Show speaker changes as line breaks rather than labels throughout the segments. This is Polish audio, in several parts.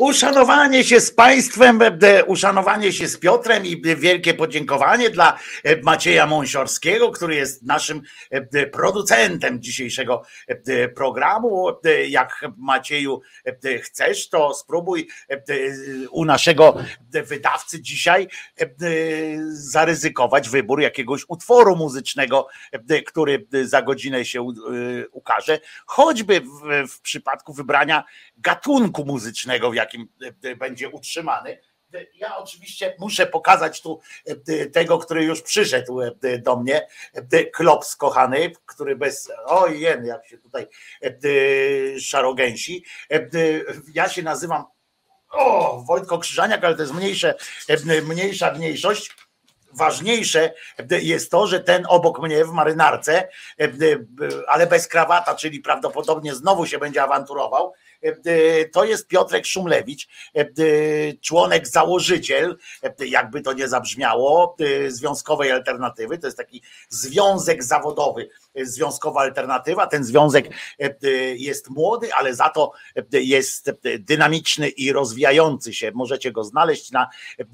Uszanowanie się z państwem, uszanowanie się z Piotrem i wielkie podziękowanie dla Macieja Mąsiorskiego, który jest naszym producentem dzisiejszego programu. Jak Macieju chcesz, to spróbuj u naszego wydawcy dzisiaj zaryzykować wybór jakiegoś utworu muzycznego, który za godzinę się ukaże, choćby w przypadku wybrania gatunku muzycznego, w jakim będzie utrzymany. Ja oczywiście muszę pokazać tu tego, który już przyszedł do mnie, Klops kochany, który bez, ojej, jak się tutaj szarogęsi. Ja się nazywam Wojtko Krzyżaniak, ale to jest mniejsza mniejszość. Ważniejsze jest to, że ten obok mnie w marynarce, ale bez krawata, czyli prawdopodobnie znowu się będzie awanturował, to jest Piotrek Szumlewicz, członek, założyciel, jakby to nie zabrzmiało, Związkowej Alternatywy. To jest taki związek zawodowy, Związkowa Alternatywa. Ten związek jest młody, ale za to jest dynamiczny i rozwijający się. Możecie go znaleźć na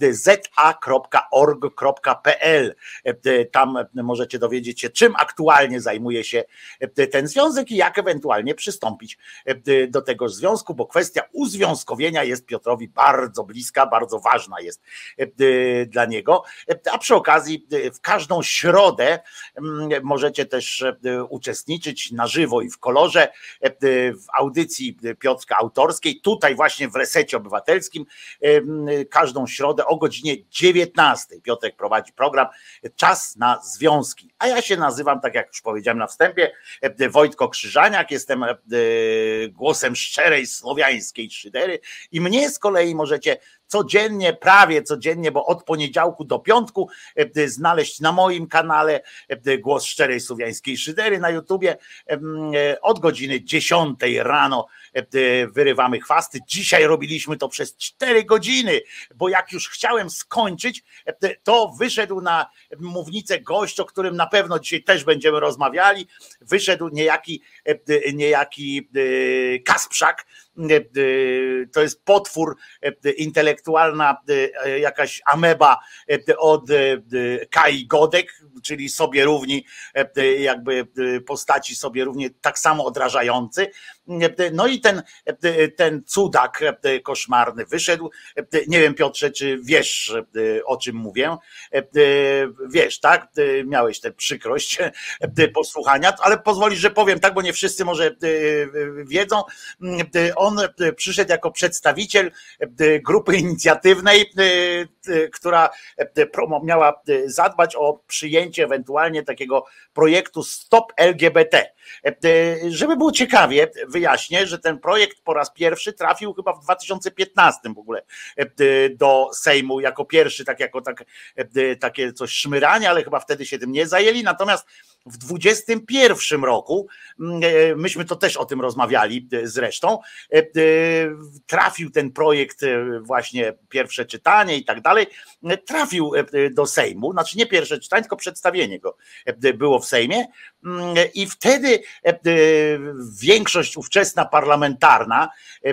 za.org.pl. Tam możecie dowiedzieć się, czym aktualnie zajmuje się ten związek i jak ewentualnie przystąpić do tego związku, bo kwestia uzwiązkowienia jest Piotrowi bardzo bliska, bardzo ważna jest dla niego. A przy okazji w każdą środę możecie też uczestniczyć na żywo i w kolorze w audycji Piotrka autorskiej, tutaj właśnie w Resecie Obywatelskim, każdą środę o godzinie 19. Piotrek prowadzi program Czas na Związki, a ja się nazywam, tak jak już powiedziałem na wstępie, Wojtko Krzyżaniak, jestem głosem szczerej słowiańskiej szydery i mnie z kolei możecie codziennie, prawie codziennie, bo od poniedziałku do piątku znaleźć na moim kanale Głos Szczerej Słowiańskiej Szydery na YouTubie od godziny 10 rano wyrywamy chwasty. Dzisiaj robiliśmy to przez 4 godziny, bo jak już chciałem skończyć, to wyszedł na mównicę gość, o którym na pewno dzisiaj też będziemy rozmawiali. Wyszedł niejaki Kasprzak, to jest potwór, intelektualna jakaś ameba od Kai Godek, czyli sobie równi, jakby postaci sobie równie tak samo odrażający. No i ten cudak koszmarny wyszedł. Nie wiem, Piotrze, czy wiesz, o czym mówię? Wiesz, tak? Miałeś tę przykrość posłuchania, ale pozwolisz, że powiem tak, bo nie wszyscy może wiedzą. On przyszedł jako przedstawiciel grupy inicjatywnej, która miała zadbać o przyjęcie ewentualnie takiego projektu Stop LGBT. Żeby było ciekawie, wyjaśnię, że ten projekt po raz pierwszy trafił chyba w 2015 w ogóle do Sejmu jako pierwszy, takie coś szmyranie, ale chyba wtedy się tym nie zajęli. Natomiast w 2021 roku, myśmy to też o tym rozmawiali zresztą, trafił ten projekt, właśnie pierwsze czytanie i tak dalej, trafił do Sejmu, znaczy nie pierwsze czytanie, tylko przedstawienie go było w Sejmie i wtedy większość ówczesna parlamentarna,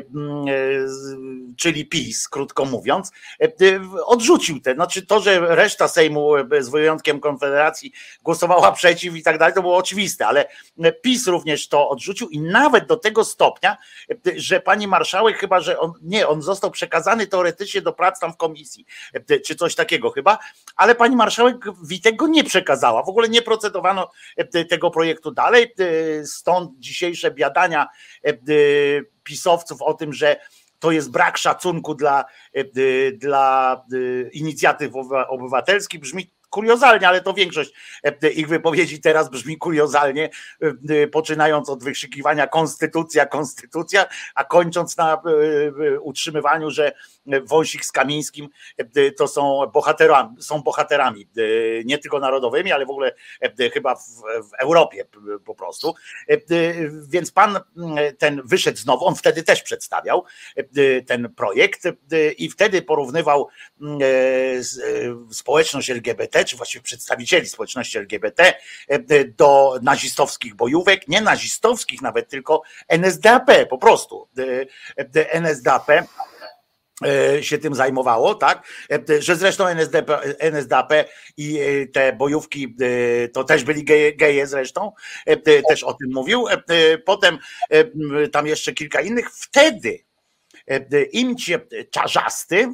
czyli PiS, krótko mówiąc, odrzucił znaczy to, że reszta Sejmu z wyjątkiem Konfederacji głosowała przeciw i tak dalej, to było oczywiste, ale PiS również to odrzucił i nawet do tego stopnia, że pani marszałek chyba, że on został przekazany teoretycznie do prac tam w komisji, czy coś takiego chyba, ale pani marszałek Witek go nie przekazała, w ogóle nie procedowano tego projektu dalej, stąd dzisiejsze biadania pisowców o tym, że to jest brak szacunku dla inicjatyw obywatelskich, brzmi kuriozalnie, ale to większość ich wypowiedzi teraz brzmi kuriozalnie, poczynając od wykrzykiwania konstytucja, a kończąc na utrzymywaniu, że Wąsik z Kamińskim to są bohaterami nie tylko narodowymi, ale w ogóle chyba w Europie po prostu. Więc pan ten wyszedł znowu, on wtedy też przedstawiał ten projekt i wtedy porównywał społeczność LGBT, czy właściwie przedstawicieli społeczności LGBT do nazistowskich bojówek, nie nazistowskich nawet, tylko NSDAP po prostu. NSDAP się tym zajmowało, tak? Że zresztą NSDAP i te bojówki to też byli geje zresztą, też o tym mówił. Potem tam jeszcze kilka innych. Wtedy Imć Czarzasty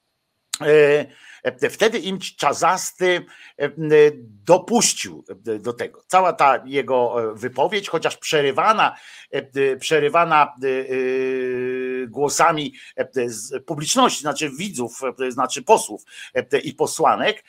dopuścił do tego. Cała ta jego wypowiedź, chociaż przerywana głosami z publiczności, znaczy widzów, znaczy posłów i posłanek,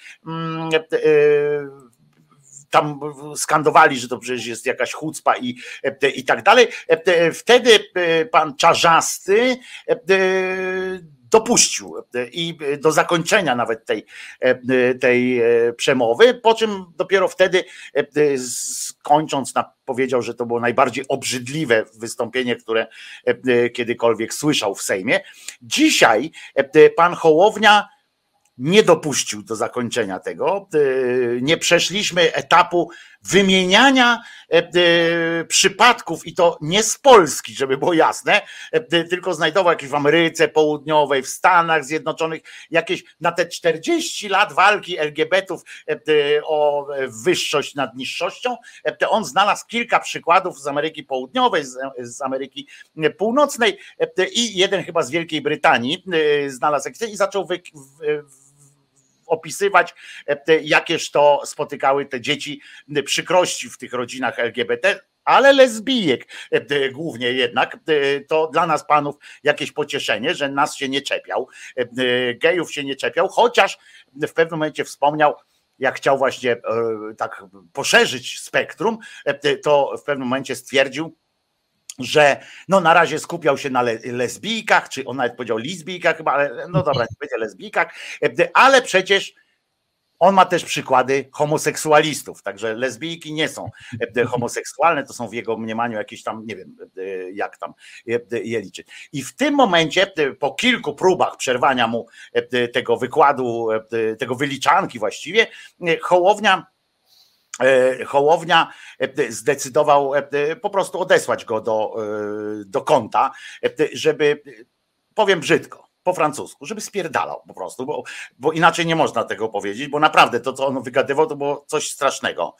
tam skandowali, że to przecież jest jakaś chucpa i tak dalej. Wtedy pan Czarzasty dopuścił i do zakończenia nawet tej przemowy, po czym dopiero wtedy kończąc powiedział, że to było najbardziej obrzydliwe wystąpienie, które kiedykolwiek słyszał w Sejmie. Dzisiaj pan Hołownia nie dopuścił do zakończenia tego. Nie przeszliśmy etapu wymieniania przypadków i to nie z Polski, żeby było jasne, tylko znajdował jakieś w Ameryce Południowej, w Stanach Zjednoczonych, jakieś na te 40 lat walki LGBT-ów o wyższość nad niższością. On znalazł kilka przykładów z Ameryki Południowej, z Ameryki Północnej i jeden chyba z Wielkiej Brytanii znalazł i zaczął opisywać, jakież to spotykały te dzieci przykrości w tych rodzinach LGBT, ale lesbijek głównie jednak. To dla nas panów jakieś pocieszenie, że nas się nie czepiał, gejów się nie czepiał, chociaż w pewnym momencie wspomniał, jak chciał właśnie tak poszerzyć spektrum, to w pewnym momencie stwierdził, że no na razie skupiał się na lesbijkach, czy on nawet powiedział lesbijkach chyba, ale no dobra, nie będzie lesbijkach, ale przecież on ma też przykłady homoseksualistów, także lesbijki nie są homoseksualne, to są w jego mniemaniu jakieś tam, nie wiem jak tam je liczyć. I w tym momencie, po kilku próbach przerwania mu tego wykładu, tego wyliczanki właściwie, Hołownia zdecydował po prostu odesłać go do kąta, żeby, powiem brzydko, po francusku, żeby spierdalał po prostu, bo inaczej nie można tego powiedzieć, bo naprawdę to, co on wygadywał, to było coś strasznego.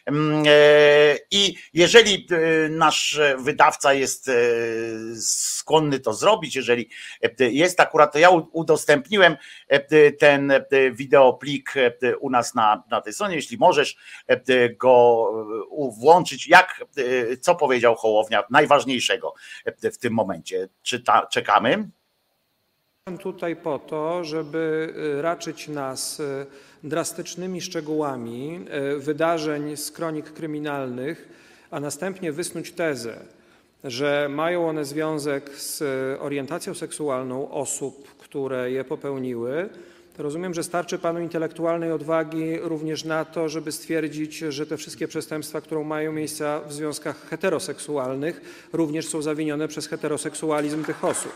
I jeżeli nasz wydawca jest skłonny to zrobić, jeżeli jest akurat, to ja udostępniłem ten wideoplik u nas na tej stronie, jeśli możesz go włączyć, co powiedział Hołownia najważniejszego w tym momencie. Czekamy.
Tutaj po to, żeby raczyć nas drastycznymi szczegółami wydarzeń z kronik kryminalnych, a następnie wysnuć tezę, że mają one związek z orientacją seksualną osób, które je popełniły. Rozumiem, że starczy panu intelektualnej odwagi również na to, żeby stwierdzić, że te wszystkie przestępstwa, które mają miejsce w związkach heteroseksualnych, również są zawinione przez heteroseksualizm tych osób.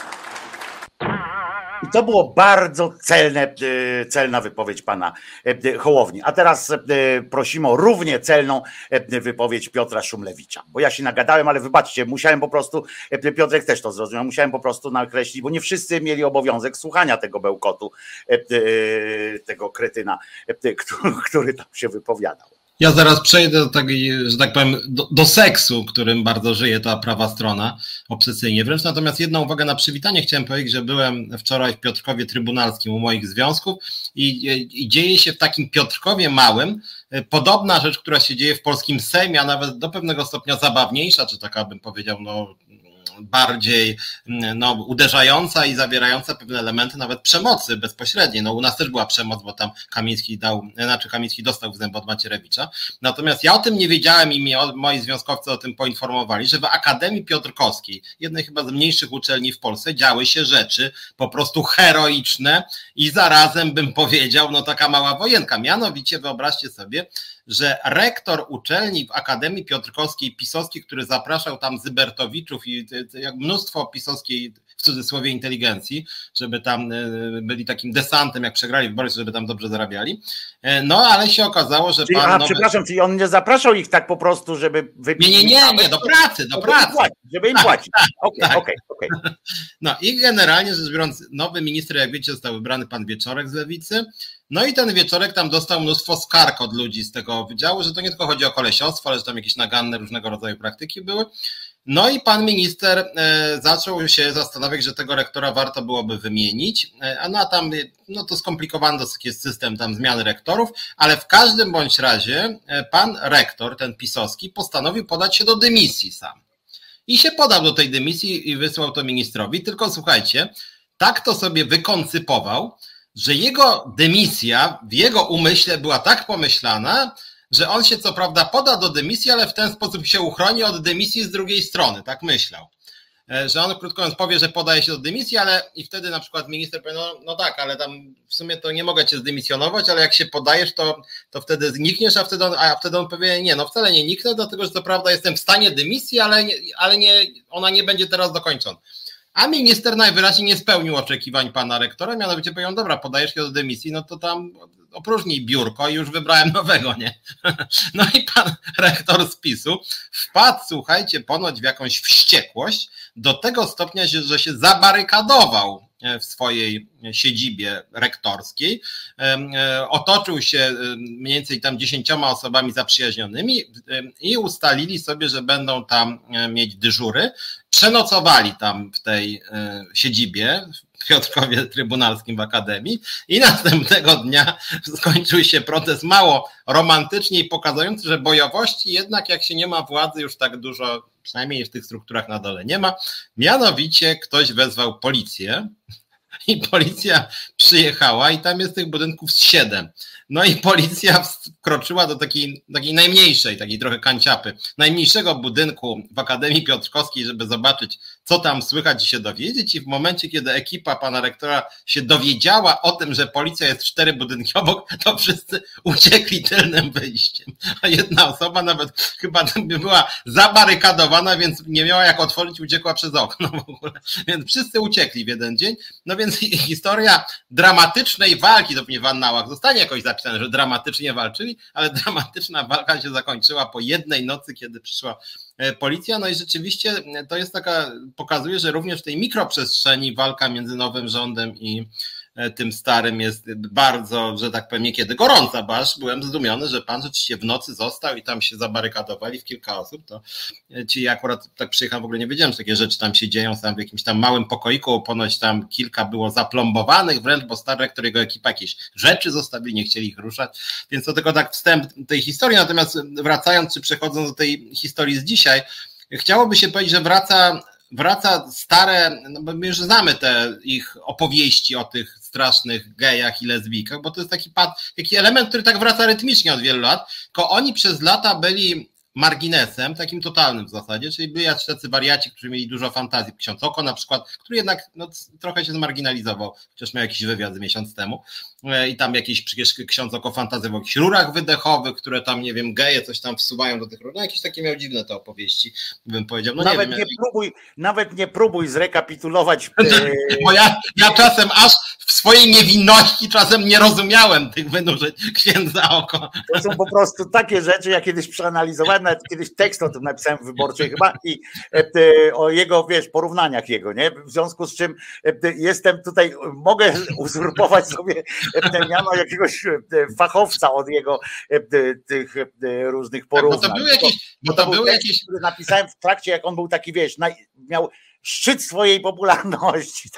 I to było bardzo celna wypowiedź pana Hołowni. A teraz prosimy o równie celną wypowiedź Piotra Szumlewicza. Bo ja się nagadałem, ale wybaczcie, musiałem po prostu, Piotrek też to zrozumiał, musiałem po prostu nakreślić, bo nie wszyscy mieli obowiązek słuchania tego bełkotu, tego kretyna, który tam się wypowiadał.
Ja zaraz przejdę do takiej, że tak powiem, do seksu, którym bardzo żyje ta prawa strona obsesyjnie wręcz. Natomiast jedną uwagę na przywitanie chciałem powiedzieć, że byłem wczoraj w Piotrkowie Trybunalskim u moich związków i dzieje się w takim Piotrkowie małym podobna rzecz, która się dzieje w polskim Sejmie, a nawet do pewnego stopnia zabawniejsza, czy taka bym powiedział, bardziej uderzająca i zawierająca pewne elementy nawet przemocy bezpośredniej. U nas też była przemoc, bo tam Kamiński dostał w zęb od Macierewicza. Natomiast ja o tym nie wiedziałem i mnie moi związkowcy o tym poinformowali, że w Akademii Piotrkowskiej, jednej chyba z mniejszych uczelni w Polsce, działy się rzeczy po prostu heroiczne i zarazem bym powiedział, taka mała wojenka. Mianowicie wyobraźcie sobie, że rektor uczelni w Akademii Piotrkowskiej pisowskiej, który zapraszał tam Zybertowiczów i jak mnóstwo pisowskiej w cudzysłowie inteligencji, żeby tam byli takim desantem, jak przegrali wybory, żeby tam dobrze zarabiali. No ale się okazało, że
czyli,
pan...
przepraszam, czyli on nie zapraszał ich tak po prostu, żeby wypić...
Nie, do pracy.
Żeby im płacić. Okej.
No i generalnie rzecz biorąc, nowy minister, jak wiecie, został wybrany pan Wieczorek z Lewicy. No i ten Wieczorek tam dostał mnóstwo skarg od ludzi z tego wydziału, że to nie tylko chodzi o kolesiostwo, ale że tam jakieś naganne różnego rodzaju praktyki były. No i pan minister zaczął się zastanawiać, że tego rektora warto byłoby wymienić, a tam to skomplikowany jest system tam zmiany rektorów, ale w każdym bądź razie pan rektor, ten pisowski, postanowił podać się do dymisji sam. I się podał do tej dymisji i wysłał to ministrowi, tylko słuchajcie, tak to sobie wykoncypował, że jego dymisja w jego umyśle była tak pomyślana, że on się co prawda poda do dymisji, ale w ten sposób się uchroni od dymisji z drugiej strony, tak myślał. Że on, krótko mówiąc, powie, że podaje się do dymisji, ale i wtedy na przykład minister powie, no tak, ale tam w sumie to nie mogę cię zdymisjonować, ale jak się podajesz, to wtedy znikniesz, a wtedy on powie, nie, no wcale nie niknę, dlatego że co prawda jestem w stanie dymisji, ale ona nie będzie teraz dokończona. A minister najwyraźniej nie spełnił oczekiwań pana rektora, mianowicie powiedział, dobra, podajesz się do dymisji, no to tam opróżnij biurko i już wybrałem nowego, nie? No i pan rektor z PiS-u wpadł, słuchajcie, ponoć w jakąś wściekłość do tego stopnia, że się zabarykadował w swojej siedzibie rektorskiej, otoczył się mniej więcej tam 10 osobami zaprzyjaźnionymi i ustalili sobie, że będą tam mieć dyżury. Przenocowali tam w tej siedzibie w Piotrkowie Trybunalskim w Akademii i następnego dnia skończył się protest mało romantycznie i pokazujący, że bojowości jednak jak się nie ma władzy już tak dużo, przynajmniej w tych strukturach na dole nie ma. Mianowicie ktoś wezwał policję i policja przyjechała i tam jest tych budynków 7. No i policja wkroczyła do takiej najmniejszej, takiej trochę kanciapy, najmniejszego budynku w Akademii Piotrkowskiej, żeby zobaczyć, co tam słychać i się dowiedzieć. I w momencie, kiedy ekipa pana rektora się dowiedziała o tym, że policja jest 4 budynki obok, to wszyscy uciekli tylnym wyjściem. A jedna osoba nawet chyba była zabarykadowana, więc nie miała jak otworzyć, uciekła przez okno w ogóle. Więc wszyscy uciekli w jeden dzień. No więc historia dramatycznej walki, to pewnie w annałach zostanie jakoś zapisane, że dramatycznie walczyli, ale dramatyczna walka się zakończyła po jednej nocy, kiedy przyszła policja. No i rzeczywiście to jest pokazuje, że również w tej mikroprzestrzeni walka między nowym rządem i tym starym jest bardzo, że tak powiem, niekiedy gorąca, bo aż byłem zdumiony, że pan rzeczywiście w nocy został i tam się zabarykadowali w kilka osób. To ci akurat tak przyjechałem, w ogóle nie wiedziałem, że takie rzeczy tam się dzieją, tam w jakimś tam małym pokoiku, ponoć tam kilka było zaplombowanych wręcz, bo stary rektor, jego ekipa jakieś rzeczy zostawili, nie chcieli ich ruszać, więc to tylko tak wstęp tej historii. Natomiast wracając, czy przechodząc do tej historii z dzisiaj, chciałoby się powiedzieć, że wraca stare, no bo my już znamy te ich opowieści o tych strasznych gejach i lesbijkach, bo to jest taki element, który tak wraca rytmicznie od wielu lat, tylko oni przez lata byli marginesem, takim totalnym w zasadzie, czyli byli tacy wariaci, którzy mieli dużo fantazji. Ksiądz Oko na przykład, który jednak trochę się zmarginalizował, chociaż miał jakiś wywiad miesiąc temu i tam przecież ksiądz Oko fantazjował o jakichś rurach wydechowych, które tam, nie wiem, geje coś tam wsuwają do tych rur, jakieś takie miał dziwne te opowieści, bym powiedział. No
nawet nie próbuj zrekapitulować.
Bo ja czasem aż w swojej niewinności czasem nie rozumiałem tych wynurzeń księdza Oko.
To są po prostu takie rzeczy, ja kiedyś przeanalizowałem, nawet kiedyś tekst o tym napisałem w Wyborczej chyba i o jego, porównaniach jego, nie? W związku z czym jestem tutaj, mogę uzurpować sobie miano jakiegoś fachowca od jego tych różnych porównań.
Bo to były jakieś,
który napisałem w trakcie, jak on był taki, miał szczyt swojej popularności.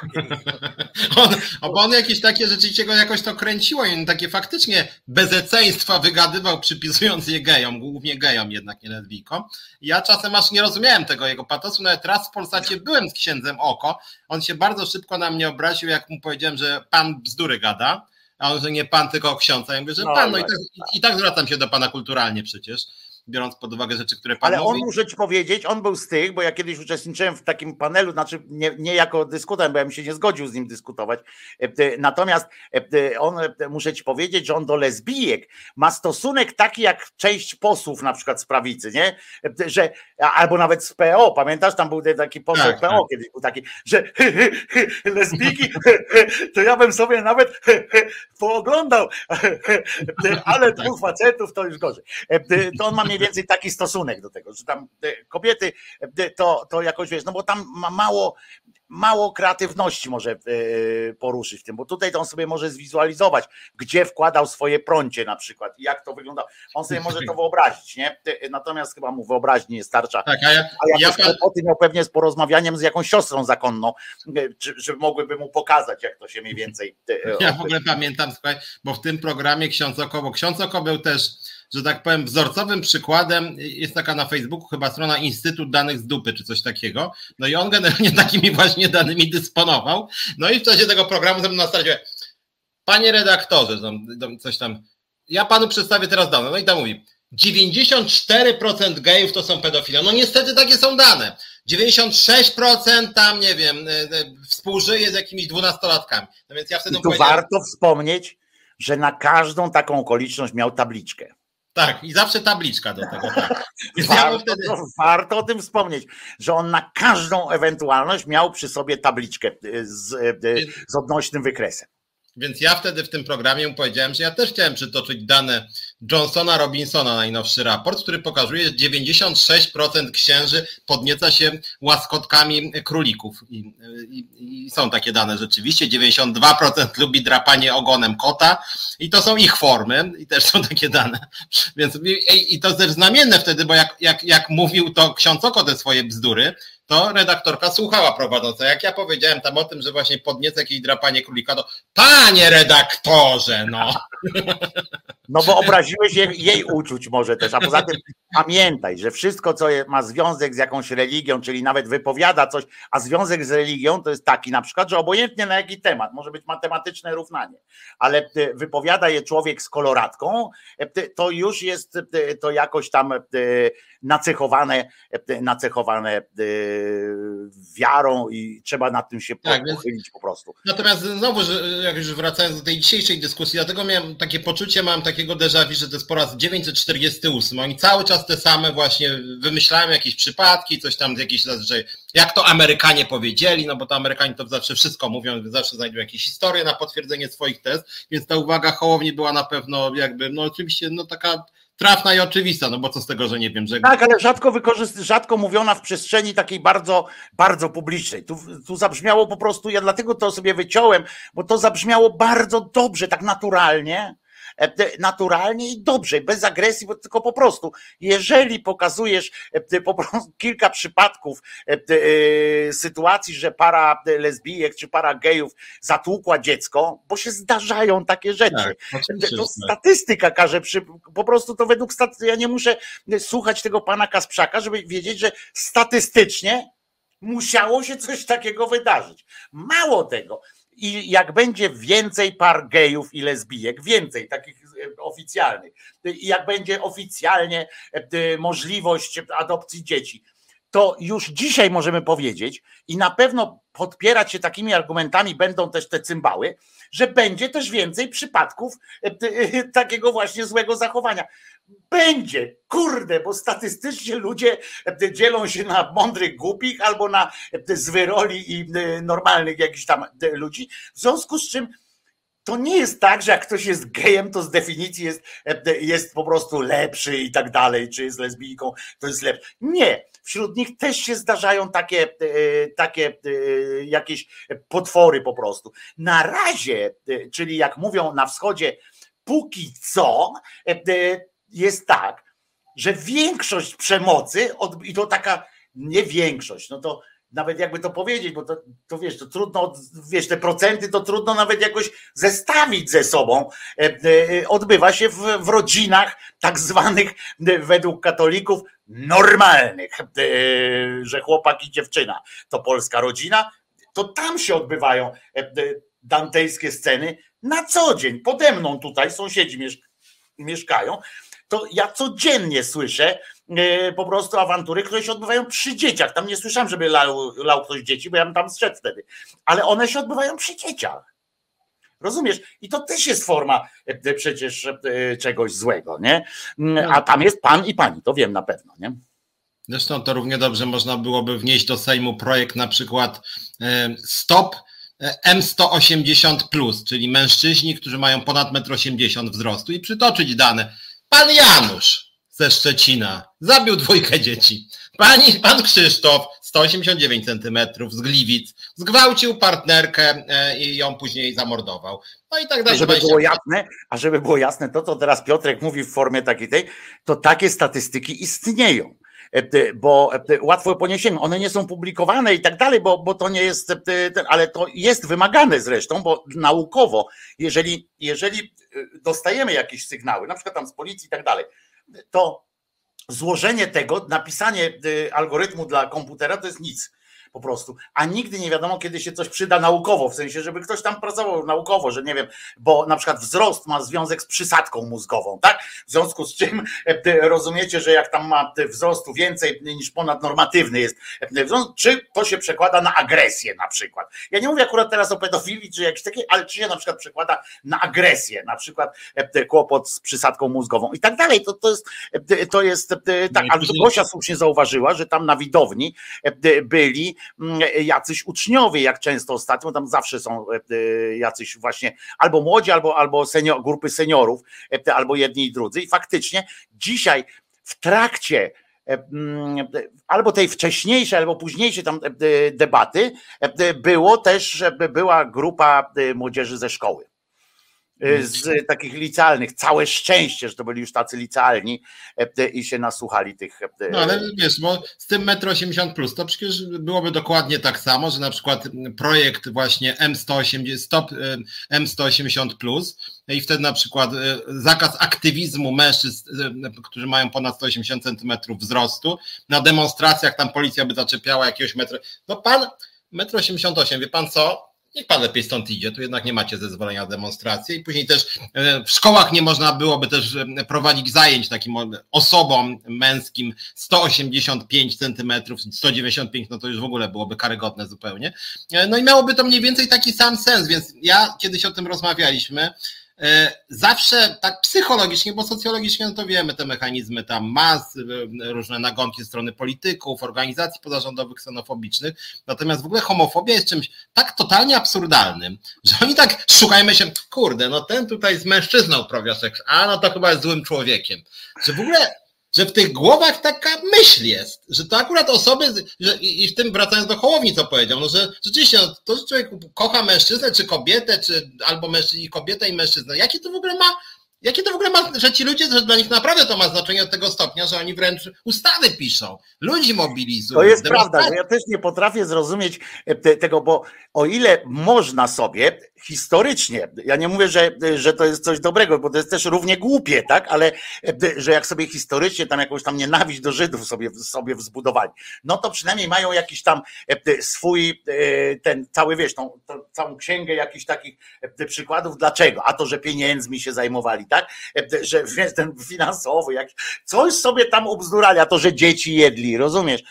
On jakieś takie rzeczywiście go jakoś to kręciło i on takie faktycznie bezeceństwa wygadywał, przypisując je gejom, głównie gejom jednak, nie lesbijkom. Ja czasem aż nie rozumiałem tego jego patosu, nawet raz w Polsacie byłem z księdzem Oko, on się bardzo szybko na mnie obraził, jak mu powiedziałem, że pan bzdury gada, a on, że nie pan, tylko ksiądz, a ja mówię, że pan, i tak zwracam się do pana kulturalnie przecież. biorąc pod uwagę rzeczy, które pan
Ale on,
mówi.
muszę ci powiedzieć, on był z tych, bo ja kiedyś uczestniczyłem w takim panelu, znaczy nie jako dyskutant, bo ja bym się nie zgodził z nim dyskutować, natomiast on, muszę ci powiedzieć, że on do lesbijek ma stosunek taki jak część posłów na przykład z prawicy, nie? Że, albo nawet z PO, pamiętasz, tam był taki poseł PO kiedyś był taki, że lesbijki, to ja bym sobie nawet pooglądał, ale dwóch facetów to już gorzej. To on ma mniej więcej taki stosunek do tego, że tam kobiety to jakoś, wiesz, no bo tam ma mało kreatywności może poruszyć w tym, bo tutaj to on sobie może zwizualizować, gdzie wkładał swoje prącie na przykład i jak to wygląda. On sobie może to wyobrazić, nie? Natomiast chyba mu wyobraźni nie starcza. Tak, a jakieś kłopoty miał pewnie z porozmawianiem z jakąś siostrą zakonną, żeby mogłyby mu pokazać, jak to się mniej więcej...
Ja w ogóle pamiętam, słuchaj, bo w tym programie Ksiądz Oko był też, że tak powiem, wzorcowym przykładem, jest taka na Facebooku chyba strona Instytut Danych z Dupy, czy coś takiego, no i on generalnie takimi właśnie danymi dysponował, no i w czasie tego programu ze mną na starcie, panie redaktorze, coś tam, ja panu przedstawię teraz dane, no i tam mówi, 94% gejów to są pedofile, no niestety takie są dane, 96% tam, nie wiem, współżyje z jakimiś 12-latkami, no więc ja wtedy
tu warto wspomnieć, że na każdą taką okoliczność miał tabliczkę.
Tak, i zawsze tabliczka do tego. Tak.
Warto o tym wspomnieć, że on na każdą ewentualność miał przy sobie tabliczkę z odnośnym wykresem.
Więc ja wtedy w tym programie powiedziałem, że ja też chciałem przytoczyć dane Johnsona Robinsona, najnowszy raport, który pokazuje, że 96% księży podnieca się łaskotkami królików. I są takie dane rzeczywiście. 92% lubi drapanie ogonem kota i to są ich formy i też są takie dane. Więc i to też znamienne wtedy, bo jak mówił to ksiądz Oko te swoje bzdury, to redaktorka słuchała prowadząca. Jak ja powiedziałem tam o tym, że właśnie podnieca jakieś drapanie królika, to panie redaktorze, no.
No bo obraziłeś jej uczuć może też, a poza tym pamiętaj, że wszystko, co ma związek z jakąś religią, czyli nawet wypowiada coś, a związek z religią to jest taki na przykład, że obojętnie na jaki temat, może być matematyczne równanie, ale wypowiada je człowiek z koloratką, to już jest to jakoś tam nacechowane wiarą i trzeba nad tym się pochylić po prostu.
Natomiast znowu, że jak już wracając do tej dzisiejszej dyskusji, dlatego miałem takie poczucie, mam takiego déjà vu, że to jest po raz 948. Oni cały czas te same właśnie wymyślają jakieś przypadki, coś tam jakieś, że jak to Amerykanie powiedzieli, no bo to Amerykanie to zawsze wszystko mówią, zawsze znajdują jakieś historie na potwierdzenie swoich tez, więc ta uwaga Hołowni była na pewno jakby, no oczywiście, no taka trafna i oczywista, no bo co z tego, że nie wiem, że...
Tak, ale rzadko mówiona w przestrzeni takiej bardzo, bardzo publicznej. Tu zabrzmiało po prostu, ja dlatego to sobie wyciąłem, bo to zabrzmiało bardzo dobrze, tak naturalnie i dobrze, bez agresji, bo tylko po prostu, jeżeli pokazujesz po prostu kilka przypadków sytuacji, że para lesbijek czy para gejów zatłukła dziecko, bo się zdarzają takie rzeczy. Tak, to statystyka każe, po prostu to według statystyki, ja nie muszę słuchać tego pana Kasprzaka, żeby wiedzieć, że statystycznie musiało się coś takiego wydarzyć. Mało tego, i jak będzie więcej par gejów i lesbijek, więcej takich oficjalnych, i jak będzie oficjalnie możliwość adopcji dzieci, to już dzisiaj możemy powiedzieć i na pewno podpierać się takimi argumentami będą też te cymbały, że będzie też więcej przypadków takiego właśnie złego zachowania. Będzie, kurde, bo statystycznie ludzie dzielą się na mądrych, głupich albo na zwyroli i normalnych jakichś tam ludzi, w związku z czym to nie jest tak, że jak ktoś jest gejem, to z definicji jest po prostu lepszy i tak dalej, czy jest lesbijką, to jest lepszy. Nie, wśród nich też się zdarzają takie jakieś potwory po prostu. Na razie, czyli jak mówią na wschodzie, póki co jest tak, że większość przemocy, i to taka nie większość, no to nawet jakby to powiedzieć, bo to wiesz, to trudno, wiesz, te procenty to trudno nawet jakoś zestawić ze sobą, odbywa się w rodzinach tak zwanych według katolików normalnych, że chłopak i dziewczyna to polska rodzina, to tam się odbywają dantejskie sceny na co dzień. Pode mną tutaj sąsiedzi mieszkają. to ja codziennie słyszę po prostu awantury, które się odbywają przy dzieciach. Tam nie słyszałem, żeby lał ktoś dzieci, bo ja bym tam zszedł wtedy. Ale one się odbywają przy dzieciach. Rozumiesz? I to też jest forma przecież czegoś złego, nie? A tam jest pan i pani, to wiem na pewno, nie?
Zresztą to równie dobrze można byłoby wnieść do Sejmu projekt na przykład Stop M180+, czyli mężczyźni, którzy mają ponad 1,80 m wzrostu i przytoczyć dane. Pan Janusz ze Szczecina zabił 2 dzieci. Pan Krzysztof 189 cm z Gliwic zgwałcił partnerkę i ją później zamordował. No i tak dalej.
Żeby było jasne, to co teraz Piotrek mówi w formie takiej to takie statystyki istnieją. Bo łatwo poniesiemy, one nie są publikowane i tak dalej, bo to nie jest, ale to jest wymagane zresztą, bo naukowo, jeżeli dostajemy jakieś sygnały, na przykład tam z policji i tak dalej, to złożenie tego, napisanie algorytmu dla komputera to jest nic po prostu, a nigdy nie wiadomo, kiedy się coś przyda naukowo, w sensie, żeby ktoś tam pracował naukowo, że nie wiem, bo na przykład wzrost ma związek z przysadką mózgową, tak? W związku z czym rozumiecie, że jak tam ma wzrostu więcej niż ponadnormatywny jest wzrost, czy to się przekłada na agresję na przykład. Ja nie mówię akurat teraz o pedofilii, czy jakieś takie, ale czy się na przykład przekłada na agresję, na przykład kłopot z przysadką mózgową i tak dalej. To jest tak, ale Gosia słusznie zauważyła, że tam na widowni byli jacyś uczniowie, jak często ostatnio, tam zawsze są jacyś właśnie albo młodzi, albo grupy seniorów, albo jedni i drudzy. I faktycznie dzisiaj w trakcie albo tej wcześniejszej, albo późniejszej tam debaty była grupa młodzieży ze szkoły. Z takich licealnych, całe szczęście, że to byli już tacy licealni i się nasłuchali tych.
No ale wiesz, bo z tym 1,80 m to przecież byłoby dokładnie tak samo, że na przykład projekt właśnie Stop M180+, i wtedy na przykład zakaz aktywizmu mężczyzn, którzy mają ponad 180 cm wzrostu, na demonstracjach tam policja by zaczepiała jakiegoś metra. No pan 1,88 m, wie pan co? Niech pan lepiej stąd idzie, tu jednak nie macie zezwolenia na demonstrację i później też w szkołach nie można byłoby też prowadzić zajęć takim osobom męskim 185 cm, 195, no to już w ogóle byłoby karygodne zupełnie. No i miałoby to mniej więcej taki sam sens, więc ja kiedyś o tym rozmawialiśmy, zawsze tak psychologicznie, bo socjologicznie no to wiemy te mechanizmy tam mas, różne nagonki ze strony polityków, organizacji pozarządowych, ksenofobicznych, natomiast w ogóle homofobia jest czymś tak totalnie absurdalnym, że oni tak szukają się, kurde, no ten tutaj z mężczyzną uprawia seks, a no to chyba jest złym człowiekiem, że w ogóle że w tych głowach taka myśl jest, że to akurat osoby, i w tym wracając do Hołowni, co powiedział, no że rzeczywiście to, że człowiek kocha mężczyznę, czy kobietę, czy albo kobietę i mężczyznę, jakie to w ogóle ma, że ci ludzie, że dla nich naprawdę to ma znaczenie do tego stopnia, że oni wręcz ustawy piszą, ludzi mobilizują.
To jest prawda, że ja też nie potrafię zrozumieć tego, bo o ile można sobie historycznie, ja nie mówię, że to jest coś dobrego, bo to jest też równie głupie, tak, ale że jak sobie historycznie tam jakąś tam nienawiść do Żydów sobie wzbudowali, no to przynajmniej mają jakiś tam swój, ten cały, wiesz, tą całą księgę jakichś takich przykładów, dlaczego, a to, że pieniędzmi się zajmowali, tak, że wiesz, ten finansowy, jak coś sobie tam ubzdurali, a to, że dzieci jedli, rozumiesz,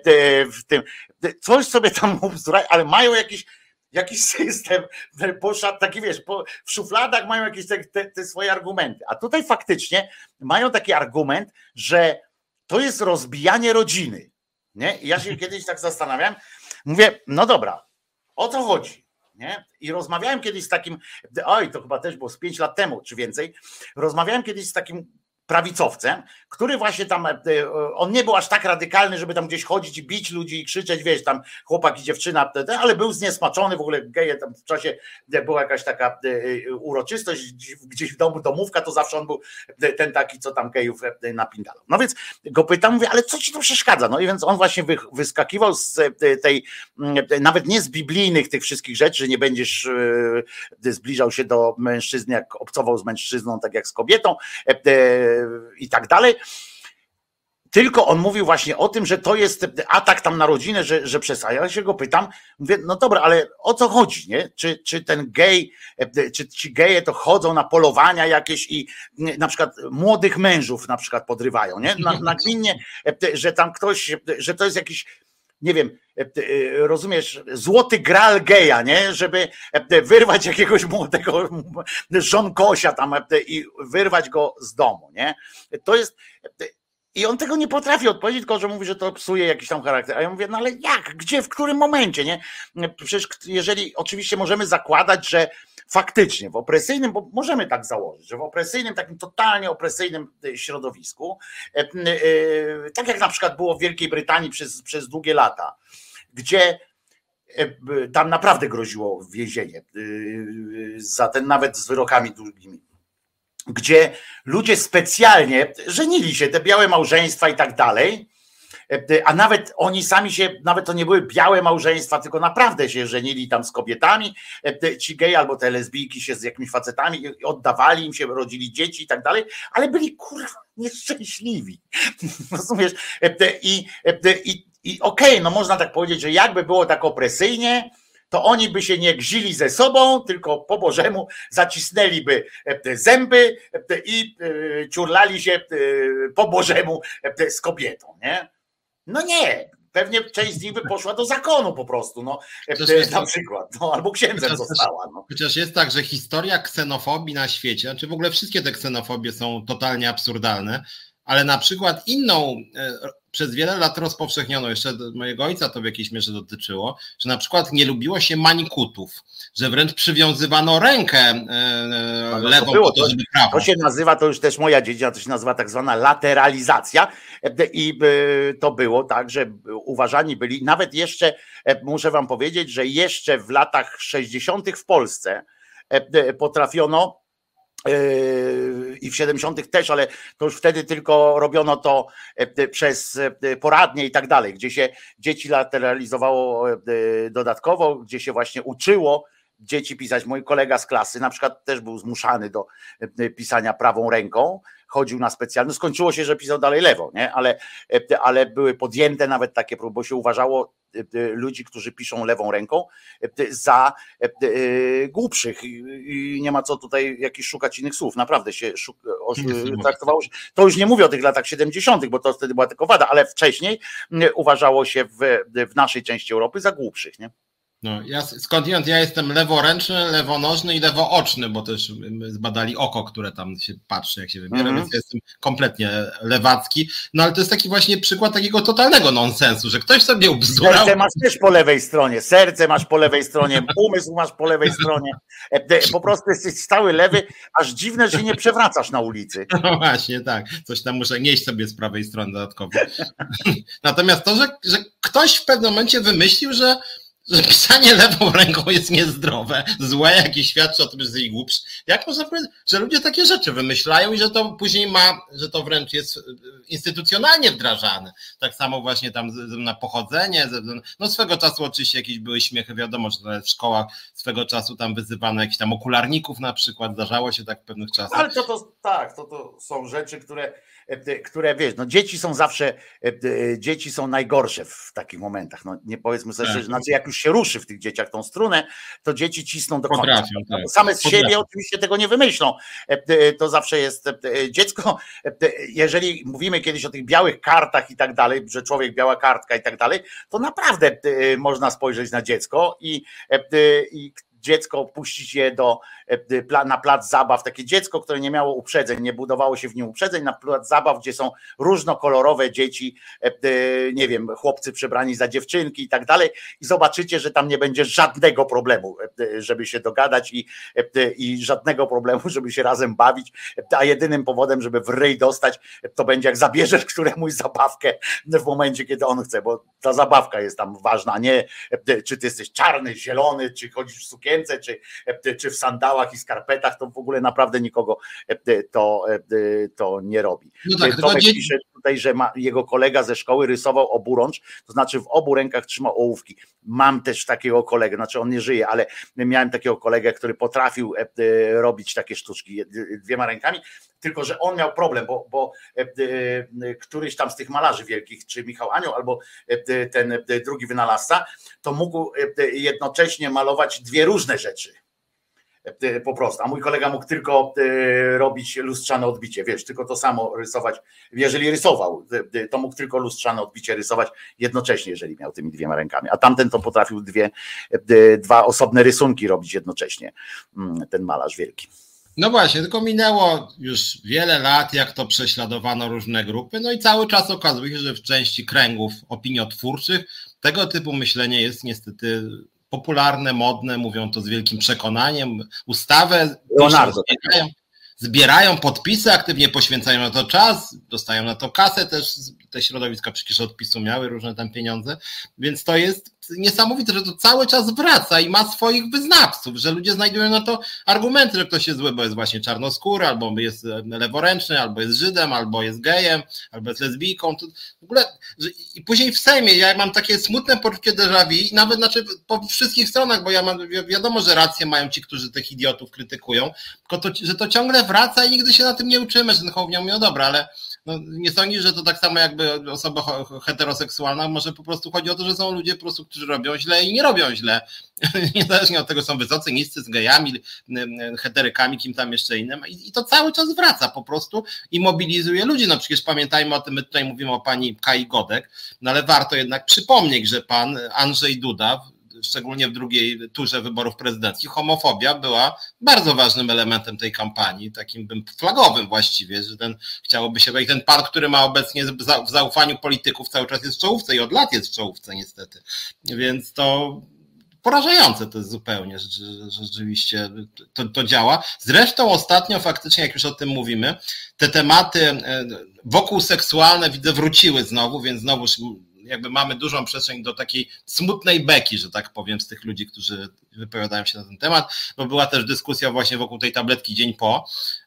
w tym, coś sobie tam ubzdurali, ale mają jakiś system, taki wiesz, w szufladach mają jakieś te swoje argumenty, a tutaj faktycznie mają taki argument, że to jest rozbijanie rodziny, nie? I ja się kiedyś tak zastanawiałem, mówię, no dobra, o co chodzi, nie? I rozmawiałem kiedyś z takim, to chyba też było z 5 lat temu, czy więcej, rozmawiałem kiedyś z takim prawicowcem, który właśnie tam, on nie był aż tak radykalny, żeby tam gdzieś chodzić i bić ludzi i krzyczeć, wiesz, tam chłopak i dziewczyna, ale był zniesmaczony, w ogóle geje tam w czasie, była jakaś taka uroczystość, gdzieś w domu domówka, to zawsze on był ten taki, co tam gejów napindalał. No więc go pytam, mówię, ale co ci tu przeszkadza? No i więc on właśnie wyskakiwał z tej, nawet nie z biblijnych tych wszystkich rzeczy, że nie będziesz zbliżał się do mężczyzny, jak obcował z mężczyzną, tak jak z kobietą, i tak dalej. Tylko on mówił właśnie o tym, że to jest atak tam na rodzinę, że a ja się go pytam, mówię, no dobra, ale o co chodzi, nie? Czy ten gej, czy ci geje to chodzą na polowania jakieś i na przykład młodych mężów na przykład podrywają, nie? Nagminnie, że tam ktoś, że to jest jakiś, nie wiem, rozumiesz, złoty gral geja, nie? Żeby wyrwać jakiegoś młodego żonkosia tam i wyrwać go z domu, nie? To jest... I on tego nie potrafi odpowiedzieć, tylko że mówi, że to psuje jakiś tam charakter. A ja mówię, no ale jak, gdzie, w którym momencie, nie? Przecież jeżeli oczywiście możemy zakładać, że faktycznie w opresyjnym, bo możemy tak założyć, że w opresyjnym, takim totalnie opresyjnym środowisku, tak jak na przykład było w Wielkiej Brytanii przez długie lata, gdzie tam naprawdę groziło więzienie, za ten nawet z wyrokami długimi, gdzie ludzie specjalnie żenili się, te białe małżeństwa i tak dalej, a nawet oni sami się, nawet to nie były białe małżeństwa, tylko naprawdę się żenili tam z kobietami, ci geje albo te lesbijki się z jakimiś facetami, oddawali im się, rodzili dzieci i tak dalej, ale byli kurwa nieszczęśliwi. Rozumiesz? I okej, no można tak powiedzieć, że jakby było tak opresyjnie, to oni by się nie gzili ze sobą, tylko po Bożemu zacisnęliby zęby i ciurlali się po Bożemu z kobietą, nie? No nie, pewnie część z nich by poszła do zakonu po prostu, no, na przykład, no, albo księdzem została. No.
Chociaż jest tak, że historia ksenofobii na świecie, znaczy w ogóle wszystkie te ksenofobie są totalnie absurdalne, ale na przykład inną przez wiele lat rozpowszechniono, jeszcze mojego ojca to w jakiejś mierze dotyczyło, że na przykład nie lubiło się manikutów, że wręcz przywiązywano rękę lewą po to, żeby prawą.
To się nazywa, to już też moja dziedzina, to się nazywa tak zwana lateralizacja i to było tak, że uważani byli, nawet jeszcze, muszę wam powiedzieć, że jeszcze w latach 60. w Polsce potrafiono i w 70. też, ale to już wtedy tylko robiono to przez poradnie i tak dalej, gdzie się dzieci lateralizowało dodatkowo, gdzie się właśnie uczyło dzieci pisać. Mój kolega z klasy na przykład też był zmuszany do pisania prawą ręką, chodził na specjalny, skończyło się, że pisał dalej lewo, nie? Ale były podjęte nawet takie próby, bo się uważało ludzi, którzy piszą lewą ręką za głupszych i nie ma co tutaj jakichś szukać innych słów, naprawdę się traktowało się, to już nie mówię o tych latach 70., bo to wtedy była tylko wada, ale wcześniej uważało się w naszej części Europy za głupszych, nie?
No, skądinąd ja jestem leworęczny, lewonożny i lewooczny, bo też zbadali oko, które tam się patrzy, jak się wybiera, więc ja jestem kompletnie lewacki. No ale to jest taki właśnie przykład takiego totalnego nonsensu, że ktoś sobie ubzdurał.
Serce masz też po lewej stronie, serce masz po lewej stronie, umysł masz po lewej stronie. Po prostu jesteś stały lewy, aż dziwne, że się nie przewracasz na ulicy.
No właśnie, tak. Coś tam muszę nieść sobie z prawej strony dodatkowo. Natomiast to, że ktoś w pewnym momencie wymyślił, że pisanie lewą ręką jest niezdrowe, złe, jakieś świadczy o tym, że jesteś głupszy. Jak można powiedzieć, że ludzie takie rzeczy wymyślają i że to później że to wręcz jest instytucjonalnie wdrażane. Tak samo właśnie tam na pochodzenie, no swego czasu oczywiście jakieś były śmiechy, wiadomo, że w szkołach swego czasu tam wyzywano jakichś tam okularników na przykład, zdarzało się tak w pewnych czasach.
Ale to są rzeczy, które wiesz, no dzieci są najgorsze w takich momentach, no nie powiedzmy sobie, tak. Znaczy jak już się ruszy w tych dzieciach tą strunę, to dzieci cisną do końca. Tak. Same z siebie oczywiście tego nie wymyślą, to zawsze jest dziecko, jeżeli mówimy kiedyś o tych białych kartach i tak dalej, że człowiek biała kartka i tak dalej, to naprawdę można spojrzeć na dziecko i dziecko puścić je na plac zabaw, takie dziecko, które nie miało uprzedzeń, nie budowało się w nim uprzedzeń, na plac zabaw, gdzie są różnokolorowe dzieci, nie wiem, chłopcy przebrani za dziewczynki i tak dalej i zobaczycie, że tam nie będzie żadnego problemu, żeby się dogadać i żadnego problemu, żeby się razem bawić, a jedynym powodem, żeby w ryj dostać, to będzie jak zabierzesz któremuś zabawkę w momencie, kiedy on chce, bo ta zabawka jest tam ważna, a nie czy ty jesteś czarny, zielony, czy chodzisz w sukience, czy w sandałach i skarpetach, to w ogóle naprawdę nikogo to nie robi.
No tak,
Tomek pisze tutaj, że jego kolega ze szkoły rysował oburącz, to znaczy w obu rękach trzymał ołówki. Mam też takiego kolegę, znaczy on nie żyje, ale miałem takiego kolegę, który potrafił robić takie sztuczki dwiema rękami. tylko że on miał problem, bo któryś tam z tych malarzy wielkich, czy Michał Anioł, albo ten drugi wynalazca, to mógł jednocześnie malować dwie różne rzeczy. Po prostu, a mój kolega mógł tylko robić lustrzane odbicie, wiesz, tylko to samo rysować, jeżeli rysował, to mógł tylko lustrzane odbicie rysować jednocześnie, jeżeli miał tymi dwiema rękami, a tamten to potrafił dwa osobne rysunki robić jednocześnie, ten malarz wielki.
No właśnie, tylko minęło już wiele lat, jak to prześladowano różne grupy, no i cały czas okazuje się, że w części kręgów opiniotwórczych tego typu myślenie jest niestety popularne, modne, mówią to z wielkim przekonaniem. Ustawę zbierają podpisy, aktywnie poświęcają na to czas, dostają na to kasę też, te środowiska przecież od PiS-u miały różne tam pieniądze, więc to jest niesamowite, że to cały czas wraca i ma swoich wyznawców, że ludzie znajdują na to argumenty, że ktoś jest zły, bo jest właśnie czarnoskóry, albo jest leworęczny, albo jest Żydem, albo jest gejem, albo jest lesbijką. To w ogóle, i później w Sejmie ja mam takie smutne poczucie déjà vu, nawet po wszystkich stronach, bo wiadomo, że rację mają ci, którzy tych idiotów krytykują, tylko że to ciągle wraca i nigdy się na tym nie uczymy, że ten Hołownia mówi, no dobra, ale no, nie sądzisz, że to tak samo jakby osoba heteroseksualna, może po prostu chodzi o to, że są ludzie po prostu, którzy robią źle i nie robią źle. Niezależnie od tego są wysocy, niscy, z gejami, heterykami, kim tam jeszcze innym. I to cały czas wraca po prostu i mobilizuje ludzi. No przecież pamiętajmy o tym, my tutaj mówimy o pani Kai Godek, no ale warto jednak przypomnieć, że pan Andrzej Duda, szczególnie w drugiej turze wyborów prezydenckich, homofobia była bardzo ważnym elementem tej kampanii, takim flagowym właściwie, że chciałoby się, i ten pan, który ma obecnie w zaufaniu polityków, cały czas jest w czołówce i od lat jest w czołówce niestety, więc to porażające to jest zupełnie, że rzeczywiście to działa. Zresztą ostatnio faktycznie, jak już o tym mówimy, te tematy wokół seksualne widzę wróciły znowu, więc znowu jakby mamy dużą przestrzeń do takiej smutnej beki, że tak powiem, z tych ludzi, którzy wypowiadają się na ten temat, bo była też dyskusja właśnie wokół tej tabletki dzień po.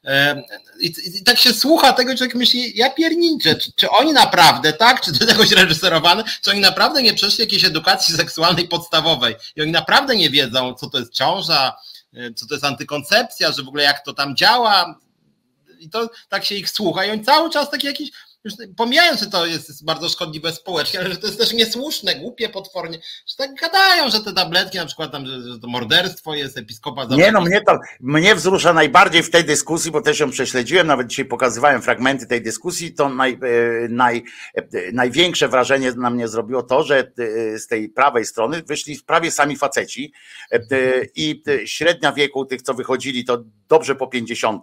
I tak się słucha tego, człowiek myśli, ja pierniczę, czy oni naprawdę, tak, czy to jakoś reżyserowane, czy oni naprawdę nie przeszli jakiejś edukacji seksualnej podstawowej i oni naprawdę nie wiedzą, co to jest ciąża, co to jest antykoncepcja, że w ogóle jak to tam działa i to tak się ich słucha i oni cały czas taki jakiś, już pomijając, że to jest bardzo szkodliwe społecznie, ale że to jest też niesłuszne, głupie potwornie, że tak gadają, że te tabletki na przykład tam, że to morderstwo jest, episkopat...
Nie no, mnie wzrusza najbardziej w tej dyskusji, bo też ją prześledziłem, nawet dzisiaj pokazywałem fragmenty tej dyskusji, to największe wrażenie na mnie zrobiło to, że z tej prawej strony wyszli prawie sami faceci i średnia wieku tych, co wychodzili, to dobrze po 50,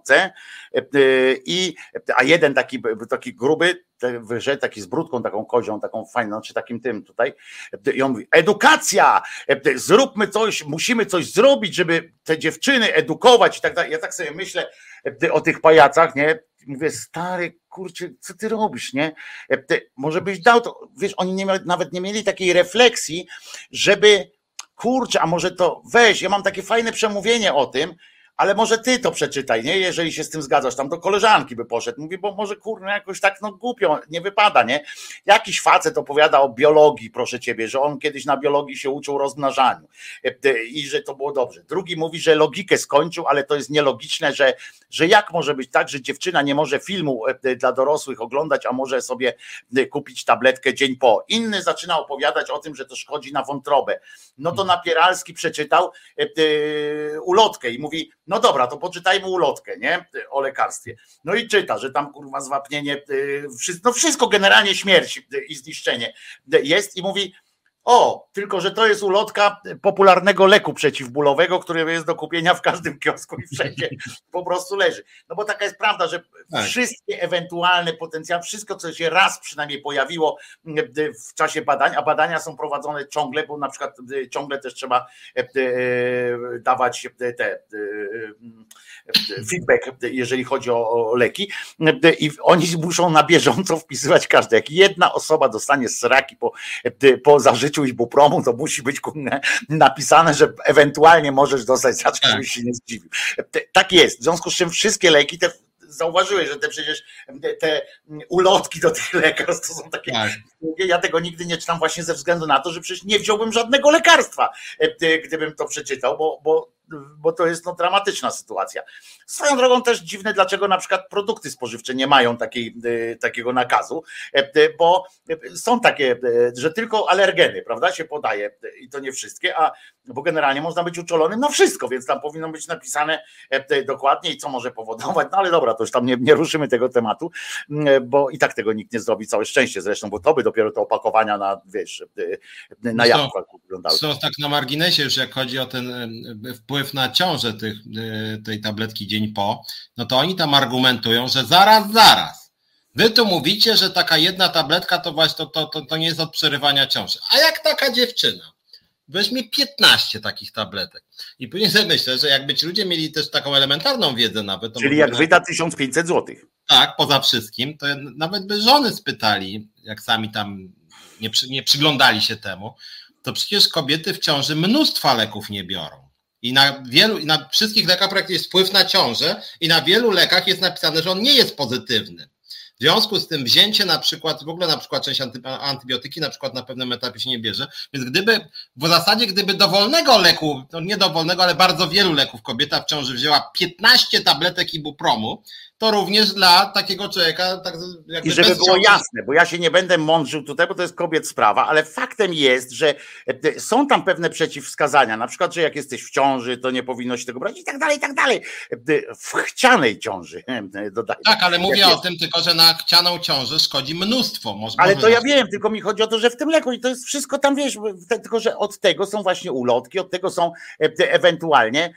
a jeden taki gruby, wyszedł taki z brudką taką kozią, taką fajną, czy takim tym tutaj, i on mówi, edukacja, zróbmy coś, musimy coś zrobić, żeby te dziewczyny edukować i tak dalej. Ja tak sobie myślę o tych pajacach, nie? Mówię, stary, kurczę, co ty robisz, nie? Może byś dał to, wiesz, oni nawet nie mieli takiej refleksji, żeby, kurczę, a może to weź, ja mam takie fajne przemówienie o tym, ale może ty to przeczytaj, nie? Jeżeli się z tym zgadzasz, tam do koleżanki by poszedł. Mówi, bo może kurwa jakoś tak głupio, nie wypada, nie? Jakiś facet opowiada o biologii, proszę ciebie, że on kiedyś na biologii się uczył rozmnażaniu i że to było dobrze. Drugi mówi, że logikę skończył, ale to jest nielogiczne, że jak może być tak, że dziewczyna nie może filmu dla dorosłych oglądać, a może sobie kupić tabletkę dzień po. Inny zaczyna opowiadać o tym, że to szkodzi na wątrobę. No to Napieralski przeczytał ulotkę i mówi, no dobra, to poczytajmy ulotkę, nie? O lekarstwie. No i czyta, że tam kurwa zwapnienie, wszystko generalnie śmierć i zniszczenie jest i mówi, o, tylko że to jest ulotka popularnego leku przeciwbólowego, który jest do kupienia w każdym kiosku i wszędzie po prostu leży. No bo taka jest prawda, że wszystkie ewentualne potencjały, wszystko co się raz przynajmniej pojawiło w czasie badań, a badania są prowadzone ciągle, bo na przykład ciągle też trzeba dawać feedback, jeżeli chodzi o leki i oni muszą na bieżąco wpisywać każde. Jak jedna osoba dostanie sraki po zażyciu ibupromu, to musi być napisane, że ewentualnie możesz dostać sraczki, żebyś się nie zdziwił. Tak jest. W związku z czym wszystkie leki, zauważyłeś, że te ulotki do tych lekarstw to są takie. Tak. Ja tego nigdy nie czytam właśnie ze względu na to, że przecież nie wziąłbym żadnego lekarstwa, gdybym to przeczytał, bo bo to jest dramatyczna sytuacja. Swoją drogą też dziwne, dlaczego na przykład produkty spożywcze nie mają takiego nakazu, bo są takie, że tylko alergeny, prawda, się podaje i to nie wszystkie, bo generalnie można być uczulony na wszystko, więc tam powinno być napisane dokładnie i co może powodować, no ale dobra, to już tam nie ruszymy tego tematu, bo i tak tego nikt nie zrobi, całe szczęście zresztą, bo to by dopiero te opakowania na, wiesz, na jabłkach wyglądały.
Tak na marginesie już jak chodzi o ten wpływ na ciążę tej tabletki dzień po, no to oni tam argumentują, że zaraz. Wy tu mówicie, że taka jedna tabletka to właśnie to nie jest od przerywania ciąży. A jak taka dziewczyna weźmie 15 takich tabletek i później sobie myślę, że jakby ci ludzie mieli też taką elementarną wiedzę nawet.
Czyli jak wyda 1500 zł.
Tak, poza wszystkim, to nawet by żony spytali, jak sami tam nie przyglądali się temu, to przecież kobiety w ciąży mnóstwa leków nie biorą. I na wszystkich lekach praktycznie jest wpływ na ciążę i na wielu lekach jest napisane, że on nie jest pozytywny. W związku z tym wzięcie na przykład, w ogóle na przykład część antybiotyki na przykład na pewnym etapie się nie bierze, więc gdyby dowolnego leku, no nie dowolnego, ale bardzo wielu leków kobieta w ciąży wzięła 15 tabletek ibupromu, to również dla takiego człowieka... Tak jakby
i żeby było jasne, bo ja się nie będę mądrzył tutaj, bo to jest kobiet sprawa, ale faktem jest, że są tam pewne przeciwwskazania, na przykład, że jak jesteś w ciąży, to nie powinno się tego brać i tak dalej. W chcianej ciąży dodaję.
Tak, ale mówię o tym tylko, że na chcianą ciążę szkodzi mnóstwo.
Ale to ja wiem, tylko mi chodzi o to, że w tym leku i to jest wszystko tam, wiesz, tylko że od tego są właśnie ulotki, od tego są ewentualnie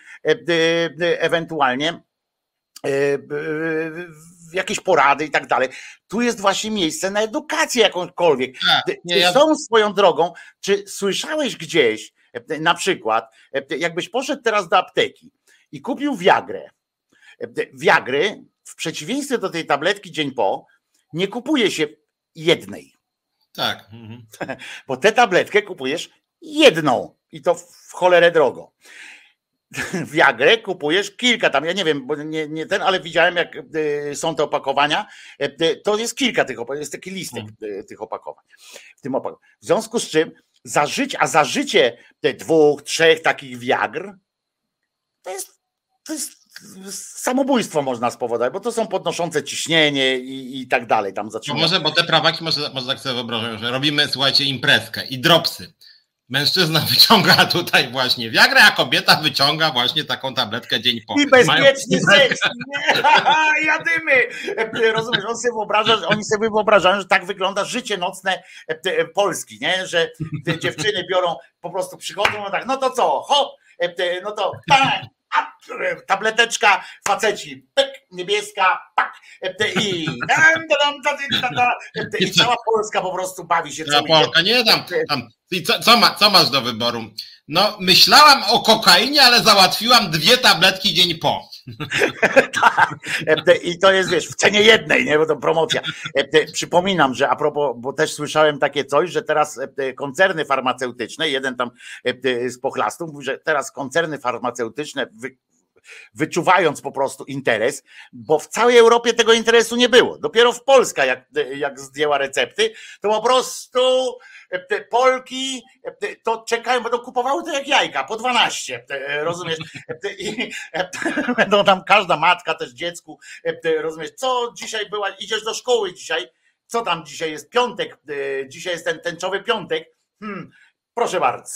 jakieś porady i tak dalej. Tu jest właśnie miejsce na edukację jakąkolwiek. Są swoją drogą, czy słyszałeś gdzieś, na przykład, jakbyś poszedł teraz do apteki i kupił Viagry, w przeciwieństwie do tej tabletki dzień po, nie kupuje się jednej.
Tak.
Bo tę tabletkę kupujesz jedną i to w cholerę drogo. Viagrę kupujesz kilka tam, ja nie wiem, bo nie ten, ale widziałem jak są te opakowania, to jest kilka tych opakowań, jest taki listek tych opakowań. W związku z czym za życie te 2, 3 takich Viagr to jest samobójstwo można spowodować, bo to są podnoszące ciśnienie i tak dalej. Tam
może, bo te prawaki może tak sobie wyobrażają, że robimy, słuchajcie, imprezkę i dropsy. Mężczyzna wyciąga tutaj właśnie Viagrę, a kobieta wyciąga właśnie taką tabletkę dzień po.
I bezpieczny seks. Jadymy. Rozumiesz, oni sobie wyobrażają, że tak wygląda życie nocne Polski, nie? Że te dziewczyny biorą, po prostu przychodzą, no tak, no to co, hop, no to bang, tableteczka, faceci, pyk, niebieska, pak, i cała Polska po prostu bawi się.
Polska, nie tam. I co masz do wyboru? No, myślałam o kokainie, ale załatwiłam 2 tabletki dzień po.
Tak. I to jest, wiesz, w cenie jednej, nie, bo to promocja. Przypominam, że a propos, bo też słyszałem takie coś, że teraz koncerny farmaceutyczne, jeden tam z pochlastów mówi, że teraz koncerny farmaceutyczne wyczuwając po prostu interes, bo w całej Europie tego interesu nie było. Dopiero w Polska, jak zdjęła recepty, to po prostu Polki to czekają, będą kupowały to jak jajka, po 12, rozumiesz? I będą tam każda matka też dziecku, rozumiesz, co dzisiaj była, idziesz do szkoły dzisiaj, co tam dzisiaj jest piątek, dzisiaj jest ten tęczowy piątek, proszę bardzo.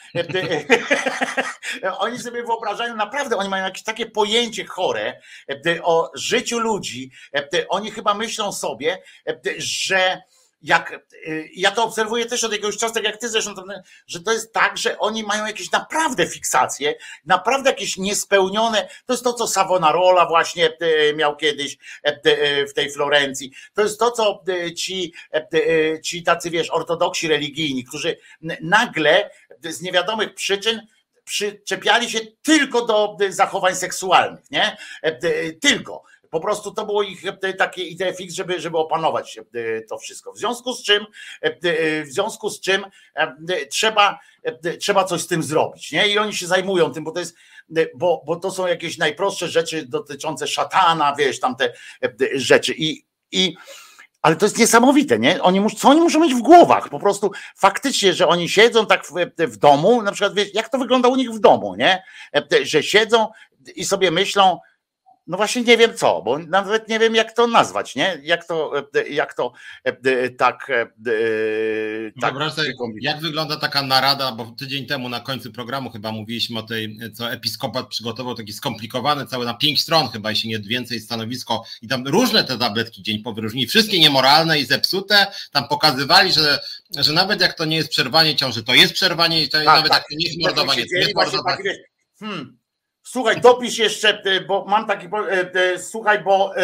Oni sobie wyobrażają, naprawdę, oni mają jakieś takie pojęcie chore o życiu ludzi. Oni chyba myślą sobie, że ja to obserwuję też od jakiegoś czasu, tak jak ty zresztą, że to jest tak, że oni mają jakieś naprawdę fiksacje, naprawdę jakieś niespełnione, to jest to, co Savonarola właśnie miał kiedyś w tej Florencji, to jest to, co ci tacy, wiesz, ortodoksi religijni, którzy nagle z niewiadomych przyczyn przyczepiali się tylko do zachowań seksualnych, nie? Po prostu to było ich takie idee fix, żeby opanować to wszystko. W związku z czym trzeba coś z tym zrobić, nie? I oni się zajmują tym, bo to jest, bo to są jakieś najprostsze rzeczy dotyczące szatana, wiesz, tam te rzeczy. Ale to jest niesamowite, nie? Co oni muszą mieć w głowach? Po prostu faktycznie, że oni siedzą tak w domu, na przykład wiesz, jak to wygląda u nich w domu, nie? Że siedzą i sobie myślą, no właśnie nie wiem co, bo nawet nie wiem jak to nazwać, nie? Jak to tak
Wyobraź sobie, jak wygląda taka narada, bo tydzień temu na końcu programu chyba mówiliśmy o tej, co episkopat przygotował, taki skomplikowany, cały na 5 stron chyba, jeśli nie więcej, stanowisko i tam różne te tabletki dzień powyróżnili, wszystkie niemoralne i zepsute, tam pokazywali, że nawet jak to nie jest przerwanie ciąży, to jest przerwanie i to nawet jak to nie jest mordowanie, to jest mordowanie.
Słuchaj, dopisz jeszcze, bo mam taki, słuchaj,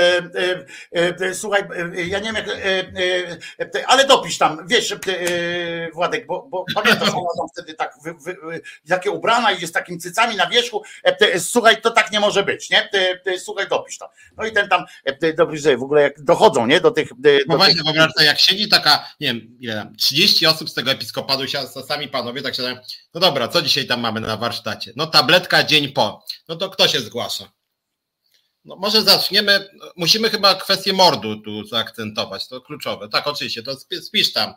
ja nie wiem jak, ale dopisz tam, wiesz, Władek, bo pamiętasz, ona tam wtedy tak, takie ubrana idzie z takimi cycami na wierzchu, słuchaj, to tak nie może być, nie? Słuchaj, dopisz tam. No i ten tam, dopisz sobie, w ogóle jak dochodzą, nie? Do tych...
No właśnie, wyobraź sobie, jak siedzi taka, nie wiem, ile tam, 30 osób z tego episkopatu, sami panowie, tak się no dobra, co dzisiaj tam mamy na warsztacie? No tabletka dzień po. No to kto się zgłasza? No może zaczniemy, musimy chyba kwestię mordu tu zaakcentować, to kluczowe. Tak, oczywiście, to spisz tam.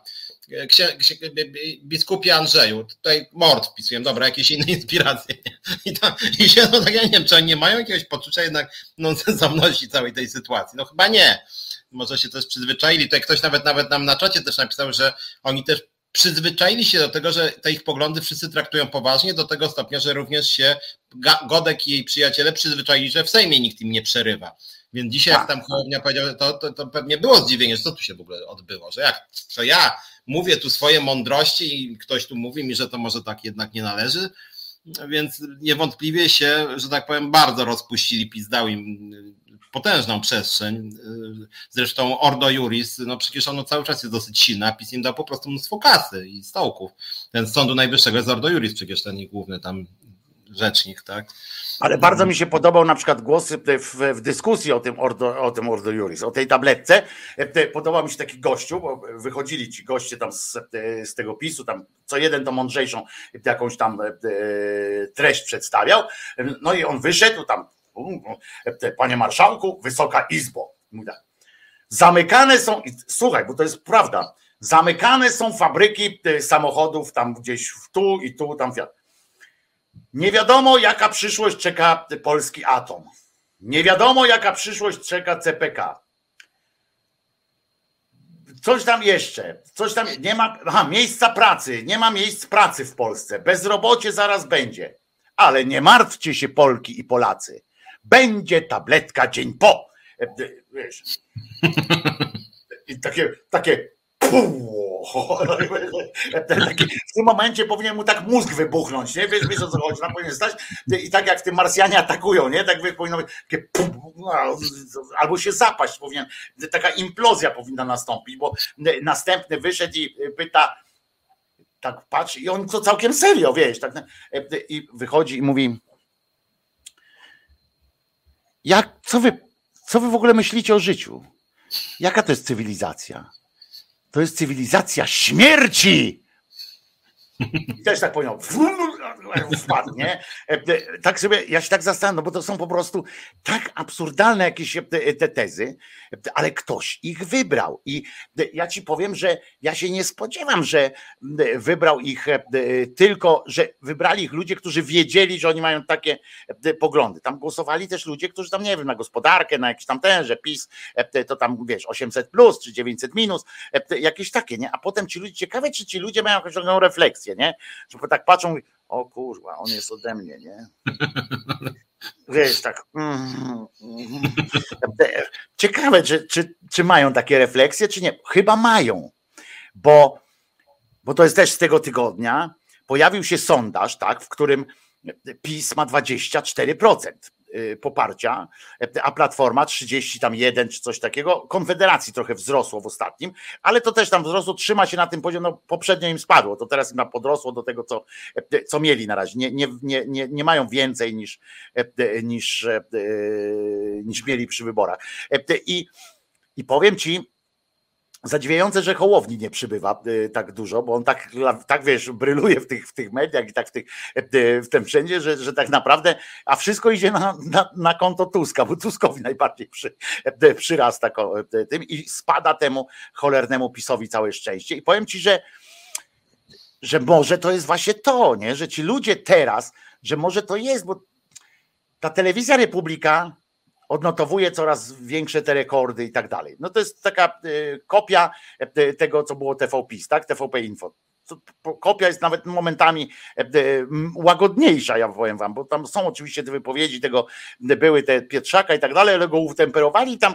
Biskupie Andrzeju, tutaj mord wpisuję, dobra, jakieś inne inspiracje. I się, no tak, ja nie wiem, czy oni nie mają jakiegoś poczucia jednak sensowności całej tej sytuacji. No chyba nie. Może się też przyzwyczaili. Tutaj ktoś nawet nam na czacie też napisał, że oni też przyzwyczaili się do tego, że te ich poglądy wszyscy traktują poważnie, do tego stopnia, że również się Godek i jej przyjaciele przyzwyczaili, że w Sejmie nikt im nie przerywa. Więc dzisiaj jak tam Hołownia powiedział, to pewnie było zdziwienie, że co tu się w ogóle odbyło, że co ja mówię tu swoje mądrości i ktoś tu mówi mi, że to może tak jednak nie należy, więc niewątpliwie się, że tak powiem, bardzo rozpuścili, PiS dał im potężną przestrzeń. Zresztą Ordo Iuris, no przecież ono cały czas jest dosyć silne, a PiS im dał po prostu mnóstwo kasy i stołków. Ten z Sądu Najwyższego jest Ordo Iuris, przecież ten ich główny tam rzecznik, tak?
Ale bardzo mi się podobał na przykład głos w dyskusji o tym Ordo Iuris, o tej tabletce. Podobał mi się taki gościu, bo wychodzili ci goście tam z tego PiS-u, tam co jeden to mądrzejszą jakąś tam treść przedstawiał. No i on wyszedł tam, panie marszałku, Wysoka Izbo. Zamykane są, słuchaj, bo to jest prawda, zamykane są fabryki samochodów tam gdzieś tu i tu, tam nie wiadomo, jaka przyszłość czeka polski atom. Nie wiadomo, jaka przyszłość czeka CPK. Coś tam jeszcze, nie ma, miejsca pracy, nie ma miejsc pracy w Polsce. Bezrobocie zaraz będzie. Ale nie martwcie się, Polki i Polacy. Będzie tabletka dzień po. Wiesz. I takie w tym momencie powinien mu tak mózg wybuchnąć, nie? Wiesz o co chodzi, tam powinien stać i tak jak w tym Marsjanie atakują, nie? Tak powinno być takie albo się zapaść powinien, taka implozja powinna nastąpić, bo następny wyszedł i pyta, tak patrzy i on to całkiem serio, wiesz, tak, i wychodzi i mówi, co wy w ogóle myślicie o życiu? Jaka to jest cywilizacja? To jest cywilizacja śmierci. I też tak powiedział, wpadł, nie? Tak sobie, ja się tak zastanawiam, no bo to są po prostu tak absurdalne jakieś te tezy, ale ktoś ich wybrał. I ja ci powiem, że ja się nie spodziewam, że wybrał ich tylko, że wybrali ich ludzie, którzy wiedzieli, że oni mają takie poglądy. Tam głosowali też ludzie, którzy tam, nie wiem, na gospodarkę, na jakiś tam ten, że PiS to tam, wiesz, 800 plus czy 900 minus, jakieś takie, nie? A potem ci ludzie, ciekawe, czy ci ludzie mają jakąś refleksję, nie? Że tak patrzą, o kurwa, on jest ode mnie, nie? Wiesz, tak. Ciekawe, czy mają takie refleksje, czy nie? Chyba mają, bo to jest też z tego tygodnia. Pojawił się sondaż, tak, w którym PiS ma 24% poparcia, a Platforma 31 czy coś takiego. Konfederacji trochę wzrosło w ostatnim, ale to też tam wzrosło, trzyma się na tym poziomie, no poprzednio im spadło, to teraz im tam podrosło do tego, co mieli na razie. Nie mają więcej niż mieli przy wyborach. I powiem ci, Zadziwiające, że Hołowni nie przybywa tak dużo, bo on tak wiesz, bryluje w tych mediach i tak w tym wszędzie, że tak naprawdę, a wszystko idzie na konto Tuska, bo Tuskowi najbardziej przyrasta tym i spada temu cholernemu PiS-owi całe szczęście. I powiem ci, że może to jest właśnie to, nie? Że ci ludzie teraz, że może to jest, bo ta telewizja Republika odnotowuje coraz większe te rekordy i tak dalej. No to jest taka kopia tego, co było TVPiS, tak? TVP Info. Kopia jest nawet momentami łagodniejsza, ja powiem wam, bo tam są oczywiście te wypowiedzi tego, były te Pietrzaka i tak dalej, ale go utemperowali tam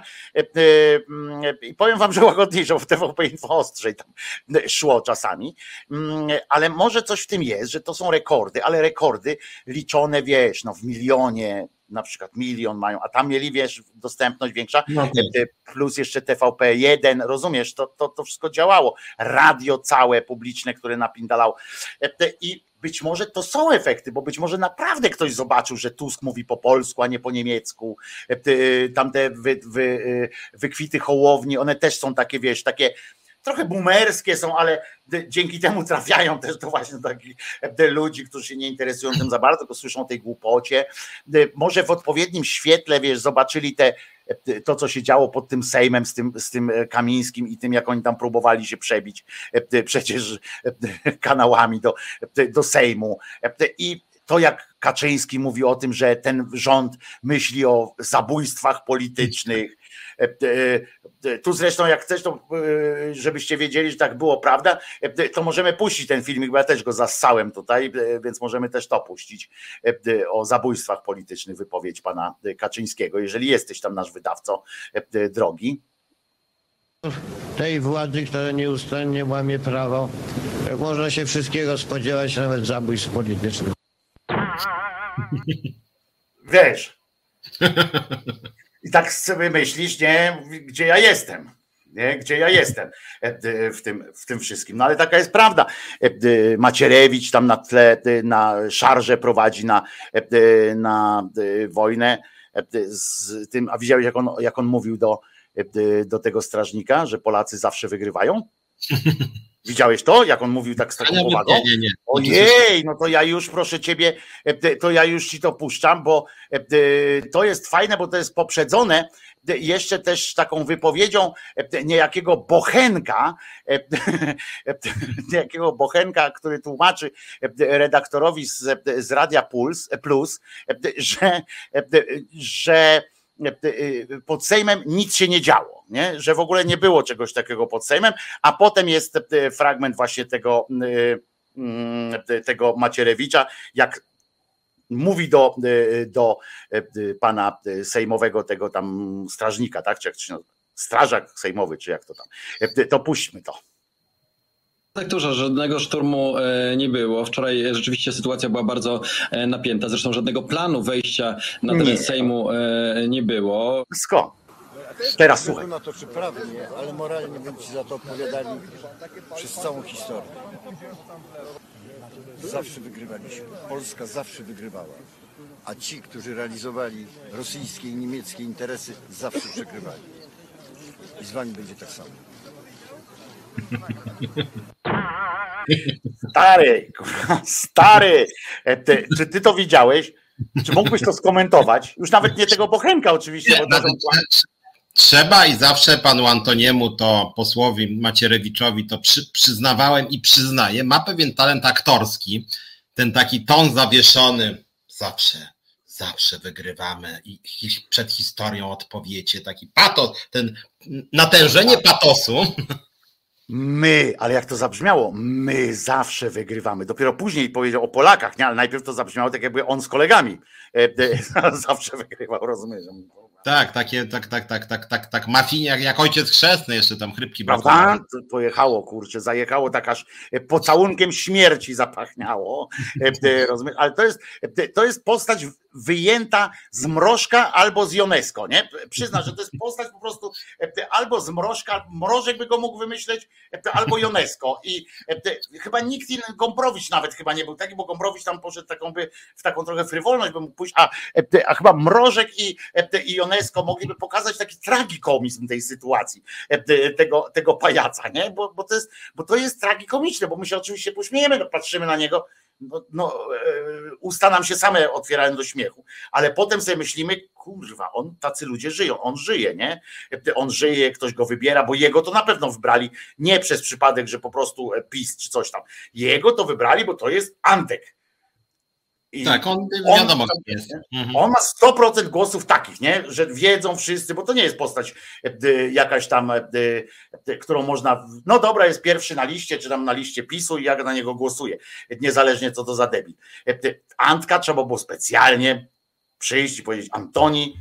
i powiem wam, że łagodniejsza, bo w TVP Info ostrzej tam szło czasami, ale może coś w tym jest, że to są rekordy, ale rekordy liczone, wiesz, no w milionie, na przykład 1 000 000 mają, a tam mieli, wiesz, dostępność większa, plus jeszcze TVP1, rozumiesz, to wszystko działało. Radio całe publiczne, które napindalało. I być może to są efekty, bo być może naprawdę ktoś zobaczył, że Tusk mówi po polsku, a nie po niemiecku. Tamte wykwity Hołowni, one też są takie, wiesz, takie trochę boomerskie są, ale dzięki temu trafiają też do właśnie takich ludzi, którzy się nie interesują tym za bardzo, tylko słyszą o tej głupocie. Może w odpowiednim świetle, wiesz, zobaczyli to, co się działo pod tym Sejmem z tym Kamińskim i tym, jak oni tam próbowali się przebić przecież kanałami do Sejmu. I to, jak Kaczyński mówi o tym, że ten rząd myśli o zabójstwach politycznych. Tu zresztą, jak chcesz, to żebyście wiedzieli, że tak było, prawda, to możemy puścić ten filmik, bo ja też go zassałem tutaj, więc możemy też to puścić, o zabójstwach politycznych, wypowiedź pana Kaczyńskiego, jeżeli jesteś tam nasz wydawco drogi.
Tej władzy, która nieustannie łamie prawo, można się wszystkiego spodziewać, nawet zabójstw politycznych.
Wiesz. I tak sobie myślisz, nie, gdzie ja jestem, nie, gdzie ja jestem w tym wszystkim. No ale taka jest prawda. Macierewicz tam na tle, na szarże prowadzi na wojnę z tym, a widziałeś, jak on mówił do tego strażnika, że Polacy zawsze wygrywają? Widziałeś to, jak on mówił tak z taką powagą?
Nie.
Ojej, no to ja już, proszę ciebie, to ja już ci to puszczam, bo to jest fajne, bo to jest poprzedzone jeszcze też taką wypowiedzią niejakiego Bochenka, który tłumaczy redaktorowi z Radia Plus, że pod Sejmem nic się nie działo, nie? Że w ogóle nie było czegoś takiego pod Sejmem, a potem jest fragment właśnie tego Macierewicza, jak mówi do pana sejmowego, tego tam strażnika, tak? Czy jak to się nazywa? Strażak sejmowy, czy jak to tam. To puśćmy to.
Lekturze, żadnego szturmu nie było. Wczoraj rzeczywiście sytuacja była bardzo napięta. Zresztą żadnego planu wejścia na teren Sejmu nie było.
Skąd? Teraz słuchaj.
Na to czy prawnie, ale moralnie będą ci za to odpowiadali przez całą historię. Zawsze wygrywaliśmy. Polska zawsze wygrywała. A ci, którzy realizowali rosyjskie i niemieckie interesy, zawsze przegrywali. I z wami będzie tak samo.
Stary, czy ty to widziałeś? Czy mógłbyś to skomentować? Już nawet nie tego Bochenka oczywiście.
Nie, trzeba i zawsze panu Antoniemu, to posłowi Macierewiczowi to przyznawałem i przyznaję, ma pewien talent aktorski, ten taki ton zawieszony, zawsze wygrywamy i przed historią odpowiecie, taki patos, ten natężenie patosu.
Ale jak to zabrzmiało, my zawsze wygrywamy. Dopiero później powiedział o Polakach, nie? Ale najpierw to zabrzmiało tak, jakby on z kolegami zawsze wygrywał, rozumiesz?
Tak, mafijnie jak ojciec chrzestny, jeszcze tam chrypki
prawda? Pojechało, kurczę, zajechało, tak aż pocałunkiem śmierci zapachniało, rozumiesz? Ale to jest postać wyjęta z Mrożka albo z Ionesco, nie? Przyzna, że to jest postać po prostu albo z Mrożka, Mrożek by go mógł wymyśleć, albo Ionesco i chyba nikt inny, Gombrowicz nawet chyba nie był taki, bo Gombrowicz tam poszedł w taką trochę frywolność, by mógł pójść, a chyba Mrożek i Ionesco UNESCO mogliby pokazać taki tragikomizm tej sytuacji, tego pajaca, nie? Bo to jest tragikomiczne, bo my się oczywiście pośmiejemy, no, patrzymy na niego, usta nam się same otwierają do śmiechu, ale potem sobie myślimy, kurwa, tacy ludzie żyją, on żyje, nie? On żyje, ktoś go wybiera, bo jego to na pewno wybrali nie przez przypadek, że po prostu PiS czy coś tam. Jego to wybrali, bo to jest Antek.
Tak, on wiadomo, kim jest.
On ma 100% głosów takich, nie? Że wiedzą wszyscy, bo to nie jest postać jakaś tam, którą można, no dobra, jest pierwszy na liście, czy tam na liście PiS-u i ja na niego głosuję, niezależnie co to za debil. Antka trzeba było specjalnie przyjść i powiedzieć, Antoni,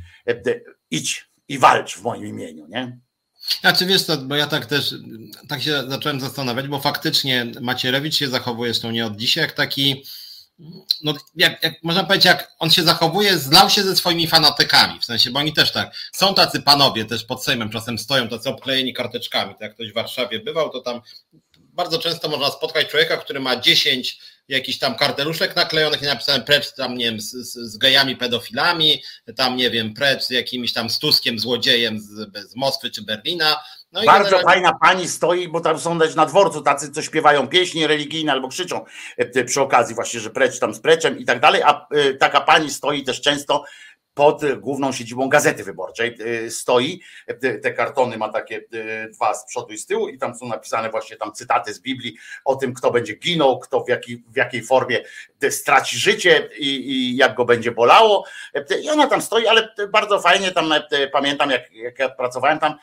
idź i walcz w moim imieniu, nie?
Znaczy wiesz co, bo ja tak się zacząłem zastanawiać, bo faktycznie Macierewicz się zachowuje, zresztą nie od dzisiaj, jak taki, no jak można powiedzieć, jak on się zachowuje, zlał się ze swoimi fanatykami, w sensie, bo oni też tak, są tacy panowie też pod Sejmem, czasem stoją tacy obklejeni karteczkami, tak jak ktoś w Warszawie bywał, to tam bardzo często można spotkać człowieka, który ma 10 jakichś tam karteluszek naklejonych i napisane precz tam, nie wiem, z gejami, pedofilami, tam nie wiem, precz z jakimś tam Tuskiem, złodziejem z Moskwy czy Berlina. No i
bardzo fajna pani stoi, bo tam są na dworcu tacy, co śpiewają pieśni religijne albo krzyczą przy okazji właśnie, że precz tam z preczem i tak dalej, a taka pani stoi też często pod główną siedzibą Gazety Wyborczej, stoi, te kartony ma takie dwa z przodu i z tyłu i tam są napisane właśnie tam cytaty z Biblii o tym, kto będzie ginął, kto w jakiej formie straci życie i jak go będzie bolało. I ona tam stoi, ale bardzo fajnie tam, pamiętam jak ja pracowałem tam,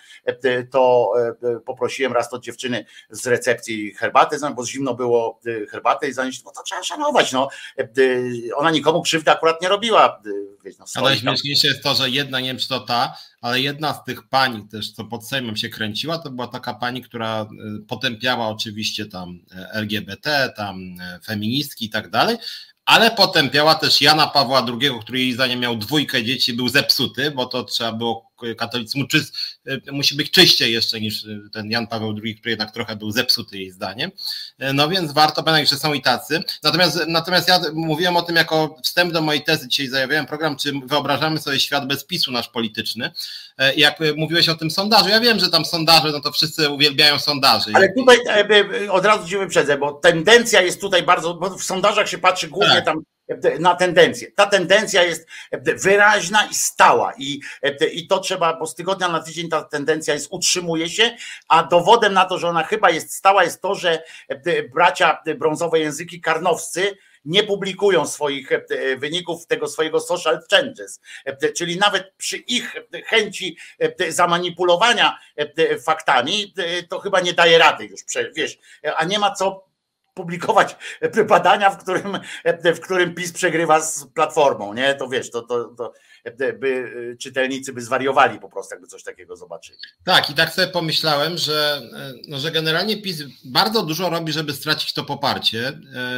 to poprosiłem raz od dziewczyny z recepcji herbaty, bo zimno było herbatę i zanieść, bo to trzeba szanować, no. Ona nikomu krzywdy akurat nie robiła.
Ale najśmieszniejsze jest to, że jedna, nie wiem czy to ta, ale jedna z tych pani też, co pod Sejmem się kręciła, to była taka pani, która potępiała oczywiście tam LGBT, tam feministki i tak dalej, ale potępiała też Jana Pawła II, który jej zdaniem miał 2 dzieci, był zepsuty, bo to trzeba było katolicyzmu, musi być czyściej jeszcze niż ten Jan Paweł II, który jednak trochę był zepsuty jej zdaniem. No więc warto pamiętać, że są i tacy. Natomiast ja mówiłem o tym jako wstęp do mojej tezy, dzisiaj zajawiałem program, czy wyobrażamy sobie świat bez PiS-u nasz polityczny. Jak mówiłeś o tym sondażu, ja wiem, że tam sondaże, no to wszyscy uwielbiają sondaże.
Ale tutaj od razu ci wyprzedzę, bo tendencja jest tutaj bardzo, bo w sondażach się patrzy głównie tam na tendencję. Ta tendencja jest wyraźna i stała i to trzeba, bo z tygodnia na tydzień ta tendencja utrzymuje się, a dowodem na to, że ona chyba jest stała, jest to, że bracia brązowe języki karnowscy nie publikują swoich wyników tego swojego social changes, czyli nawet przy ich chęci zamanipulowania faktami, to chyba nie daje rady już, wiesz, a nie ma co publikować badania, w którym PiS przegrywa z Platformą, nie? To wiesz, to czytelnicy by zwariowali po prostu, jakby coś takiego zobaczyli.
Tak, i tak sobie pomyślałem, że generalnie PiS bardzo dużo robi, żeby stracić to poparcie.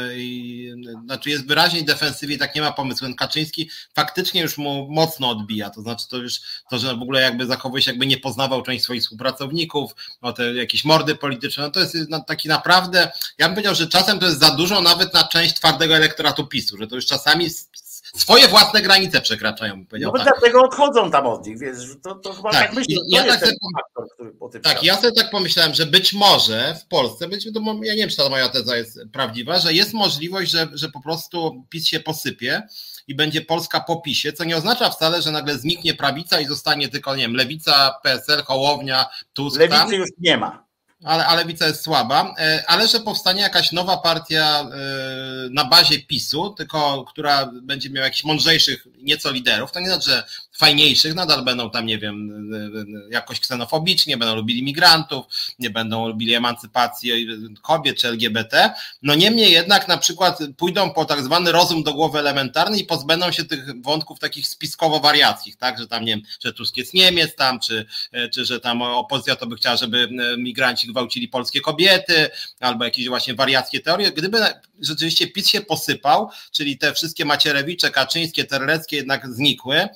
Znaczy jest wyraźnie defensywnie, tak nie ma pomysłu. Kaczyński faktycznie już mu mocno odbija, to znaczy to, że w ogóle jakby zachowuje się, jakby nie poznawał część swoich współpracowników, o te jakieś mordy polityczne, no to jest taki naprawdę, ja bym powiedział, że czasem to jest za dużo nawet na część twardego elektoratu PiS-u, że to już czasami swoje własne granice przekraczają, bym powiedział.
No tak. Dlatego odchodzą tam od nich, wiesz, to chyba tak myślę,
ja sobie tak pomyślałem, że być może w Polsce, ja nie wiem, czy ta moja teza jest prawdziwa, że jest możliwość, że po prostu PiS się posypie i będzie Polska po PiSie, co nie oznacza wcale, że nagle zniknie prawica i zostanie tylko, nie wiem, Lewica, PSL, Hołownia, Tusk.
Lewicy już nie ma.
Ale lewica jest słaba, ale że powstanie jakaś nowa partia na bazie PiS-u, tylko która będzie miała jakichś mądrzejszych nieco liderów, to nie znaczy, że fajniejszych, nadal będą tam, nie wiem, jakoś ksenofobiczni, nie będą lubili migrantów, nie będą lubili emancypacji kobiet czy LGBT, no niemniej jednak na przykład pójdą po tak zwany rozum do głowy elementarny i pozbędą się tych wątków takich spiskowo-wariackich, tak, że tam, nie wiem, że Tusk jest Niemiec tam, czy że tam opozycja to by chciała, żeby migranci gwałcili polskie kobiety, albo jakieś właśnie wariackie teorie. Gdyby rzeczywiście PiS się posypał, czyli te wszystkie Macierewicze, Kaczyńskie, Terleckie jednak znikły, część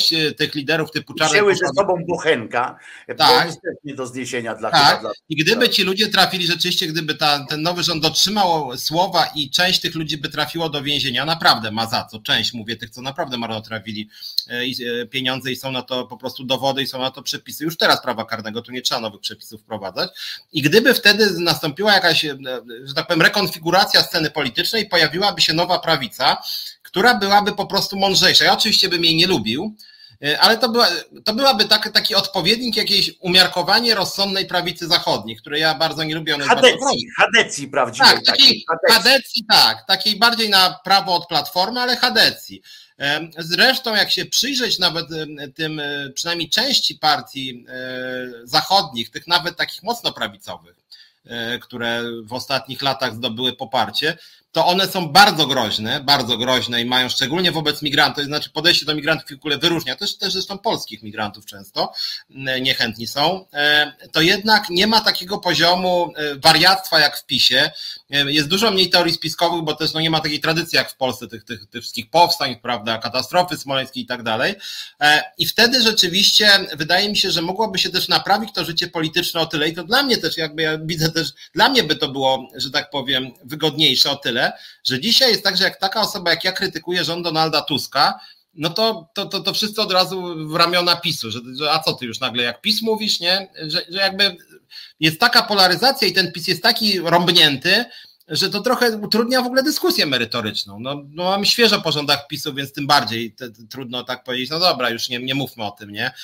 część tych liderów typu Czarnek...
Wzięły ze sobą Bochenka,
tak.
To jest nie do zniesienia dla...
Tak, i gdyby ci ludzie trafili rzeczywiście, gdyby ten nowy rząd dotrzymał słowa i część tych ludzi by trafiło do więzienia, naprawdę ma za co, część, mówię, tych, co naprawdę marnotrafili pieniądze i są na to po prostu dowody i są na to przepisy, już teraz prawa karnego, tu nie trzeba nowych przepisów wprowadzać i gdyby wtedy nastąpiła jakaś, że tak powiem, rekonfiguracja sceny politycznej, pojawiłaby się nowa prawica, która byłaby po prostu mądrzejsza. Ja oczywiście bym jej nie lubił, ale to byłaby taki odpowiednik, jakieś umiarkowanie rozsądnej prawicy zachodniej, której ja bardzo nie lubię.
Chadecji prawdziwej.
Tak, chadecji, tak, takiej bardziej na prawo od Platformy, ale chadecji. Zresztą jak się przyjrzeć nawet tym, przynajmniej części partii zachodnich, tych nawet takich mocno prawicowych, które w ostatnich latach zdobyły poparcie, to one są bardzo groźne i mają szczególnie wobec migrantów, to znaczy podejście do migrantów w ogóle wyróżnia, też zresztą polskich migrantów często niechętni są, to jednak nie ma takiego poziomu wariactwa jak w PiS-ie. Jest dużo mniej teorii spiskowych, bo też nie ma takiej tradycji jak w Polsce tych wszystkich powstań, prawda, katastrofy smoleńskiej i tak dalej. I wtedy rzeczywiście wydaje mi się, że mogłoby się też naprawić to życie polityczne o tyle i to dla mnie też jakby ja widzę też, dla mnie by to było, że tak powiem, wygodniejsze o tyle, że dzisiaj jest tak, że jak taka osoba jak ja krytykuje rząd Donalda Tuska, no to wszyscy od razu w ramiona PiS-u, że a co ty już nagle jak PiS mówisz, nie? Że jakby jest taka polaryzacja i ten PiS jest taki rąbnięty, że to trochę utrudnia w ogóle dyskusję merytoryczną. No mamy świeżo po rządach PiS-u, więc tym bardziej trudno tak powiedzieć, no dobra, już nie mówmy o tym, nie?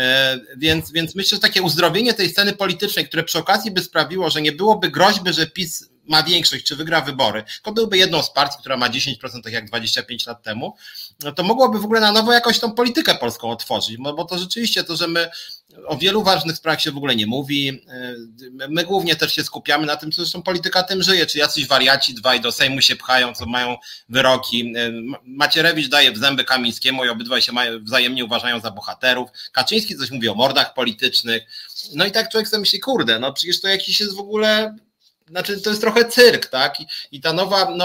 Więc myślę, że takie uzdrowienie tej sceny politycznej, które przy okazji by sprawiło, że nie byłoby groźby, że PiS ma większość, czy wygra wybory, tylko byłby jedną z partii, która ma 10%, tak jak 25 lat temu, no to mogłoby w ogóle na nowo jakoś tą politykę polską otworzyć, bo to rzeczywiście to, że my o wielu ważnych sprawach się w ogóle nie mówi, my głównie też się skupiamy na tym, co zresztą polityka tym żyje, czy jacyś wariaci dwaj do Sejmu się pchają, co mają wyroki, Macierewicz daje w zęby Kamińskiemu i obydwaj się wzajemnie uważają za bohaterów, Kaczyński coś mówi o mordach politycznych, no i tak człowiek sobie myśli, kurde, no przecież to jakiś jest w ogóle... Znaczy to jest trochę cyrk, tak? I ta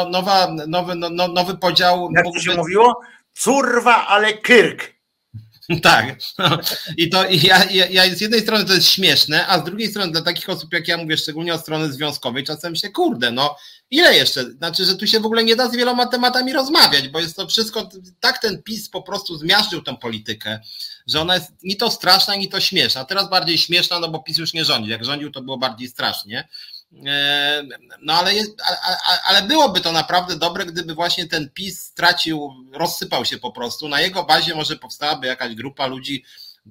nowy podział...
Jak to się mówiło? Curwa, ale kyrk.
Tak. I ja z jednej strony to jest śmieszne, a z drugiej strony dla takich osób jak ja mówię, szczególnie od strony związkowej, czasem się kurde, no ile jeszcze? Znaczy, że tu się w ogóle nie da z wieloma tematami rozmawiać, bo jest to wszystko, tak ten PiS po prostu zmiażdżył tę politykę, że ona jest ni to straszna, ni to śmieszna. Teraz bardziej śmieszna, no bo PiS już nie rządzi. Jak rządził, to było bardziej strasznie. No ale byłoby to naprawdę dobre, gdyby właśnie ten PiS rozsypał się po prostu. Na jego bazie może powstałaby jakaś grupa ludzi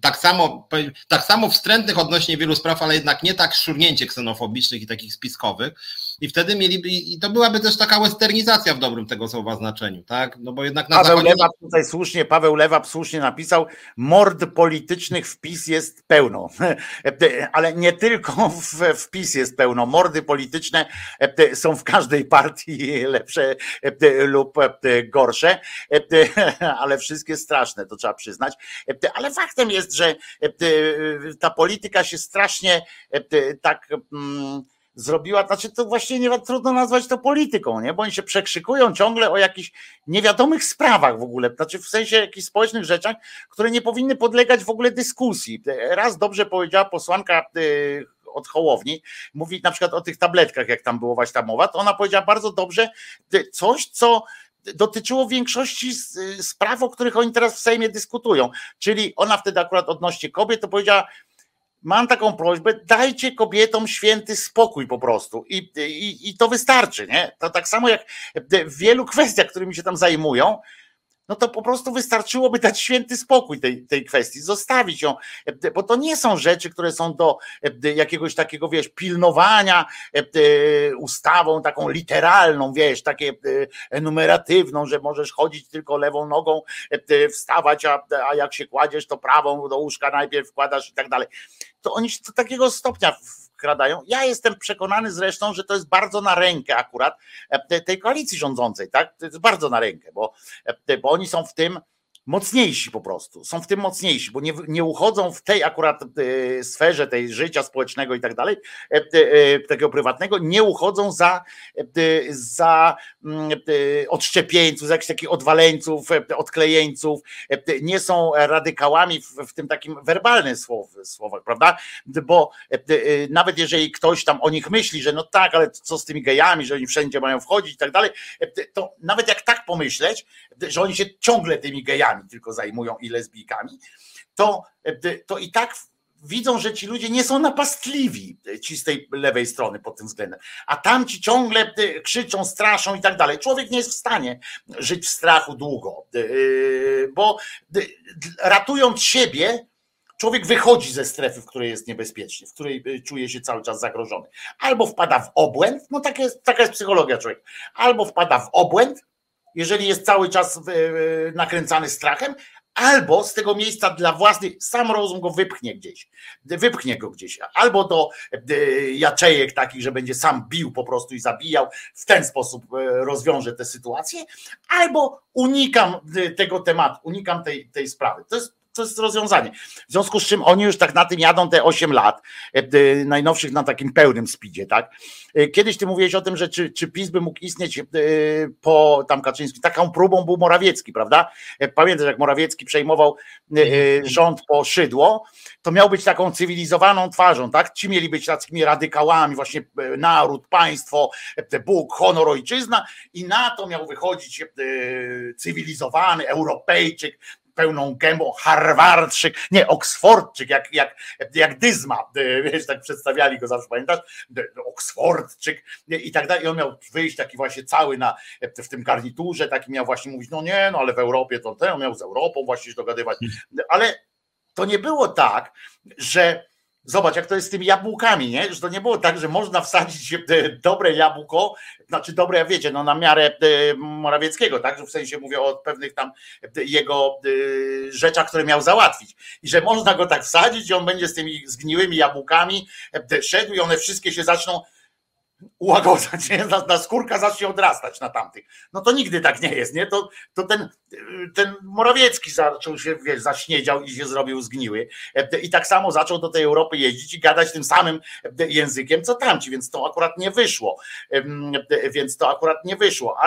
tak samo wstrętnych odnośnie wielu spraw, ale jednak nie tak szurnięcie ksenofobicznych i takich spiskowych. I wtedy i to byłaby też taka westernizacja w dobrym tego słowa znaczeniu, tak? No bo jednak na
Paweł Lewap słusznie napisał, mord politycznych w PiS jest pełno. Ale nie tylko w PiS jest pełno. Mordy polityczne są w każdej partii lepsze lub gorsze, ale wszystkie straszne, to trzeba przyznać. Ale faktem jest, że ta polityka się strasznie tak zrobiła, znaczy to właściwie trudno nazwać to polityką, nie? Bo oni się przekrzykują ciągle o jakichś niewiadomych sprawach w ogóle, znaczy w sensie jakichś społecznych rzeczach, które nie powinny podlegać w ogóle dyskusji. Raz dobrze powiedziała posłanka od Hołowni, mówi na przykład o tych tabletkach, jak tam było właśnie ta mowa, to ona powiedziała bardzo dobrze coś, co dotyczyło większości spraw, o których oni teraz w Sejmie dyskutują. Czyli ona wtedy akurat odnośnie kobiet to powiedziała, mam taką prośbę, dajcie kobietom święty spokój po prostu i to wystarczy, nie? To tak samo jak w wielu kwestiach, którymi się tam zajmują, no to po prostu wystarczyłoby dać święty spokój tej kwestii, zostawić ją, bo to nie są rzeczy, które są do jakiegoś takiego, wiesz, pilnowania ustawą taką literalną, wiesz, takie enumeratywną, że możesz chodzić tylko lewą nogą, wstawać, a jak się kładziesz, to prawą do łóżka najpierw wkładasz i tak dalej. To oni się do takiego stopnia wkradają. Ja jestem przekonany zresztą, że to jest bardzo na rękę akurat tej koalicji rządzącej, tak? To jest bardzo na rękę, bo oni są w tym mocniejsi po prostu, są w tym mocniejsi, bo nie uchodzą w tej akurat sferze tej życia społecznego i tak dalej, takiego prywatnego, nie uchodzą za odszczepieńców, za jakichś takich odwaleńców, odklejeńców, nie są radykałami w tym takim werbalnym słowach, prawda? Bo nawet jeżeli ktoś tam o nich myśli, że no tak, ale co z tymi gejami, że oni wszędzie mają wchodzić i tak dalej, to nawet jak tak pomyśleć, że oni się ciągle tymi gejami tylko zajmują i lesbijkami, to i tak widzą, że ci ludzie nie są napastliwi, ci z tej lewej strony pod tym względem, a tamci ciągle krzyczą, straszą i tak dalej. Człowiek nie jest w stanie żyć w strachu długo, bo ratując siebie, człowiek wychodzi ze strefy, w której jest niebezpiecznie, w której czuje się cały czas zagrożony. Albo wpada w obłęd, no taka jest psychologia człowieka, albo wpada w obłęd, jeżeli jest cały czas nakręcany strachem, albo z tego miejsca dla własnych, sam rozum go wypchnie go gdzieś, albo do jaczejek takich, że będzie sam bił po prostu i zabijał, w ten sposób rozwiąże tę sytuację, albo unikam tego tematu, unikam tej sprawy. To jest rozwiązanie. W związku z czym oni już tak na tym jadą te 8 lat, najnowszych na takim pełnym speedzie, tak? Kiedyś ty mówiłeś o tym, że czy PiS by mógł istnieć po tam Kaczyńskim, taką próbą był Morawiecki, prawda? Pamiętasz, jak Morawiecki przejmował rząd po Szydło, to miał być taką cywilizowaną twarzą, tak? Ci mieli być takimi radykałami, właśnie naród, państwo, Bóg, honor, ojczyzna i na to miał wychodzić cywilizowany Europejczyk, pełną gębą, Harwardczyk, nie, Oksfordczyk, jak Dyzma, wiesz, tak przedstawiali go zawsze, pamiętasz? Oksfordczyk i tak dalej. I on miał wyjść taki właśnie cały w tym garniturze, taki miał właśnie mówić, no nie, no ale w Europie to ten miał z Europą właśnie się dogadywać, ale to nie było tak, że zobacz, jak to jest z tymi jabłkami, nie? Że to nie było tak, że można wsadzić dobre jabłko, znaczy dobre, wiecie, no na miarę Morawieckiego, tak? Że w sensie mówię o pewnych tam jego rzeczach, które miał załatwić. I że można go tak wsadzić i on będzie z tymi zgniłymi jabłkami szedł i one wszystkie się zaczną ułagodzać, nie? Ta skórka zacznie odrastać na tamtych. No to nigdy tak nie jest, nie? To ten Morawiecki zaczął się, wiesz, zaśniedział i się zrobił zgniły i tak samo zaczął do tej Europy jeździć i gadać tym samym językiem, co tamci, więc to akurat nie wyszło,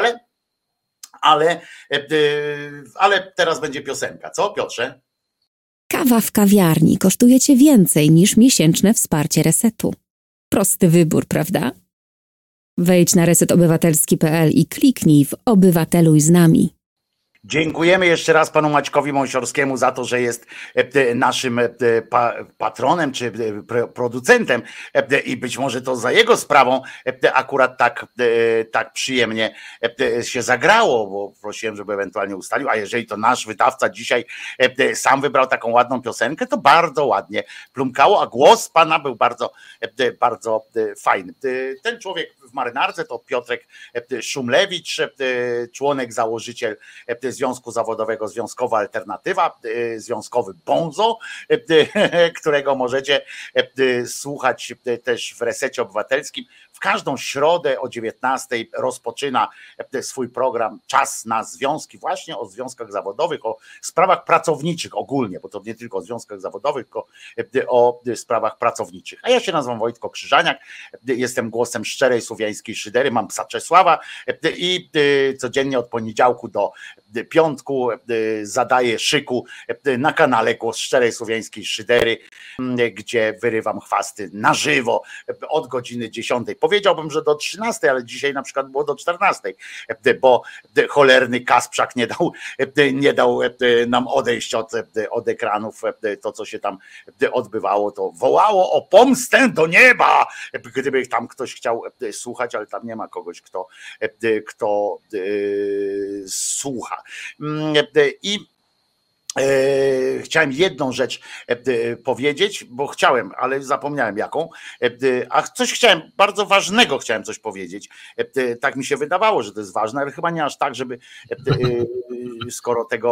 ale teraz będzie piosenka, co, Piotrze?
Kawa w kawiarni kosztuje cię więcej niż miesięczne wsparcie Resetu. Prosty wybór, prawda? Wejdź na resetobywatelski.pl i kliknij w Obywateluj z nami.
Dziękujemy jeszcze raz panu Maćkowi Mąsiorskiemu za to, że jest naszym patronem czy producentem i być może to za jego sprawą akurat tak przyjemnie się zagrało, bo prosiłem, żeby ewentualnie ustalił, a jeżeli to nasz wydawca dzisiaj sam wybrał taką ładną piosenkę, to bardzo ładnie plumkało, a głos pana był bardzo, bardzo fajny. Ten człowiek w Marynarce to Piotrek Szumlewicz, członek, założyciel Związku Zawodowego Związkowa Alternatywa, związkowy Bonzo, którego możecie słuchać też w Resecie Obywatelskim. W każdą środę o 19:00 rozpoczyna swój program Czas na Związki, właśnie o związkach zawodowych, o sprawach pracowniczych ogólnie, bo to nie tylko o związkach zawodowych, tylko o sprawach pracowniczych. A ja się nazywam Wojtko Krzyżaniak, jestem głosem szczerej słowiańskiej szydery, mam psa Czesława i codziennie od poniedziałku do piątku zadaję szyku na kanale Głos Szczerej Słowiańskiej Szydery, gdzie wyrywam chwasty na żywo od godziny 10:00. Powiedziałbym, że do 13:00, ale dzisiaj na przykład było do 14:00, bo cholerny Kasprzak nie dał nam odejść od ekranów. To, co się tam odbywało, to wołało o pomstę do nieba, gdyby tam ktoś chciał słuchać, ale tam nie ma kogoś, kto słucha. I chciałem jedną rzecz powiedzieć, bo chciałem, ale zapomniałem jaką, a bardzo ważnego chciałem coś powiedzieć. Tak mi się wydawało, że to jest ważne, ale chyba nie aż tak, żeby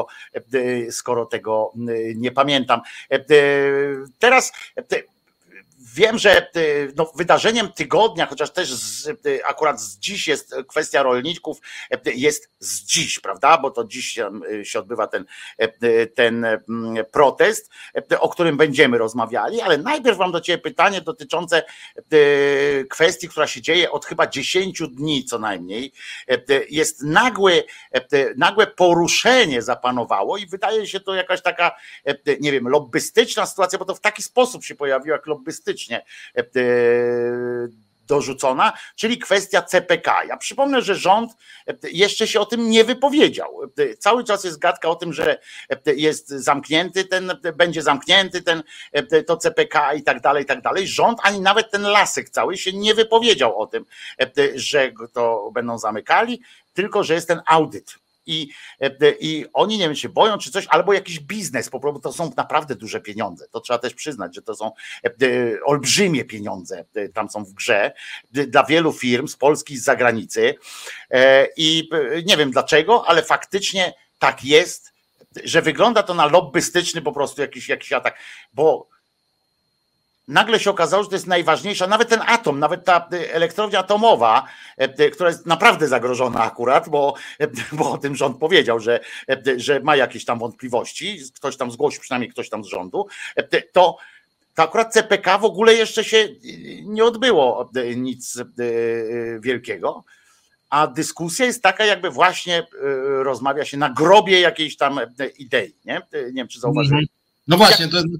skoro tego nie pamiętam. Teraz wiem, że no, wydarzeniem tygodnia, chociaż też akurat z dziś jest kwestia rolników, jest z dziś, prawda? Bo to dziś się odbywa ten protest, o którym będziemy rozmawiali, ale najpierw mam do ciebie pytanie dotyczące kwestii, która się dzieje od chyba 10 dni co najmniej. Jest nagłe poruszenie zapanowało i wydaje się to jakaś taka, nie wiem, lobbystyczna sytuacja, bo to w taki sposób się pojawiło, jak lobbystycznie dorzucona, czyli kwestia CPK. Ja przypomnę, że rząd jeszcze się o tym nie wypowiedział. Cały czas jest gadka o tym, że jest zamknięty będzie zamknięty to CPK i tak dalej, i tak dalej. Rząd ani nawet ten lasek cały się nie wypowiedział o tym, że to będą zamykali, tylko że jest ten audyt. I oni, nie wiem, się boją czy coś, albo jakiś biznes, po prostu to są naprawdę duże pieniądze. To trzeba też przyznać, że to są olbrzymie pieniądze, tam są w grze dla wielu firm z Polski i z zagranicy. I nie wiem dlaczego, ale faktycznie tak jest, że wygląda to na lobbystyczny po prostu jakiś atak, bo nagle się okazało, że to jest najważniejsza, nawet ten atom, nawet ta elektrownia atomowa, która jest naprawdę zagrożona akurat, bo o tym rząd powiedział, że ma jakieś tam wątpliwości, ktoś tam zgłosił, przynajmniej ktoś tam z rządu, to akurat CPK w ogóle jeszcze się nie odbyło nic wielkiego, a dyskusja jest taka, jakby właśnie rozmawia się na grobie jakiejś tam idei, nie? Nie wiem, czy zauważyłeś.
No właśnie, to jest...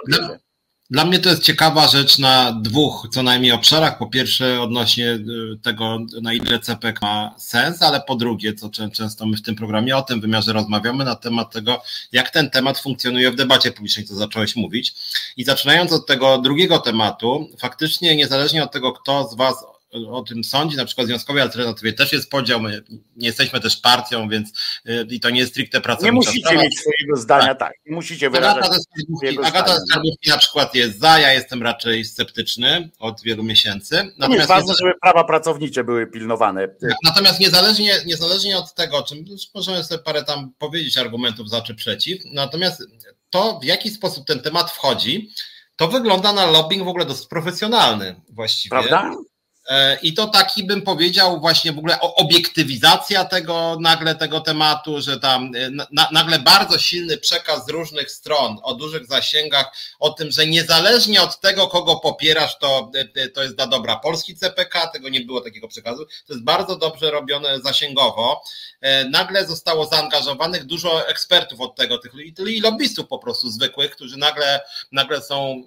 Dla mnie to jest ciekawa rzecz na dwóch co najmniej obszarach. Po pierwsze odnośnie tego, na ile CPK ma sens, ale po drugie, co często my w tym programie o tym wymiarze rozmawiamy, na temat tego, jak ten temat funkcjonuje w debacie publicznej, co zacząłeś mówić. I zaczynając od tego drugiego tematu, faktycznie niezależnie od tego, kto z was o tym sądzi, na przykład w Związkowej Alternatywie też jest podział, my nie jesteśmy też partią, więc i to nie jest stricte pracownicza.
Nie musicie mieć swojego zdania, tak. Nie musicie wyrażać
Agata ze Skarbówki na przykład jest za, ja jestem raczej sceptyczny od wielu miesięcy.
Natomiast ważne, żeby prawa pracownicze były pilnowane.
Natomiast niezależnie od tego, o czym możemy sobie parę tam powiedzieć argumentów za czy przeciw, natomiast to, w jaki sposób ten temat wchodzi, to wygląda na lobbying w ogóle dosyć profesjonalny właściwie.
Prawda?
I to taki bym powiedział właśnie w ogóle obiektywizacja tego tematu, że tam nagle bardzo silny przekaz z różnych stron o dużych zasięgach, o tym, że niezależnie od tego, kogo popierasz, to jest dla dobra Polski CPK, tego nie było takiego przekazu, to jest bardzo dobrze robione zasięgowo. Nagle zostało zaangażowanych dużo ekspertów od tego, i lobbystów po prostu zwykłych, którzy nagle są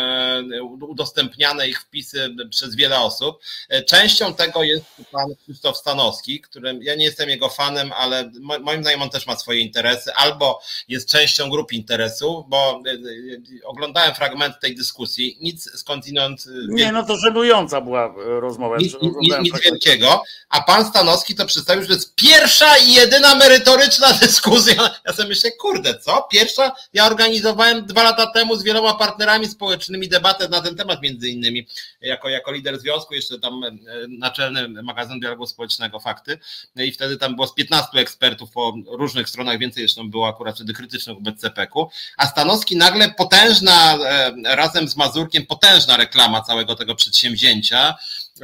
udostępniane ich wpisy przez wiele osób. Częścią tego jest pan Krzysztof Stanowski, którym ja nie jestem jego fanem, ale moim zdaniem on też ma swoje interesy, albo jest częścią grup interesów, bo oglądałem fragment tej dyskusji, nic skądinąd...
Nie, no to żenująca była rozmowa.
Nic wielkiego, a pan Stanowski to przedstawił, że to jest pierwsza i jedyna merytoryczna dyskusja. Ja sobie myślę, kurde, co? Pierwsza? Ja organizowałem 2 lata temu z wieloma partnerami społecznymi debatę na ten temat, między innymi jako lider związku, jeszcze tam naczelny magazyn dialogu społecznego Fakty, i wtedy tam było z 15 ekspertów po różnych stronach, więcej zresztą było akurat wtedy krytycznych wobec CPK-u, a Stanowski nagle potężna, razem z Mazurkiem, potężna reklama całego tego przedsięwzięcia,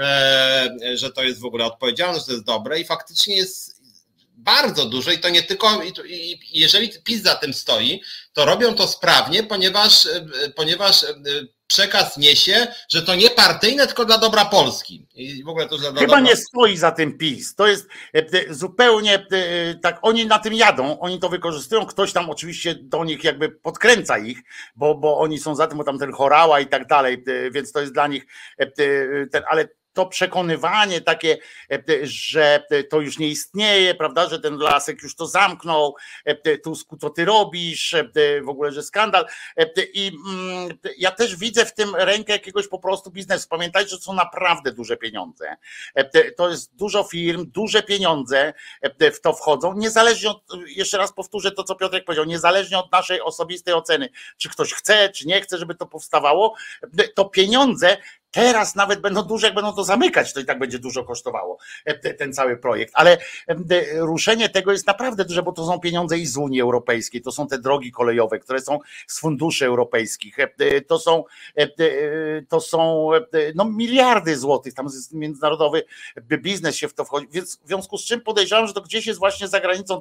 że to jest w ogóle odpowiedzialne, że to jest dobre i faktycznie jest bardzo duże i to nie tylko, i jeżeli PiS za tym stoi, to robią to sprawnie, ponieważ przekaz niesie, że to nie partyjne, tylko dla dobra Polski. I w ogóle to
chyba nie stoi za tym PiS. To jest zupełnie tak, oni na tym jadą, oni to wykorzystują, ktoś tam oczywiście do nich jakby podkręca ich, bo oni są za tym, bo tam ten Horała i tak dalej, więc to jest dla nich ale to przekonywanie takie, że to już nie istnieje, prawda, że ten Lasek już to zamknął, Tusku, co ty robisz, w ogóle, że skandal. I ja też widzę w tym rękę jakiegoś po prostu biznesu. Pamiętajcie, że to są naprawdę duże pieniądze. To jest dużo firm, duże pieniądze w to wchodzą, niezależnie od, jeszcze raz powtórzę to, co Piotrek powiedział, niezależnie od naszej osobistej oceny, czy ktoś chce, czy nie chce, żeby to powstawało, to pieniądze Teraz nawet będą duże, jak będą to zamykać, to i tak będzie dużo kosztowało ten cały projekt, ale ruszenie tego jest naprawdę duże, bo to są pieniądze i z Unii Europejskiej, to są te drogi kolejowe, które są z funduszy europejskich, to są no, miliardy złotych, tam jest międzynarodowy biznes się w to wchodzi, więc w związku z czym podejrzewam, że to gdzieś jest właśnie za granicą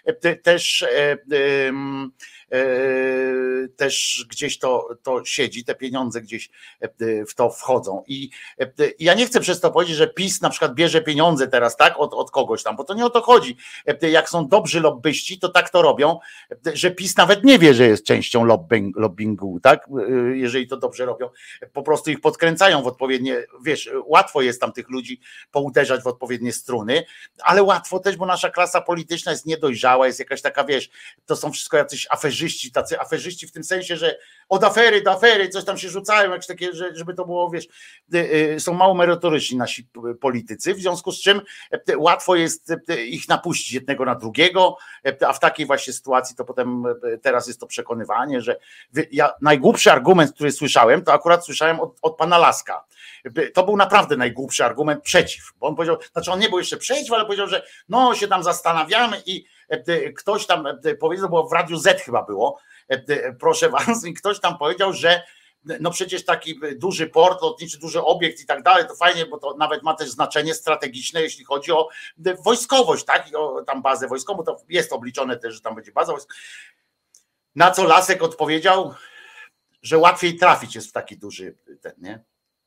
też gdzieś to siedzi, te pieniądze gdzieś w to wchodzą. I ja nie chcę przez to powiedzieć, że PiS na przykład bierze pieniądze teraz tak od kogoś tam, bo to nie o to chodzi. Jak są dobrzy lobbyści, to tak to robią, że PiS nawet nie wie, że jest częścią lobbingu, tak? Jeżeli to dobrze robią. Po prostu ich podkręcają w odpowiednie, wiesz, łatwo jest tam tych ludzi pouderzać w odpowiednie struny, ale łatwo też, bo nasza klasa polityczna jest niedojrzała, jest jakaś taka, wiesz, to są wszystko jacyś aferzyści, tacy aferzyści w tym sensie, że od afery do afery coś tam się rzucają, jakieś takie, żeby to było, wiesz, są mało merytoryczni nasi politycy, w związku z czym łatwo jest ich napuścić jednego na drugiego, a w takiej właśnie sytuacji to potem teraz jest to przekonywanie, że najgłupszy argument, który słyszałem, to akurat słyszałem od pana Laska. To był naprawdę najgłupszy argument przeciw, bo on powiedział, znaczy on nie był jeszcze przeciw, ale powiedział, że no się tam zastanawiamy i ktoś tam powiedział, bo w Radiu Z chyba było, proszę was, i ktoś tam powiedział, że no przecież taki duży port lotniczy, duży obiekt i tak dalej, to fajnie, bo to nawet ma też znaczenie strategiczne, jeśli chodzi o wojskowość, tak, i o tam bazę wojskową, to jest obliczone też, że tam będzie baza wojskowa. Na co Lasek odpowiedział, że łatwiej trafić jest w taki duży ten, nie?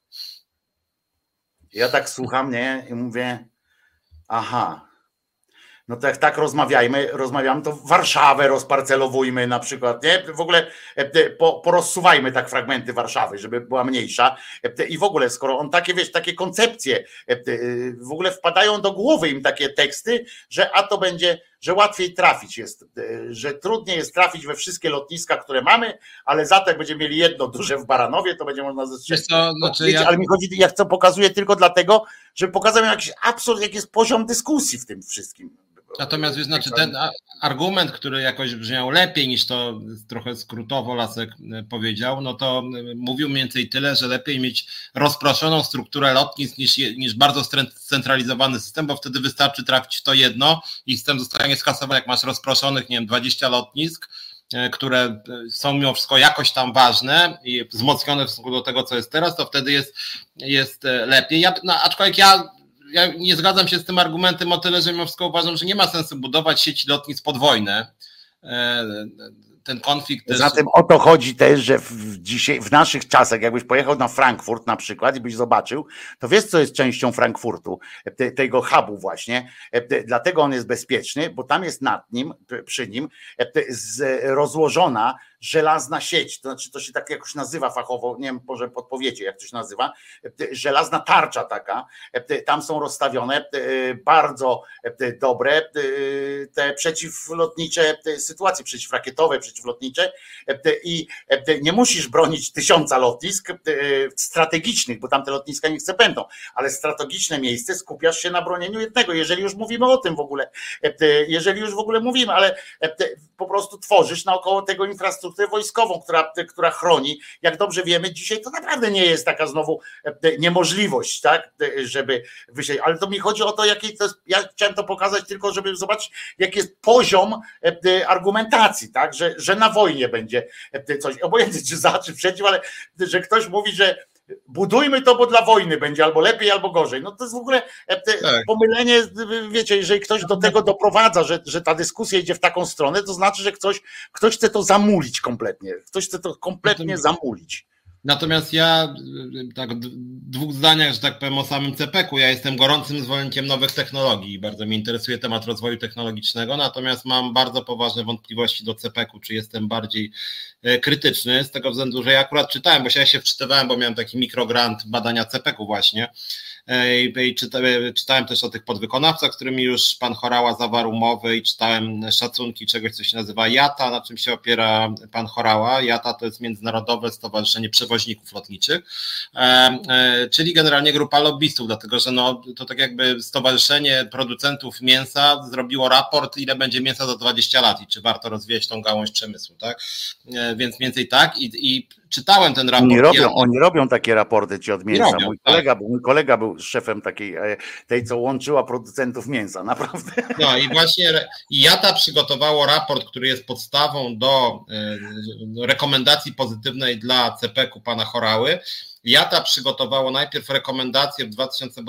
Ja tak słucham, nie, i mówię, aha, no to jak tak rozmawiamy, to Warszawę rozparcelowujmy na przykład, nie? W ogóle porozsuwajmy tak fragmenty Warszawy, żeby była mniejsza i w ogóle skoro on takie, wiesz, takie koncepcje w ogóle wpadają do głowy im takie teksty, że a to będzie, że łatwiej trafić jest, że trudniej jest trafić we wszystkie lotniska, które mamy, ale za to jak będziemy mieli jedno duże w Baranowie, to będzie można zestrzelić. Ale mi chodzi, ja to pokazuję tylko dlatego, żeby pokazać jakiś absurd, jaki jest poziom dyskusji w tym wszystkim.
Natomiast znaczy ten argument, który jakoś brzmiał lepiej niż to trochę skrótowo Lasek powiedział, no to mówił mniej więcej tyle, że lepiej mieć rozproszoną strukturę lotnisk niż bardzo scentralizowany system, bo wtedy wystarczy trafić w to jedno i system zostanie skasowany. Jak masz rozproszonych, nie wiem, 20 lotnisk, które są mimo wszystko jakoś tam ważne i wzmocnione w stosunku do tego, co jest teraz, to wtedy jest lepiej. Aczkolwiek ja nie zgadzam się z tym argumentem o tyle, że mimo wszystko uważam, że nie ma sensu budować sieci lotnisk podwójne. Ten konflikt też...
Zatem o to chodzi też, że w naszych czasach, jakbyś pojechał na Frankfurt na przykład i byś zobaczył, to wiesz, co jest częścią Frankfurtu, tego hubu właśnie, dlatego on jest bezpieczny, bo tam jest nad nim, przy nim rozłożona żelazna sieć, to znaczy to się tak jakoś nazywa fachowo, nie wiem, może podpowiecie, jak to się nazywa, żelazna tarcza taka, tam są rozstawione bardzo dobre te przeciwlotnicze sytuacje, przeciwrakietowe, przeciwlotnicze i nie musisz bronić 1000 lotnisk strategicznych, bo tamte lotniska nie chce będą, ale strategiczne miejsce skupiasz się na bronieniu jednego, jeżeli już mówimy o tym w ogóle, mówimy, ale po prostu tworzysz naokoło tego infrastrukturę wojskową, która chroni. Jak dobrze wiemy, dzisiaj to naprawdę nie jest taka znowu niemożliwość, tak, żeby wyjść. Ale to mi chodzi o to, jaki to jest, ja chciałem to pokazać tylko, żeby zobaczyć, jaki jest poziom argumentacji, tak, że na wojnie będzie coś, obojętnie czy za, czy przeciw, ale że ktoś mówi, że budujmy to, bo dla wojny będzie albo lepiej, albo gorzej. No to jest w ogóle pomylenie, wiecie, jeżeli ktoś do tego doprowadza, że ta dyskusja idzie w taką stronę, to znaczy, że ktoś chce to zamulić kompletnie. Ktoś chce to kompletnie zamulić.
Natomiast ja tak w 2 zdaniach, że tak powiem, o samym CPK-u. Ja jestem gorącym zwolennikiem nowych technologii i bardzo mnie interesuje temat rozwoju technologicznego, natomiast mam bardzo poważne wątpliwości do CPK-u, czy jestem bardziej krytyczny, z tego względu, że ja akurat czytałem, bo ja się wczytywałem, bo miałem taki mikrogrant badania CPK-u właśnie i czytałem też o tych podwykonawcach, z którymi już pan Horała zawarł umowy i czytałem szacunki czegoś, co się nazywa JATA, na czym się opiera pan Horała. JATA to jest Międzynarodowe Stowarzyszenie Przewoźników Lotniczych, czyli generalnie grupa lobbystów, dlatego że no, to tak jakby Stowarzyszenie Producentów Mięsa zrobiło raport, ile będzie mięsa za 20 lat i czy warto rozwijać tą gałąź przemysłu, tak? Więc mniej więcej tak i czytałem ten raport.
Oni robią takie raporty ci od mięsa.
Robią,
Mój kolega był szefem tej, co łączyła producentów mięsa, naprawdę.
No i właśnie IATA przygotowało raport, który jest podstawą do rekomendacji pozytywnej dla CPK-u pana Horały. IATA przygotowało najpierw rekomendacje w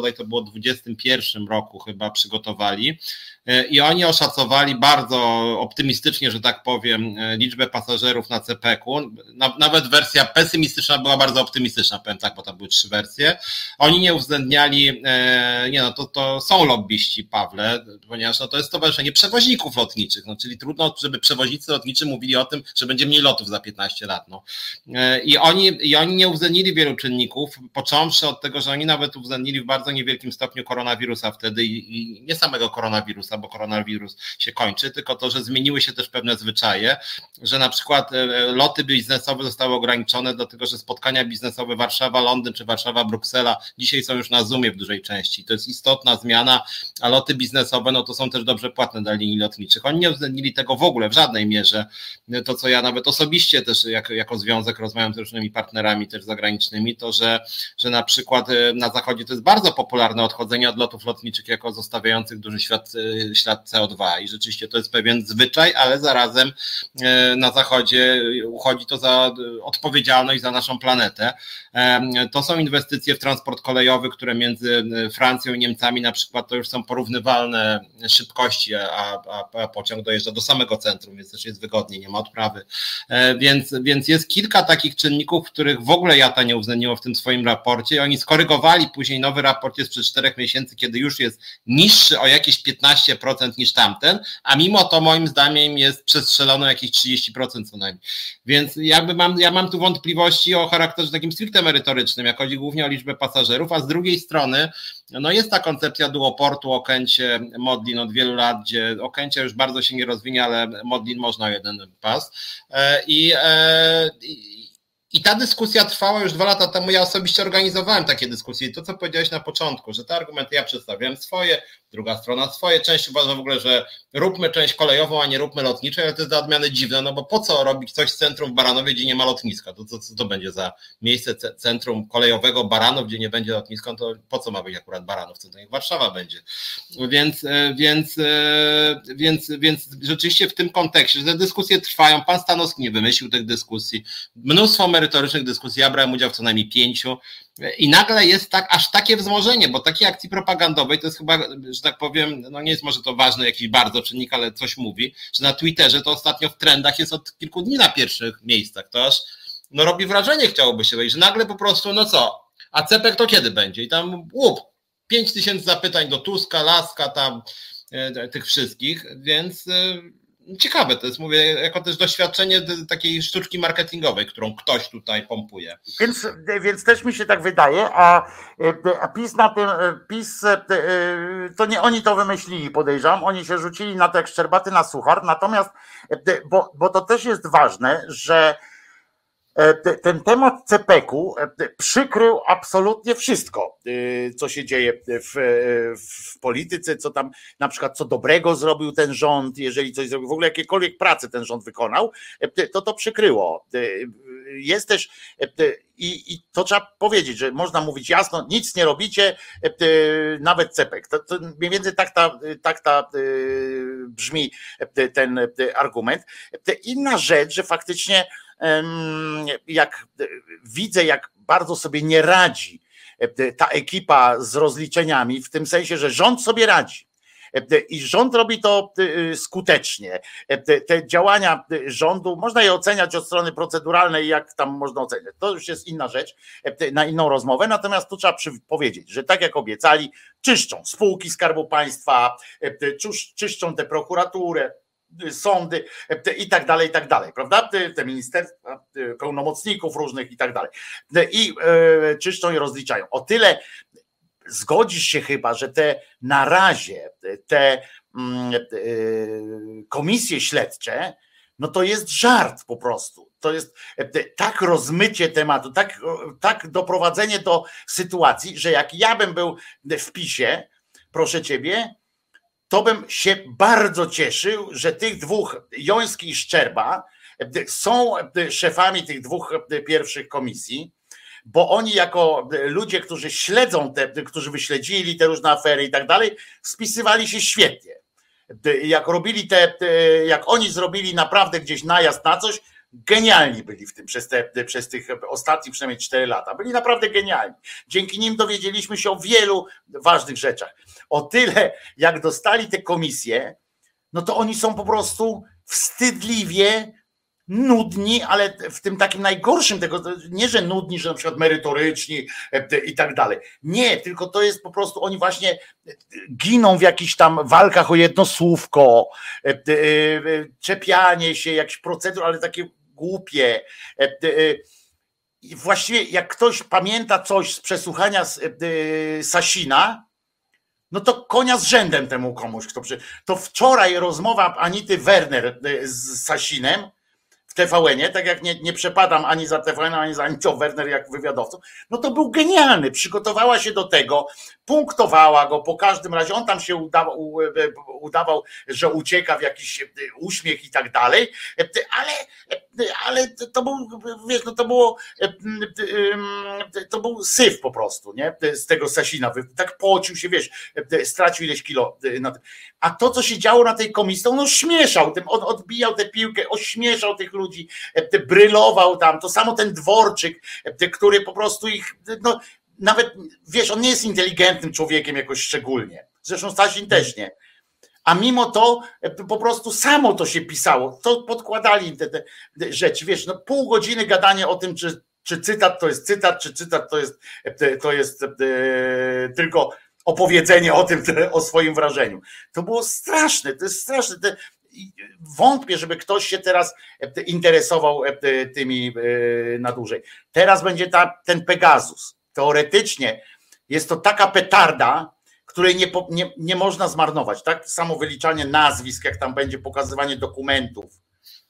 2021 roku chyba przygotowali i oni oszacowali bardzo optymistycznie, że tak powiem, liczbę pasażerów na CPK-u. Nawet wersja pesymistyczna była bardzo optymistyczna, powiem tak, bo tam były 3 wersje. Oni nie uwzględniali, to są lobbyści, Pawle, ponieważ to jest Stowarzyszenie Przewoźników Lotniczych, czyli trudno, żeby przewoźnicy lotniczy mówili o tym, że będzie mniej lotów za 15 lat. I oni nie uwzględnili wielu czynników, począwszy od tego, że oni nawet uwzględnili w bardzo niewielkim stopniu koronawirusa wtedy i nie samego koronawirusa, bo koronawirus się kończy, tylko to, że zmieniły się też pewne zwyczaje, że na przykład loty biznesowe zostały ograniczone, dlatego że spotkania biznesowe Warszawa-Londyn czy Warszawa-Bruksela dzisiaj są już na Zoomie w dużej części. To jest istotna zmiana, a loty biznesowe to są też dobrze płatne dla linii lotniczych. Oni nie uwzględnili tego w ogóle, w żadnej mierze. To, co ja nawet osobiście też jako związek rozmawiam z różnymi partnerami też zagranicznymi, to, że na przykład na zachodzie to jest bardzo popularne odchodzenie od lotów lotniczych jako zostawiających duży ślad CO2 i rzeczywiście to jest pewien zwyczaj, ale zarazem na zachodzie uchodzi to za odpowiedzialność za naszą planetę. To są inwestycje w transport kolejowy, które między Francją i Niemcami na przykład to już są porównywalne szybkości, a pociąg dojeżdża do samego centrum, więc też jest wygodnie, nie ma odprawy. Więc jest kilka takich czynników, których w ogóle IATA nie uwzględniło w tym swoim raporcie i oni skorygowali później nowy raport jest sprzed 4 miesięcy, kiedy już jest niższy o jakieś 15% niż tamten, a mimo to moim zdaniem jest przestrzelone jakieś 30% co najmniej. Więc ja mam tu wątpliwości o charakterze takim stricte merytorycznym, jak chodzi głównie o liczbę pasażerów, a z drugiej strony jest ta koncepcja duoportu Okęcie-Modlin od wielu lat, gdzie Okęcie już bardzo się nie rozwinie, ale Modlin można jeden pas i ta dyskusja trwała już 2 lata temu, ja osobiście organizowałem takie dyskusje i to, co powiedziałeś na początku, że te argumenty ja przedstawiałem swoje, druga strona swoje, część uważa w ogóle, że róbmy część kolejową, a nie róbmy lotniczą, ale to jest dla odmiany dziwne, bo po co robić coś w centrum w Baranowie, gdzie nie ma lotniska, co to będzie za miejsce centrum kolejowego Baranów, gdzie nie będzie lotniska, to po co ma być akurat Baranów, co to niech Warszawa będzie, więc rzeczywiście w tym kontekście, że te dyskusje trwają, pan Stanowski nie wymyślił tych dyskusji, mnóstwo merytorycznych dyskusji, ja brałem udział w co najmniej 5 i nagle jest aż takie wzmożenie, bo takiej akcji propagandowej to jest chyba, że tak powiem, nie jest może to ważny jakiś bardzo czynnik, ale coś mówi, że na Twitterze to ostatnio w trendach jest od kilku dni na pierwszych miejscach, to aż robi wrażenie, chciałoby się wejść, że nagle po prostu, a CPK to kiedy będzie? I tam 5000 zapytań do Tuska, Laska, tam tych wszystkich, więc ciekawe to jest, mówię, jako też doświadczenie takiej sztuczki marketingowej, którą ktoś tutaj pompuje.
Więc też mi się tak wydaje, a PiS to nie oni to wymyślili, podejrzewam, oni się rzucili na to jak szczerbaty na suchar, natomiast, bo to też jest ważne, że ten temat CPK-u przykrył absolutnie wszystko, co się dzieje w polityce, co tam na przykład co dobrego zrobił ten rząd, jeżeli coś zrobił, w ogóle jakiekolwiek prace ten rząd wykonał, to przykryło. Jest też i to trzeba powiedzieć, że można mówić jasno, nic nie robicie, nawet CPK. To mniej więcej tak brzmi ten argument. Inna rzecz, że faktycznie jak widzę, jak bardzo sobie nie radzi ta ekipa z rozliczeniami, w tym sensie, że rząd sobie radzi i rząd robi to skutecznie. Te działania rządu, można je oceniać od strony proceduralnej, jak tam można oceniać. To już jest inna rzecz, na inną rozmowę, natomiast tu trzeba powiedzieć, że tak jak obiecali, czyszczą spółki Skarbu Państwa, czyszczą tę prokuraturę, sądy i tak dalej, prawda? Te ministerstwa, pełnomocników różnych i tak dalej. I czyszczą i rozliczają. O tyle zgodzisz się chyba, że na razie te komisje śledcze, to jest żart po prostu. To jest tak rozmycie tematu, tak doprowadzenie do sytuacji, że jak ja bym był w PiS-ie, proszę ciebie, to bym się bardzo cieszył, że tych dwóch, Joński i Szczerba, są szefami tych dwóch pierwszych komisji, bo oni jako ludzie, którzy śledzą którzy wyśledzili te różne afery i tak dalej, spisywali się świetnie. Jak robili jak oni zrobili naprawdę gdzieś najazd na coś, genialni byli w tym przez tych ostatnich przynajmniej 4 lata. Byli naprawdę genialni. Dzięki nim dowiedzieliśmy się o wielu ważnych rzeczach. O tyle, jak dostali te komisje, no to oni są po prostu wstydliwie nudni, ale w tym takim najgorszym tego, nie że nudni, że na przykład merytoryczni i tak dalej. Nie, tylko to jest po prostu, oni właśnie giną w jakichś tam walkach o jedno słówko, czepianie się, jakiś procedur, ale takie głupie. I właściwie jak ktoś pamięta coś z przesłuchania Sasina, no to konia z rzędem temu komuś, to wczoraj rozmowa Anity Werner z Sasinem w TVN-ie, tak jak nie przepadam ani za TVN, ani za Anitą Werner jak wywiadowcą, no to był genialny, przygotowała się do tego, punktowała go po każdym razie, on tam się udawał, że ucieka w jakiś uśmiech i tak dalej, ale to był, wiesz, no to był syf po prostu, nie? Z tego Sasina, tak pocił się, wiesz, stracił ileś kilo. A to, co się działo na tej komisji, on ośmieszał, on odbijał tę piłkę, ośmieszał tych ludzi, brylował tam, to samo ten Dworczyk, który po prostu ich, no nawet, wiesz, on nie jest inteligentnym człowiekiem jakoś szczególnie, zresztą Sasin też nie, a mimo to po prostu samo to się pisało, to podkładali te rzeczy, wiesz, no pół godziny gadanie o tym, czy cytat to jest cytat, czy cytat to jest tylko opowiedzenie o tym, o swoim wrażeniu. To było straszne, to jest straszne. Wątpię, żeby ktoś się teraz interesował tymi na dłużej. Teraz będzie ten Pegasus. Teoretycznie jest to taka petarda, której nie można zmarnować. Tak samo wyliczanie nazwisk, jak tam będzie pokazywanie dokumentów.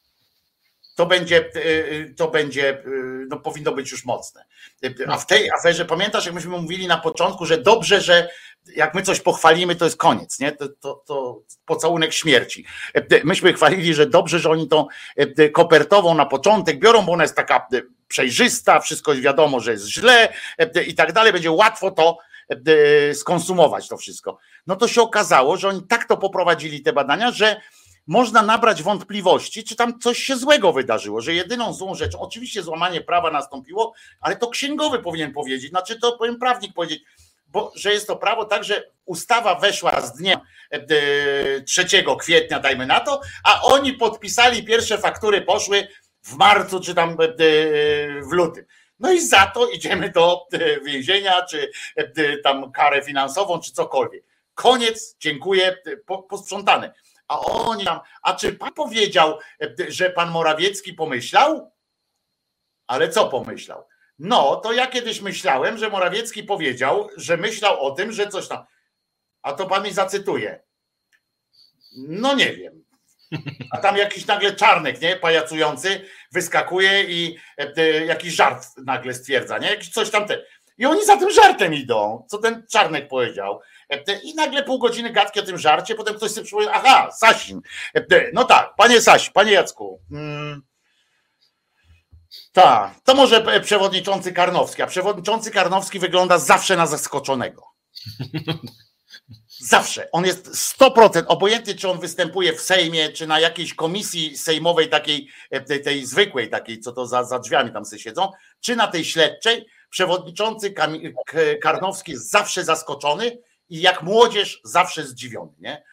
To będzie, no powinno być już mocne. A w tej aferze, pamiętasz, jak myśmy mówili na początku, że dobrze, że jak my coś pochwalimy, to jest koniec, nie? To pocałunek śmierci. Myśmy chwalili, że dobrze, że oni tą kopertową na początek biorą, bo ona jest taka przejrzysta, wszystko wiadomo, że jest źle i tak dalej, będzie łatwo to skonsumować to wszystko. No to się okazało, że oni tak to poprowadzili te badania, że można nabrać wątpliwości, czy tam coś się złego wydarzyło, że jedyną złą rzeczą, oczywiście złamanie prawa nastąpiło, ale to księgowy powinien powiedzieć, znaczy to powinien prawnik powiedzieć, bo że jest to prawo tak, że ustawa weszła z dnia 3 kwietnia, dajmy na to, a oni podpisali, pierwsze faktury poszły w marcu, czy tam w lutym. No i za to idziemy do więzienia, czy tam karę finansową, czy cokolwiek. Koniec, dziękuję, posprzątane. A oni tam, a czy pan powiedział, że pan Morawiecki pomyślał? Ale co pomyślał? No, to ja kiedyś myślałem, że Morawiecki powiedział, że myślał o tym, że coś tam. A to pan mi zacytuje. No nie wiem. A tam jakiś nagle Czarnek, nie, pajacujący, wyskakuje i jakiś żart nagle stwierdza, nie, jakiś coś tam. I oni za tym żartem idą, co ten Czarnek powiedział. I nagle pół godziny gadki o tym żarcie, potem ktoś sobie przypomina, aha, Sasin. No tak, panie Sasin, panie Jacku. Tak, to może przewodniczący Karnowski, a przewodniczący Karnowski wygląda zawsze na zaskoczonego. Zawsze. On jest 100%, obojętnie czy on występuje w Sejmie, czy na jakiejś komisji sejmowej takiej, tej zwykłej takiej, co to za drzwiami tam sobie siedzą, czy na tej śledczej, przewodniczący Karnowski jest zawsze zaskoczony i jak młodzież zawsze zdziwiony, nie?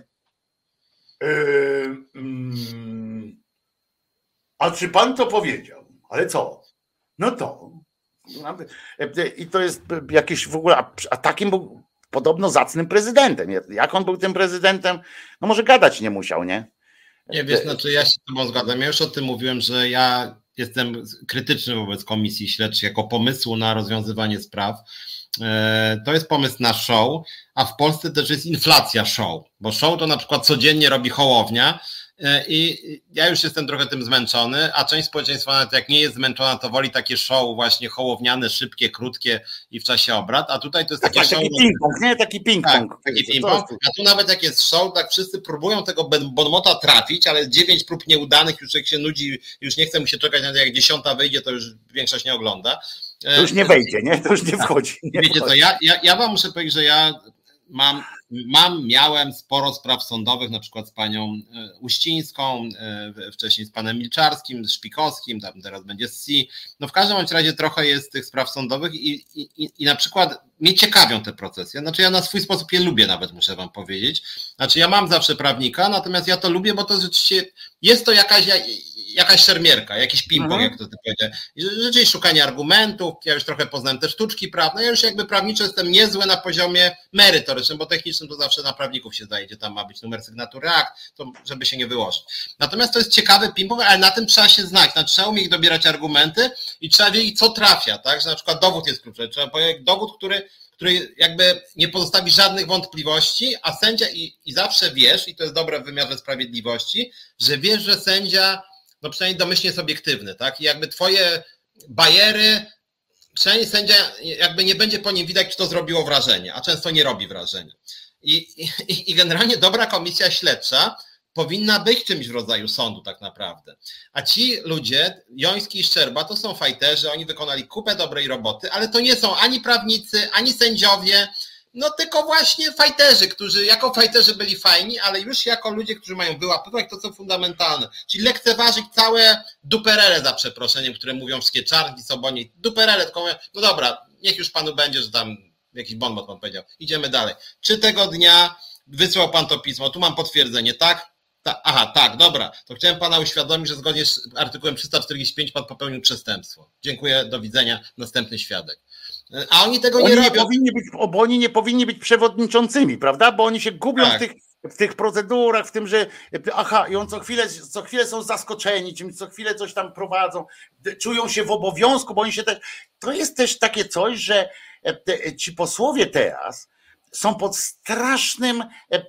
A czy pan to powiedział? Ale co? No to. I to jest jakieś w ogóle, a takim był podobno zacnym prezydentem. Jak on był tym prezydentem? No może gadać nie musiał, nie?
Nie, wiesz, znaczy ja się z tobą zgadzam. Ja już o tym mówiłem, że ja jestem krytyczny wobec komisji śledczej jako pomysłu na rozwiązywanie spraw. To jest pomysł na show, a w Polsce też jest inflacja show, bo show to na przykład codziennie robi Hołownia I ja już jestem trochę tym zmęczony, a część społeczeństwa nawet jak nie jest zmęczona, to woli takie show właśnie hołowniane, szybkie, krótkie i w czasie obrad, a tutaj to jest takie show...
Taki ping-pong, nie? Taki ping-pong.
Tak, taki ping-pong, a tu nawet jak jest show, tak wszyscy próbują tego bonmota trafić, ale 9 prób nieudanych, już jak się nudzi, już nie chce mu się czekać, nawet jak 10 wyjdzie, to już większość nie ogląda.
To już nie wejdzie, nie? To już nie wchodzi.
Wiecie co, ja wam muszę powiedzieć, że ja miałem sporo spraw sądowych, na przykład z panią Uścińską, wcześniej z panem Milczarskim, z Szpikowskim, tam teraz będzie z C. No w każdym razie trochę jest tych spraw sądowych i na przykład mnie ciekawią te procesy. Znaczy ja na swój sposób je lubię nawet, muszę wam powiedzieć. Znaczy ja mam zawsze prawnika, natomiast ja to lubię, bo to rzeczywiście jest to jakaś szermierka, jakiś ping-pong, jak to ty powiedziałeś. Rzeczywiście szukanie argumentów, ja już trochę poznałem te sztuczki prawne, ja już jakby prawniczo jestem niezły na poziomie merytorycznym, bo technicznym to zawsze na prawników się zdaje, gdzie tam ma być numer sygnatury akt, to żeby się nie wyłożyć. Natomiast to jest ciekawy ping-pong, ale na tym trzeba się znać, trzeba umieć dobierać argumenty i trzeba wiedzieć, co trafia, tak, że na przykład dowód jest kluczowy, trzeba powiedzieć dowód, który jakby nie pozostawi żadnych wątpliwości, a sędzia i zawsze wiesz, i to jest dobre w wymiarze sprawiedliwości, że wiesz, że sędzia no przynajmniej domyślnie jest obiektywny, tak? I jakby twoje bajery, przynajmniej sędzia jakby nie będzie po nim widać, czy to zrobiło wrażenie, a często nie robi wrażenia. I generalnie dobra komisja śledcza powinna być czymś w rodzaju sądu tak naprawdę. A ci ludzie, Joński i Szczerba, to są fajterzy, oni wykonali kupę dobrej roboty, ale to nie są ani prawnicy, ani sędziowie, no tylko właśnie fajterzy, którzy jako fajterzy byli fajni, ale już jako ludzie, którzy mają wyłapywać to, co fundamentalne, czyli lekceważyć całe duperele, za przeproszeniem, które mówią wszystkie Czarnki, Sobonie, duperele, tylko mówią, no dobra, niech już panu będzie, że tam jakiś bonmot pan powiedział, idziemy dalej. Czy tego dnia wysłał pan to pismo, tu mam potwierdzenie, tak? Aha, tak, dobra, to chciałem pana uświadomić, że zgodnie z artykułem 345 pan popełnił przestępstwo. Dziękuję, do widzenia, następny świadek. A oni tego nie robią.
Bo oni nie powinni być przewodniczącymi, prawda? Bo oni się gubią w tych procedurach, w tym, że i on co chwilę są zaskoczeni, czymś co chwilę coś tam prowadzą, czują się w obowiązku, bo oni się też... To jest też takie coś, że ci posłowie teraz są pod strasznym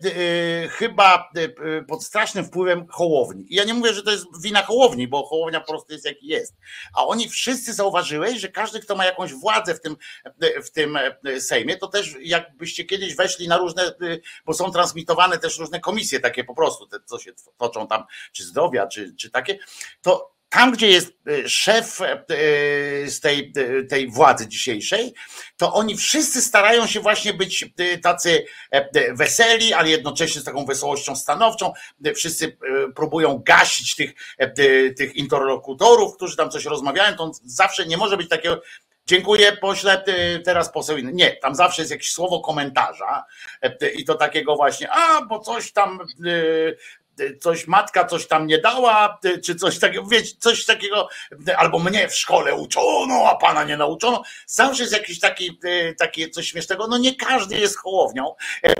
pod strasznym wpływem Hołowni. I ja nie mówię, że to jest wina Hołowni, bo Hołownia po prostu jest jaki jest. A oni wszyscy zauważyłeś, że każdy, kto ma jakąś władzę w tym Sejmie, to też jakbyście kiedyś weszli na różne, bo są transmitowane też różne komisje takie po prostu, te, co się toczą tam, czy zdrowia, czy takie, to tam, gdzie jest szef z tej władzy dzisiejszej, to oni wszyscy starają się właśnie być tacy weseli, ale jednocześnie z taką wesołością stanowczą. Wszyscy próbują gasić tych interlokutorów, którzy tam coś rozmawiają. To zawsze nie może być takiego: dziękuję, pośle, teraz poseł inny. Nie, tam zawsze jest jakieś słowo komentarza i to takiego właśnie, bo coś tam... matka coś tam nie dała, czy coś takiego, wiecie, coś takiego, albo mnie w szkole uczono, a pana nie nauczono. Zawsze jest jakiś taki coś śmiesznego. No nie każdy jest Hołownią,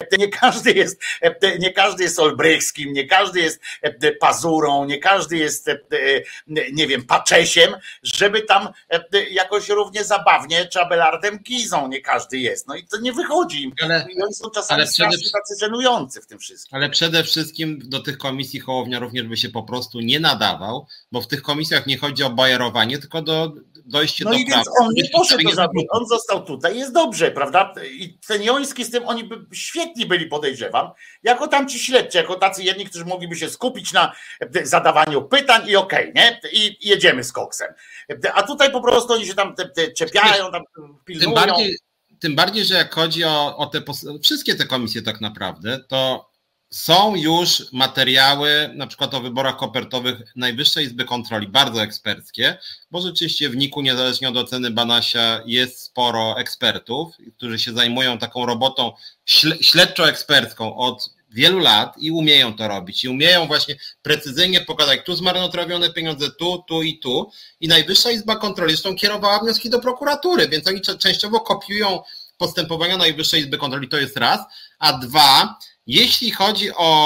nie każdy jest Olbrychskim, nie każdy jest Pazurą, nie każdy jest, nie wiem, Paczesiem, żeby tam jakoś równie zabawnie, czy Abelardem Gizą nie każdy jest. No i to nie wychodzi. I oni są czasami strasznie tacy żenujący w tym wszystkim.
Ale przede wszystkim do tych komisji Hołownia również by się po prostu nie nadawał, bo w tych komisjach nie chodzi o bajerowanie, tylko do dojście do prawdy.
No i więc on nie poszedł do zabiegu, on został tutaj, jest dobrze, prawda? I ten Joński z tym, oni by świetni byli, podejrzewam, jako tamci śledczy, jako tacy jedni, którzy mogliby się skupić na zadawaniu pytań i okej, nie? I jedziemy z koksem. A tutaj po prostu oni się tam czepiają, tam pilnują.
Tym bardziej, że jak chodzi o te wszystkie te komisje tak naprawdę, to są już materiały, na przykład o wyborach kopertowych Najwyższej Izby Kontroli, bardzo eksperckie, bo rzeczywiście w NIK-u, niezależnie od oceny Banasia, jest sporo ekspertów, którzy się zajmują taką robotą śledczo-ekspercką od wielu lat i umieją to robić. I umieją właśnie precyzyjnie pokazać, tu zmarnotrawione pieniądze, tu i tu. I Najwyższa Izba Kontroli zresztą kierowała wnioski do prokuratury, więc oni częściowo kopiują postępowania Najwyższej Izby Kontroli, to jest raz. A dwa, jeśli chodzi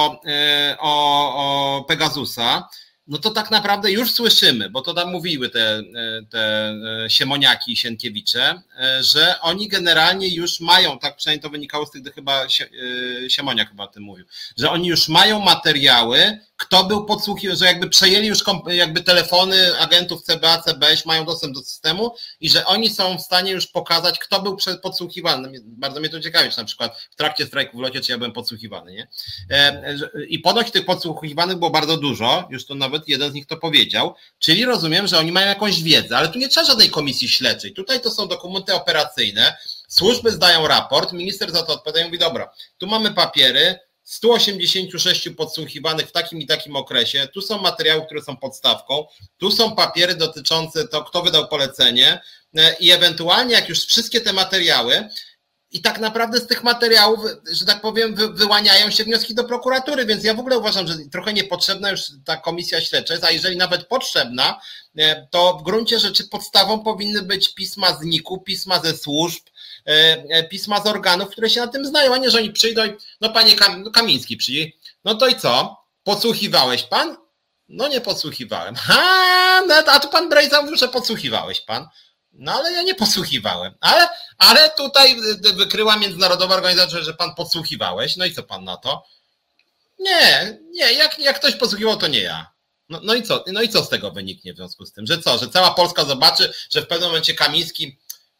o Pegasusa, no to tak naprawdę już słyszymy, bo to tam mówiły te Siemoniaki i Sienkiewicze, że oni generalnie już mają, tak przynajmniej to wynikało z tych, chyba Siemoniak chyba o tym mówił, że oni już mają materiały, kto był podsłuchiwany, że jakby przejęli już jakby telefony agentów CBA, CBŚ, mają dostęp do systemu i że oni są w stanie już pokazać, kto był podsłuchiwany. Bardzo mnie to ciekawi, czy na przykład w trakcie strajku w locie, czy ja byłem podsłuchiwany, nie? I ponoć tych podsłuchiwanych było bardzo dużo, już to nawet jeden z nich to powiedział, czyli rozumiem, że oni mają jakąś wiedzę, ale tu nie trzeba żadnej komisji śledczej. Tutaj to są dokumenty operacyjne, służby zdają raport, minister za to odpowiada i mówi, dobra, tu mamy papiery, 186 podsłuchiwanych w takim i takim okresie, tu są materiały, które są podstawką, tu są papiery dotyczące to, kto wydał polecenie i ewentualnie jak już wszystkie te materiały i tak naprawdę z tych materiałów, że tak powiem, wyłaniają się wnioski do prokuratury, więc ja w ogóle uważam, że trochę niepotrzebna już ta komisja śledcza jest, a jeżeli nawet potrzebna, to w gruncie rzeczy podstawą powinny być pisma z NIK-u, pisma ze służb, pisma z organów, które się na tym znają, a nie, że oni przyjdą i no panie Kamiński przyjdzie, no to i co? Podsłuchiwałeś pan? No nie podsłuchiwałem. A tu pan Brejza mówił, że podsłuchiwałeś pan. No ale ja nie podsłuchiwałem. Ale tutaj wykryła międzynarodowa organizacja, że pan podsłuchiwałeś. No i co pan na to? Nie, jak ktoś podsłuchiwał, to nie ja. No i co z tego wyniknie w związku z tym? Że co? Że cała Polska zobaczy, że w pewnym momencie Kamiński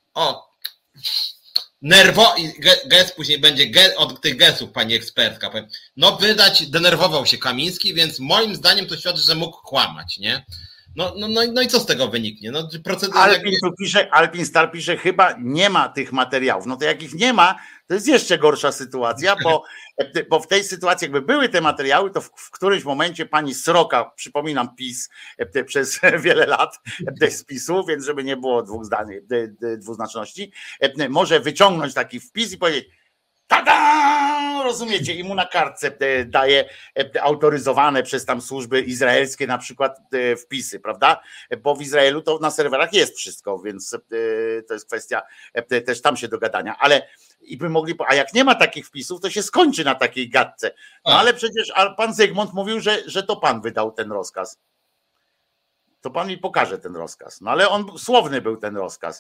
gest później będzie od tych gestów pani ekspertka. No denerwował się Kamiński, więc moim zdaniem to świadczy, że mógł kłamać, nie? No i co z tego wyniknie? No,
Alpin Star pisze, chyba nie ma tych materiałów. No to jak ich nie ma, to jest jeszcze gorsza sytuacja, bo w tej sytuacji jakby były te materiały, to w którymś momencie pani Sroka, przypominam PiS przez wiele lat z PiS-u, więc żeby nie było dwuznaczności, może wyciągnąć taki wpis i powiedzieć tada! Rozumiecie? I mu na kartce daje autoryzowane przez tam służby izraelskie na przykład wpisy, prawda? Bo w Izraelu to na serwerach jest wszystko, więc to jest kwestia też tam się dogadania, ale i by mogli, a jak nie ma takich wpisów, to się skończy na takiej gadce. No ale przecież pan Zygmunt mówił, że to pan wydał ten rozkaz. To pan mi pokaże ten rozkaz. No ale słowny był ten rozkaz.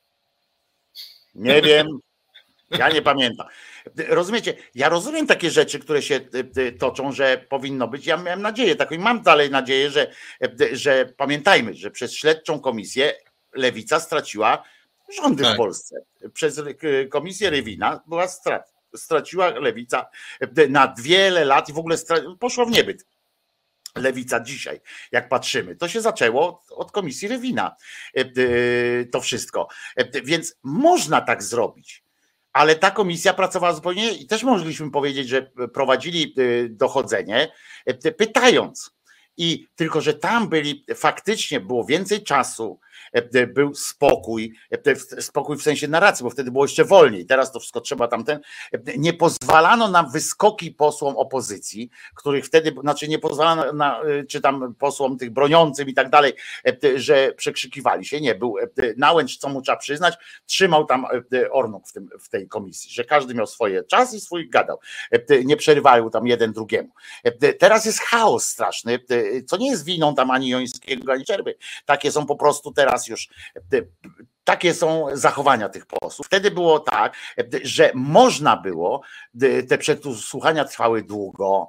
Nie wiem. Ja nie pamiętam. Rozumiecie? Ja rozumiem takie rzeczy, które się toczą, że powinno być. Ja miałem nadzieję, taką i mam dalej nadzieję, że pamiętajmy, że przez śledczą komisję Lewica straciła rządy w Polsce. Przez komisję Rywina straciła Lewica na wiele lat i w ogóle poszła w niebyt. Lewica dzisiaj, jak patrzymy, to się zaczęło od komisji Rywina. To wszystko. Więc można tak zrobić. Ale ta komisja pracowała zupełnie i też mogliśmy powiedzieć, że prowadzili dochodzenie, pytając. I tylko, że tam faktycznie było więcej czasu, był spokój w sensie narracji, bo wtedy było jeszcze wolniej. Teraz to wszystko trzeba tamten. Nie pozwalano na wyskoki posłom opozycji, których wtedy, znaczy nie pozwalano czy tam posłom tych broniącym i tak dalej, że przekrzykiwali się. Nie, był Nałęcz, co mu trzeba przyznać, trzymał tam Ornuk w tej komisji, że każdy miał swoje czas i swój gadał. Nie przerywają tam jeden drugiemu. Teraz jest chaos straszny, co nie jest winą tam ani Jońskiego, ani Szczerby. Takie są po prostu teraz już, takie są zachowania tych posłów. Wtedy było tak, że można było, te przesłuchania trwały długo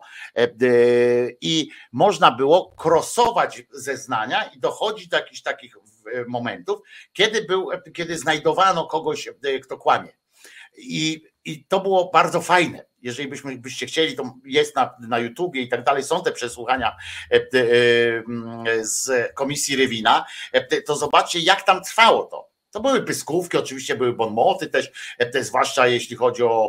i można było krosować zeznania i dochodzić do jakichś takich momentów, kiedy znajdowano kogoś, kto kłamie. I to było bardzo fajne. Jeżeli byście chcieli, to jest na YouTubie i tak dalej, są te przesłuchania z komisji Rywina, to zobaczcie, jak tam trwało to. To były pyskówki, oczywiście były bonmoty też, zwłaszcza jeśli chodzi o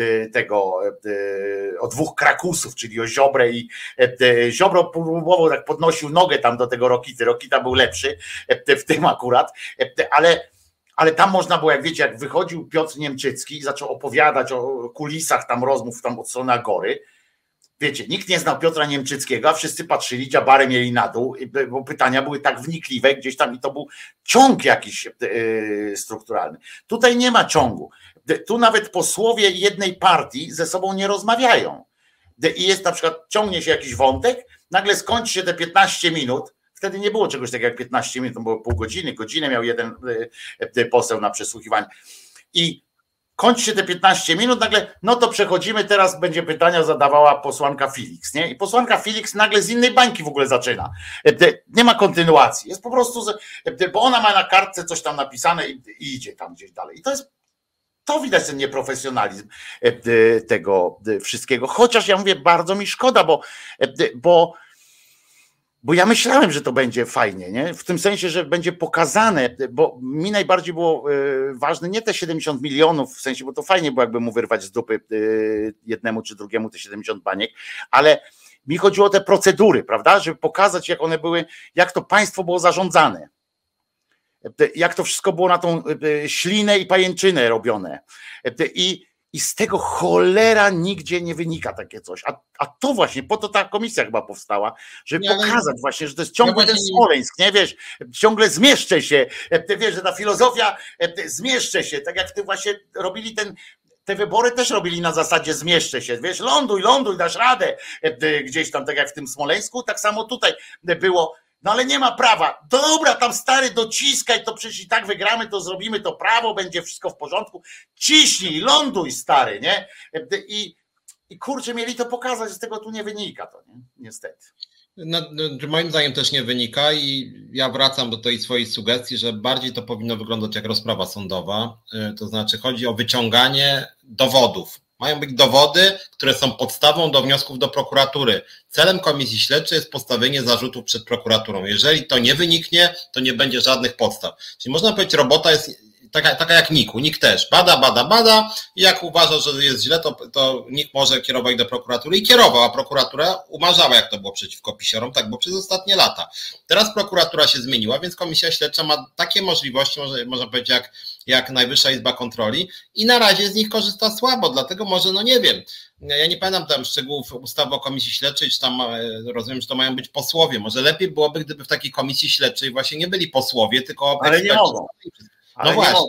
o dwóch krakusów, czyli o Ziobrę i Ziobro próbował, tak podnosił nogę tam do tego Rokity. Rokita był lepszy w tym akurat, ale tam można było, jak wiecie, jak wychodził Piotr Niemczycki i zaczął opowiadać o kulisach tam rozmów tam od strony Agory. Wiecie, nikt nie znał Piotra Niemczyckiego, a wszyscy patrzyli, dziabary mieli na dół, bo pytania były tak wnikliwe gdzieś tam i to był ciąg jakiś strukturalny. Tutaj nie ma ciągu. Tu nawet posłowie jednej partii ze sobą nie rozmawiają. I jest na przykład, ciągnie się jakiś wątek, nagle skończy się te 15 minut. Wtedy nie było czegoś takiego jak 15 minut, to było pół godziny, godzinę miał jeden poseł na przesłuchiwanie. I kończy te 15 minut, nagle, no to przechodzimy, teraz będzie pytania zadawała posłanka Felix, nie? I posłanka Felix nagle z innej bańki w ogóle zaczyna. Nie ma kontynuacji, jest po prostu, bo ona ma na kartce coś tam napisane i idzie tam gdzieś dalej. I to widać ten nieprofesjonalizm tego wszystkiego. Chociaż ja mówię, bardzo mi szkoda, bo ja myślałem, że to będzie fajnie, nie? W tym sensie, że będzie pokazane, bo mi najbardziej było ważne nie te 70 milionów, w sensie, bo to fajnie było jakby mu wyrwać z dupy jednemu czy drugiemu te 70 baniek, ale mi chodziło o te procedury, prawda? Żeby pokazać, jak one były, jak to państwo było zarządzane. Jak to wszystko było na tą ślinę i pajęczynę robione. I z tego cholera nigdzie nie wynika takie coś. A to właśnie, po to ta komisja chyba powstała, żeby pokazać właśnie, że to jest ciągle ten Smoleńsk, nie wiesz, ciągle zmieszczę się, wiesz, że ta filozofia zmieszczę się, tak jak ty właśnie robili te wybory też robili na zasadzie zmieszczę się, wiesz, ląduj, dasz radę gdzieś tam, tak jak w tym Smoleńsku, tak samo tutaj było. No ale nie ma prawa. Dobra, tam stary, dociskaj, to przecież i tak wygramy, to zrobimy to prawo, będzie wszystko w porządku. Ciśnij, ląduj, stary, nie? I kurczę, mieli to pokazać, z tego tu nie wynika to, nie? Niestety.
No, moim zdaniem też nie wynika i ja wracam do tej swojej sugestii, że bardziej to powinno wyglądać jak rozprawa sądowa, to znaczy chodzi o wyciąganie dowodów. Mają być dowody, które są podstawą do wniosków do prokuratury. Celem komisji śledczej jest postawienie zarzutów przed prokuraturą. Jeżeli to nie wyniknie, to nie będzie żadnych podstaw. Czyli można powiedzieć, robota jest taka jak NIK-u. NIK też bada i jak uważa, że jest źle, to NIK może kierować do prokuratury i kierował, a prokuratura umarzała, jak to było przeciwko PiS-orom, tak było przez ostatnie lata. Teraz prokuratura się zmieniła, więc komisja śledcza ma takie możliwości, można powiedzieć, jak Najwyższa Izba Kontroli i na razie z nich korzysta słabo, dlatego może, no nie wiem, ja nie pamiętam tam szczegółów ustawy o komisji śledczej, czy tam rozumiem, że to mają być posłowie, może lepiej byłoby, gdyby w takiej komisji śledczej właśnie nie byli posłowie, tylko
ale nie mogą.
No właśnie,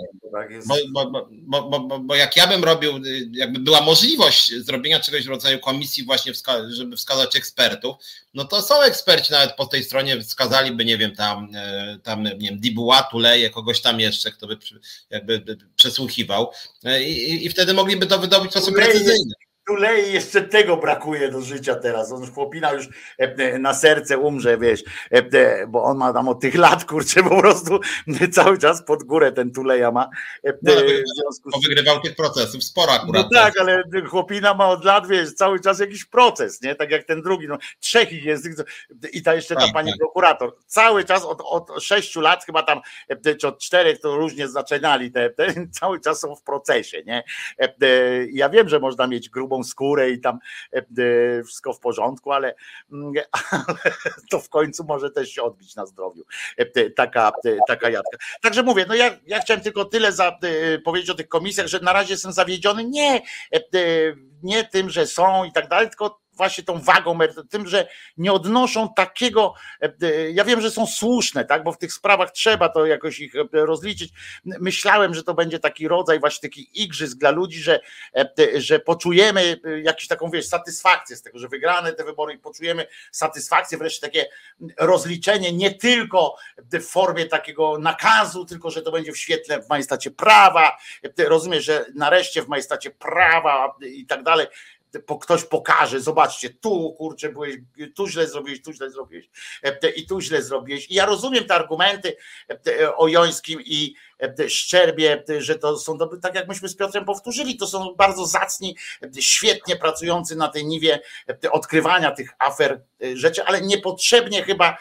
bo jak ja bym robił, jakby była możliwość zrobienia czegoś w rodzaju komisji właśnie, żeby wskazać ekspertów, no to są eksperci nawet po tej stronie, wskazaliby, nie wiem, tam nie wiem, Dibuła, Tuleje, kogoś tam jeszcze, kto by jakby przesłuchiwał i wtedy mogliby to wydobyć w sposób precyzyjny.
Tulei jeszcze tego brakuje do życia teraz. On chłopina już na serce umrze, wiesz, bo on ma tam od tych lat, kurczę, po prostu cały czas pod górę ten Tuleja ma.
Bo wygrywał tych procesów sporo akurat.
No tak, ale chłopina ma od lat, wiesz, cały czas jakiś proces, nie? Tak jak ten drugi, no, 3 ich jest i ta jeszcze ta pani prokurator. Cały czas od 6 lat chyba tam, czy od 4 to różnie zaczynali, cały czas są w procesie, nie? Ja wiem, że można mieć grubą skórę i tam wszystko w porządku, ale to w końcu może też się odbić na zdrowiu. Taka jadka. Także mówię, no ja chciałem tylko tyle powiedzieć o tych komisjach, że na razie jestem zawiedziony nie tym, że są i tak dalej, tylko właśnie tą wagą, tym, że nie odnoszą takiego, ja wiem, że są słuszne, tak, bo w tych sprawach trzeba to jakoś ich rozliczyć. Myślałem, że to będzie taki rodzaj właśnie takich igrzysk dla ludzi, że poczujemy jakąś taką, wiesz, satysfakcję z tego, że wygrane te wybory i poczujemy satysfakcję, wreszcie takie rozliczenie nie tylko w formie takiego nakazu, tylko że to będzie w świetle, w majestacie prawa, rozumiesz, że nareszcie w majestacie prawa i tak dalej, ktoś pokaże, zobaczcie, tu kurczę byłeś, tu źle zrobiłeś i tu źle zrobiłeś. I ja rozumiem te argumenty o Jońskim i Szczerbie, że to są, tak jak myśmy z Piotrem powtórzyli, to są bardzo zacni, świetnie pracujący na tej niwie odkrywania tych afer rzeczy, ale niepotrzebnie chyba,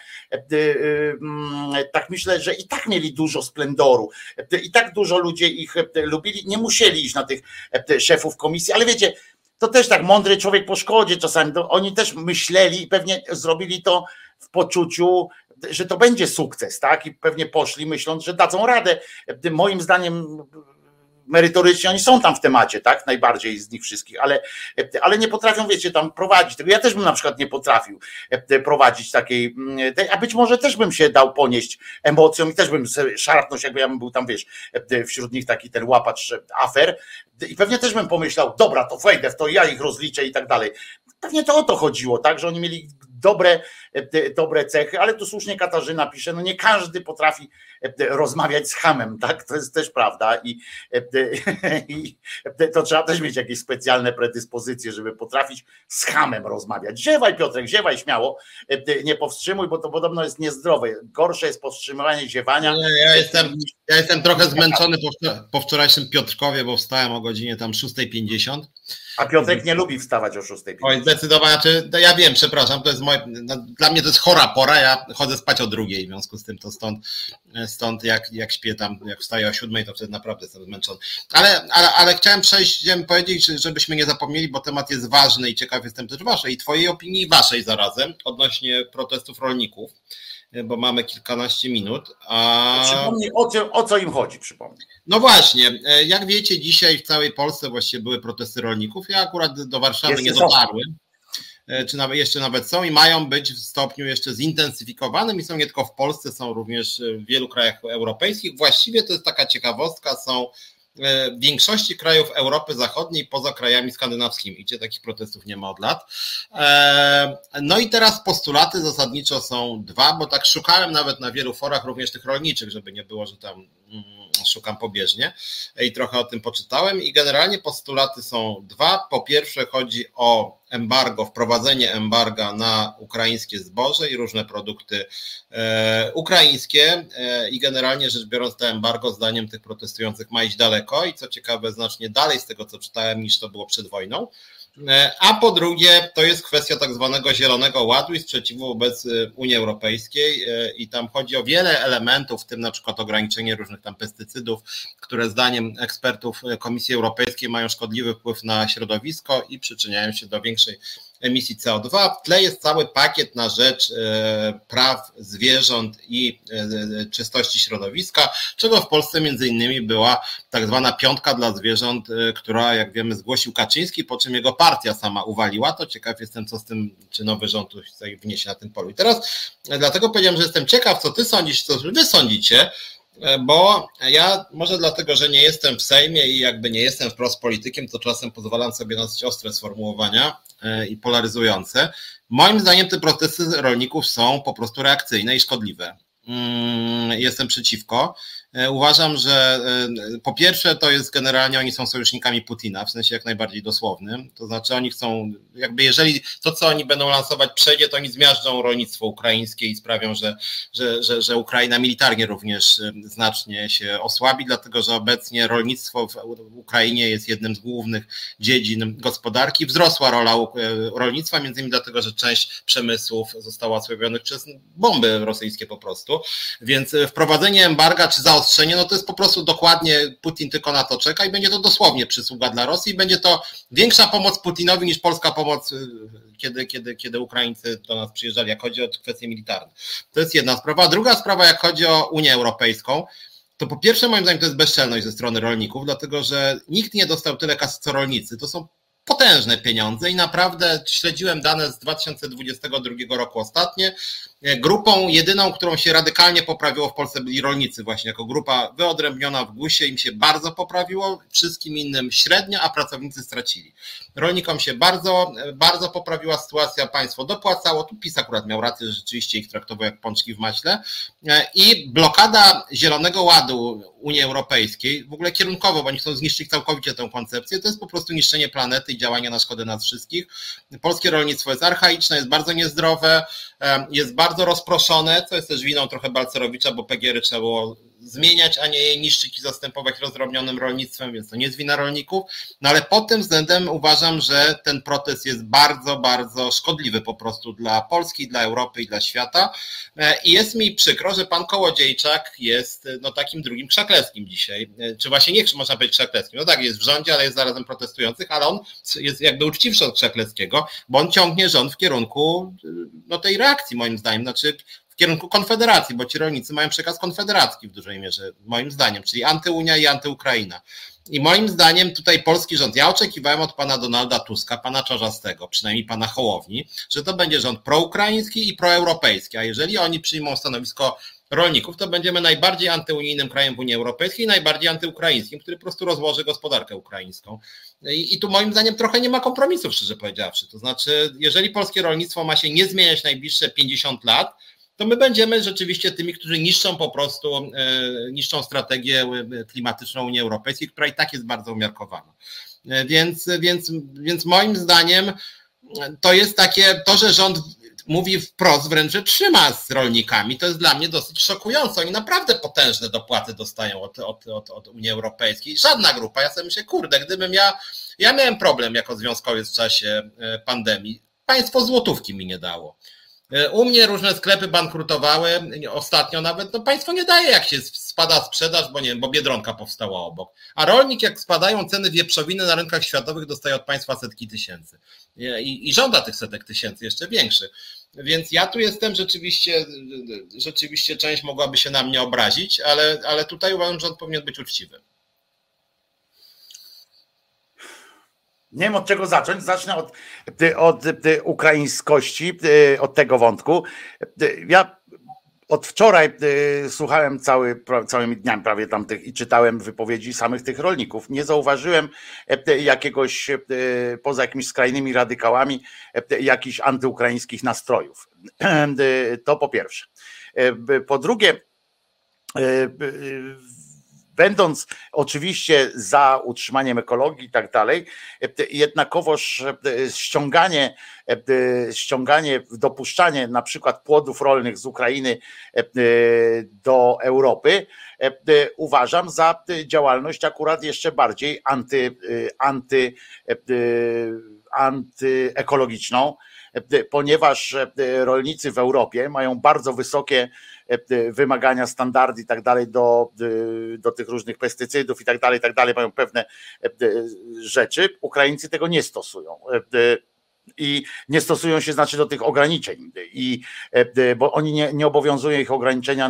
tak myślę, że i tak mieli dużo splendoru, i tak dużo ludzi ich lubili, nie musieli iść na tych szefów komisji, ale wiecie, to też tak mądry człowiek po szkodzie czasami, oni też myśleli i pewnie zrobili to w poczuciu, że to będzie sukces, tak? I pewnie poszli myśląc, że dadzą radę. Moim zdaniem merytorycznie oni są tam w temacie, tak? Najbardziej z nich wszystkich, ale nie potrafią, wiecie, tam prowadzić tego. Ja też bym na przykład nie potrafił prowadzić takiej, a być może też bym się dał ponieść emocjom i też bym szarpnął, jakby ja bym był tam, wiesz, wśród nich taki ten łapacz afer i pewnie też bym pomyślał, dobra, to wejdę w to, ja ich rozliczę i tak dalej. Pewnie to o to chodziło, tak? Że oni mieli dobre cechy, ale tu słusznie Katarzyna pisze, no nie każdy potrafi rozmawiać z chamem, tak? To jest też prawda i to trzeba też mieć jakieś specjalne predyspozycje, żeby potrafić z chamem rozmawiać. Ziewaj, Piotrek, ziewaj śmiało, nie powstrzymuj, bo to podobno jest niezdrowe. Gorsze jest powstrzymywanie ziewania.
Ja jestem trochę zmęczony po wczorajszym Piotrkowie, bo wstałem o godzinie tam 6:50.
A Piotrek nie lubi wstawać o 6:50.
Oj, zdecydowanie, ja wiem, przepraszam, to jest dla mnie to jest chora pora, ja chodzę spać o 2:00, w związku z tym to stąd jak śpię tam, jak wstaję o 7:00, to wtedy naprawdę jestem zmęczony. Ale chciałem powiedzieć, żebyśmy nie zapomnieli, bo temat jest ważny i ciekaw jestem też waszej, twojej opinii i waszej zarazem odnośnie protestów rolników, bo mamy kilkanaście minut.
Przypomnij, o co im chodzi, przypomnij.
No właśnie, jak wiecie, dzisiaj w całej Polsce właściwie były protesty rolników. Ja akurat do Warszawy nie dotarłem, czy jeszcze nawet są i mają być w stopniu jeszcze zintensyfikowanym i są nie tylko w Polsce, są również w wielu krajach europejskich. Właściwie to jest taka ciekawostka, są w większości krajów Europy Zachodniej poza krajami skandynawskimi, gdzie takich protestów nie ma od lat. No i teraz postulaty zasadniczo są dwa, bo tak szukałem nawet na wielu forach, również tych rolniczych, żeby nie było, że tam szukam pobieżnie i trochę o tym poczytałem i generalnie postulaty są dwa. Po pierwsze chodzi o embargo, wprowadzenie embarga na ukraińskie zboże i różne produkty ukraińskie i generalnie rzecz biorąc to embargo zdaniem tych protestujących ma iść daleko i co ciekawe znacznie dalej z tego co czytałem niż to było przed wojną. A po drugie to jest kwestia tak zwanego Zielonego Ładu i sprzeciwu wobec Unii Europejskiej i tam chodzi o wiele elementów, w tym na przykład ograniczenie różnych tam pestycydów, które zdaniem ekspertów Komisji Europejskiej mają szkodliwy wpływ na środowisko i przyczyniają się do większej emisji CO2. W tle jest cały pakiet na rzecz praw zwierząt i czystości środowiska, czego w Polsce między innymi była tak zwana piątka dla zwierząt, która jak wiemy zgłosił Kaczyński, po czym jego partia sama uwaliła. To ciekaw jestem, co z tym, czy nowy rząd tutaj wniesie na tym polu. I teraz dlatego powiedziałem, że jestem ciekaw, co ty sądzisz, co wy sądzicie, bo ja może dlatego, że nie jestem w Sejmie i jakby nie jestem wprost politykiem, to czasem pozwalam sobie na dosyć ostre sformułowania i polaryzujące. Moim zdaniem te protesty rolników są po prostu reakcyjne i szkodliwe. Jestem przeciwko. Uważam, że po pierwsze to jest generalnie oni są sojusznikami Putina, w sensie jak najbardziej dosłownym, to znaczy oni chcą, jakby jeżeli to co oni będą lansować przejdzie, to oni zmiażdżą rolnictwo ukraińskie i sprawią, że Ukraina militarnie również znacznie się osłabi, dlatego że obecnie rolnictwo w Ukrainie jest jednym z głównych dziedzin gospodarki. Wzrosła rola rolnictwa, między innymi dlatego, że część przemysłów została osłabionych przez bomby rosyjskie po prostu, więc wprowadzenie embarga czy zaostrzenie, no to jest po prostu dokładnie Putin tylko na to czeka i będzie to dosłownie przysługa dla Rosji. Będzie to większa pomoc Putinowi niż polska pomoc, kiedy Ukraińcy do nas przyjeżdżali, jak chodzi o kwestie militarne. To jest jedna sprawa. Druga sprawa, jak chodzi o Unię Europejską, to po pierwsze moim zdaniem to jest bezczelność ze strony rolników, dlatego że nikt nie dostał tyle kasy co rolnicy. To są potężne pieniądze i naprawdę śledziłem dane z 2022 roku ostatnie. Grupą jedyną, którą się radykalnie poprawiło w Polsce byli rolnicy właśnie, jako grupa wyodrębniona w GUS-ie, im się bardzo poprawiło, wszystkim innym średnio, a pracownicy stracili. Rolnikom się bardzo, bardzo poprawiła sytuacja, państwo dopłacało, tu PiS akurat miał rację, że rzeczywiście ich traktował jak pączki w maśle i blokada Zielonego Ładu Unii Europejskiej, w ogóle kierunkowo, bo oni chcą zniszczyć całkowicie tę koncepcję, to jest po prostu niszczenie planety i działanie na szkodę nas wszystkich. Polskie rolnictwo jest archaiczne, jest bardzo niezdrowe, jest bardzo rozproszone, co jest też winą trochę Balcerowicza, bo PGR-y trzeba było zmieniać, a nie je niszczyć i zastępować rozdrobnionym rolnictwem, więc to nie jest wina rolników. No ale pod tym względem uważam, że ten protest jest bardzo, bardzo szkodliwy po prostu dla Polski, dla Europy i dla świata. I jest mi przykro, że pan Kołodziejczak jest no takim drugim Krzaklewskim dzisiaj. Czy właśnie nie można powiedzieć Krzaklewskim. No tak, jest w rządzie, ale jest zarazem protestujących, ale on jest jakby uczciwszy od Krzaklewskiego, bo on ciągnie rząd w kierunku no tej reakcji moim zdaniem, znaczy w kierunku Konfederacji, bo ci rolnicy mają przekaz konfederacki w dużej mierze, moim zdaniem, czyli antyunia i antyukraina. I moim zdaniem tutaj polski rząd, ja oczekiwałem od pana Donalda Tuska, pana Czarzastego, przynajmniej pana Hołowni, że to będzie rząd proukraiński i proeuropejski, a jeżeli oni przyjmą stanowisko rolników, to będziemy najbardziej antyunijnym krajem w Unii Europejskiej, najbardziej antyukraińskim, który po prostu rozłoży gospodarkę ukraińską. I tu moim zdaniem trochę nie ma kompromisów, szczerze powiedziawszy. To znaczy, jeżeli polskie rolnictwo ma się nie zmieniać najbliższe 50 lat, to my będziemy rzeczywiście tymi, którzy niszczą strategię klimatyczną Unii Europejskiej, która i tak jest bardzo umiarkowana. Więc moim zdaniem to jest takie, to, że rząd mówi wprost wręcz, że trzyma z rolnikami, to jest dla mnie dosyć szokujące. Oni naprawdę potężne dopłaty dostają od Unii Europejskiej. Żadna grupa, ja sobie myślę, kurde, gdybym ja miałem problem jako związkowiec w czasie pandemii, państwo złotówki mi nie dało. U mnie różne sklepy bankrutowały, ostatnio nawet, państwo nie daje, jak się spada sprzedaż, bo Biedronka powstała obok. A rolnik, jak spadają ceny wieprzowiny na rynkach światowych, dostaje od państwa setki tysięcy. I żąda tych setek tysięcy jeszcze większych. Więc ja tu jestem rzeczywiście część mogłaby się na mnie obrazić, ale tutaj uważam, że on powinien być uczciwy.
Nie wiem, od czego zacząć. Zacznę od ukraińskości, od tego wątku. Ja od wczoraj słuchałem całymi dniami prawie tamtych i czytałem wypowiedzi samych tych rolników. Nie zauważyłem jakiegoś, poza jakimiś skrajnymi radykałami, jakichś antyukraińskich nastrojów. To po pierwsze. Po drugie, będąc oczywiście za utrzymaniem ekologii i tak dalej, jednakowoż dopuszczanie na przykład płodów rolnych z Ukrainy do Europy uważam za działalność akurat jeszcze bardziej antyekologiczną, ponieważ rolnicy w Europie mają bardzo wysokie wymagania, standardy i tak dalej do tych różnych pestycydów i tak dalej, mają pewne rzeczy. Ukraińcy tego nie stosują. I nie stosują się znaczy do tych ograniczeń, bo oni nie obowiązują ich ograniczenia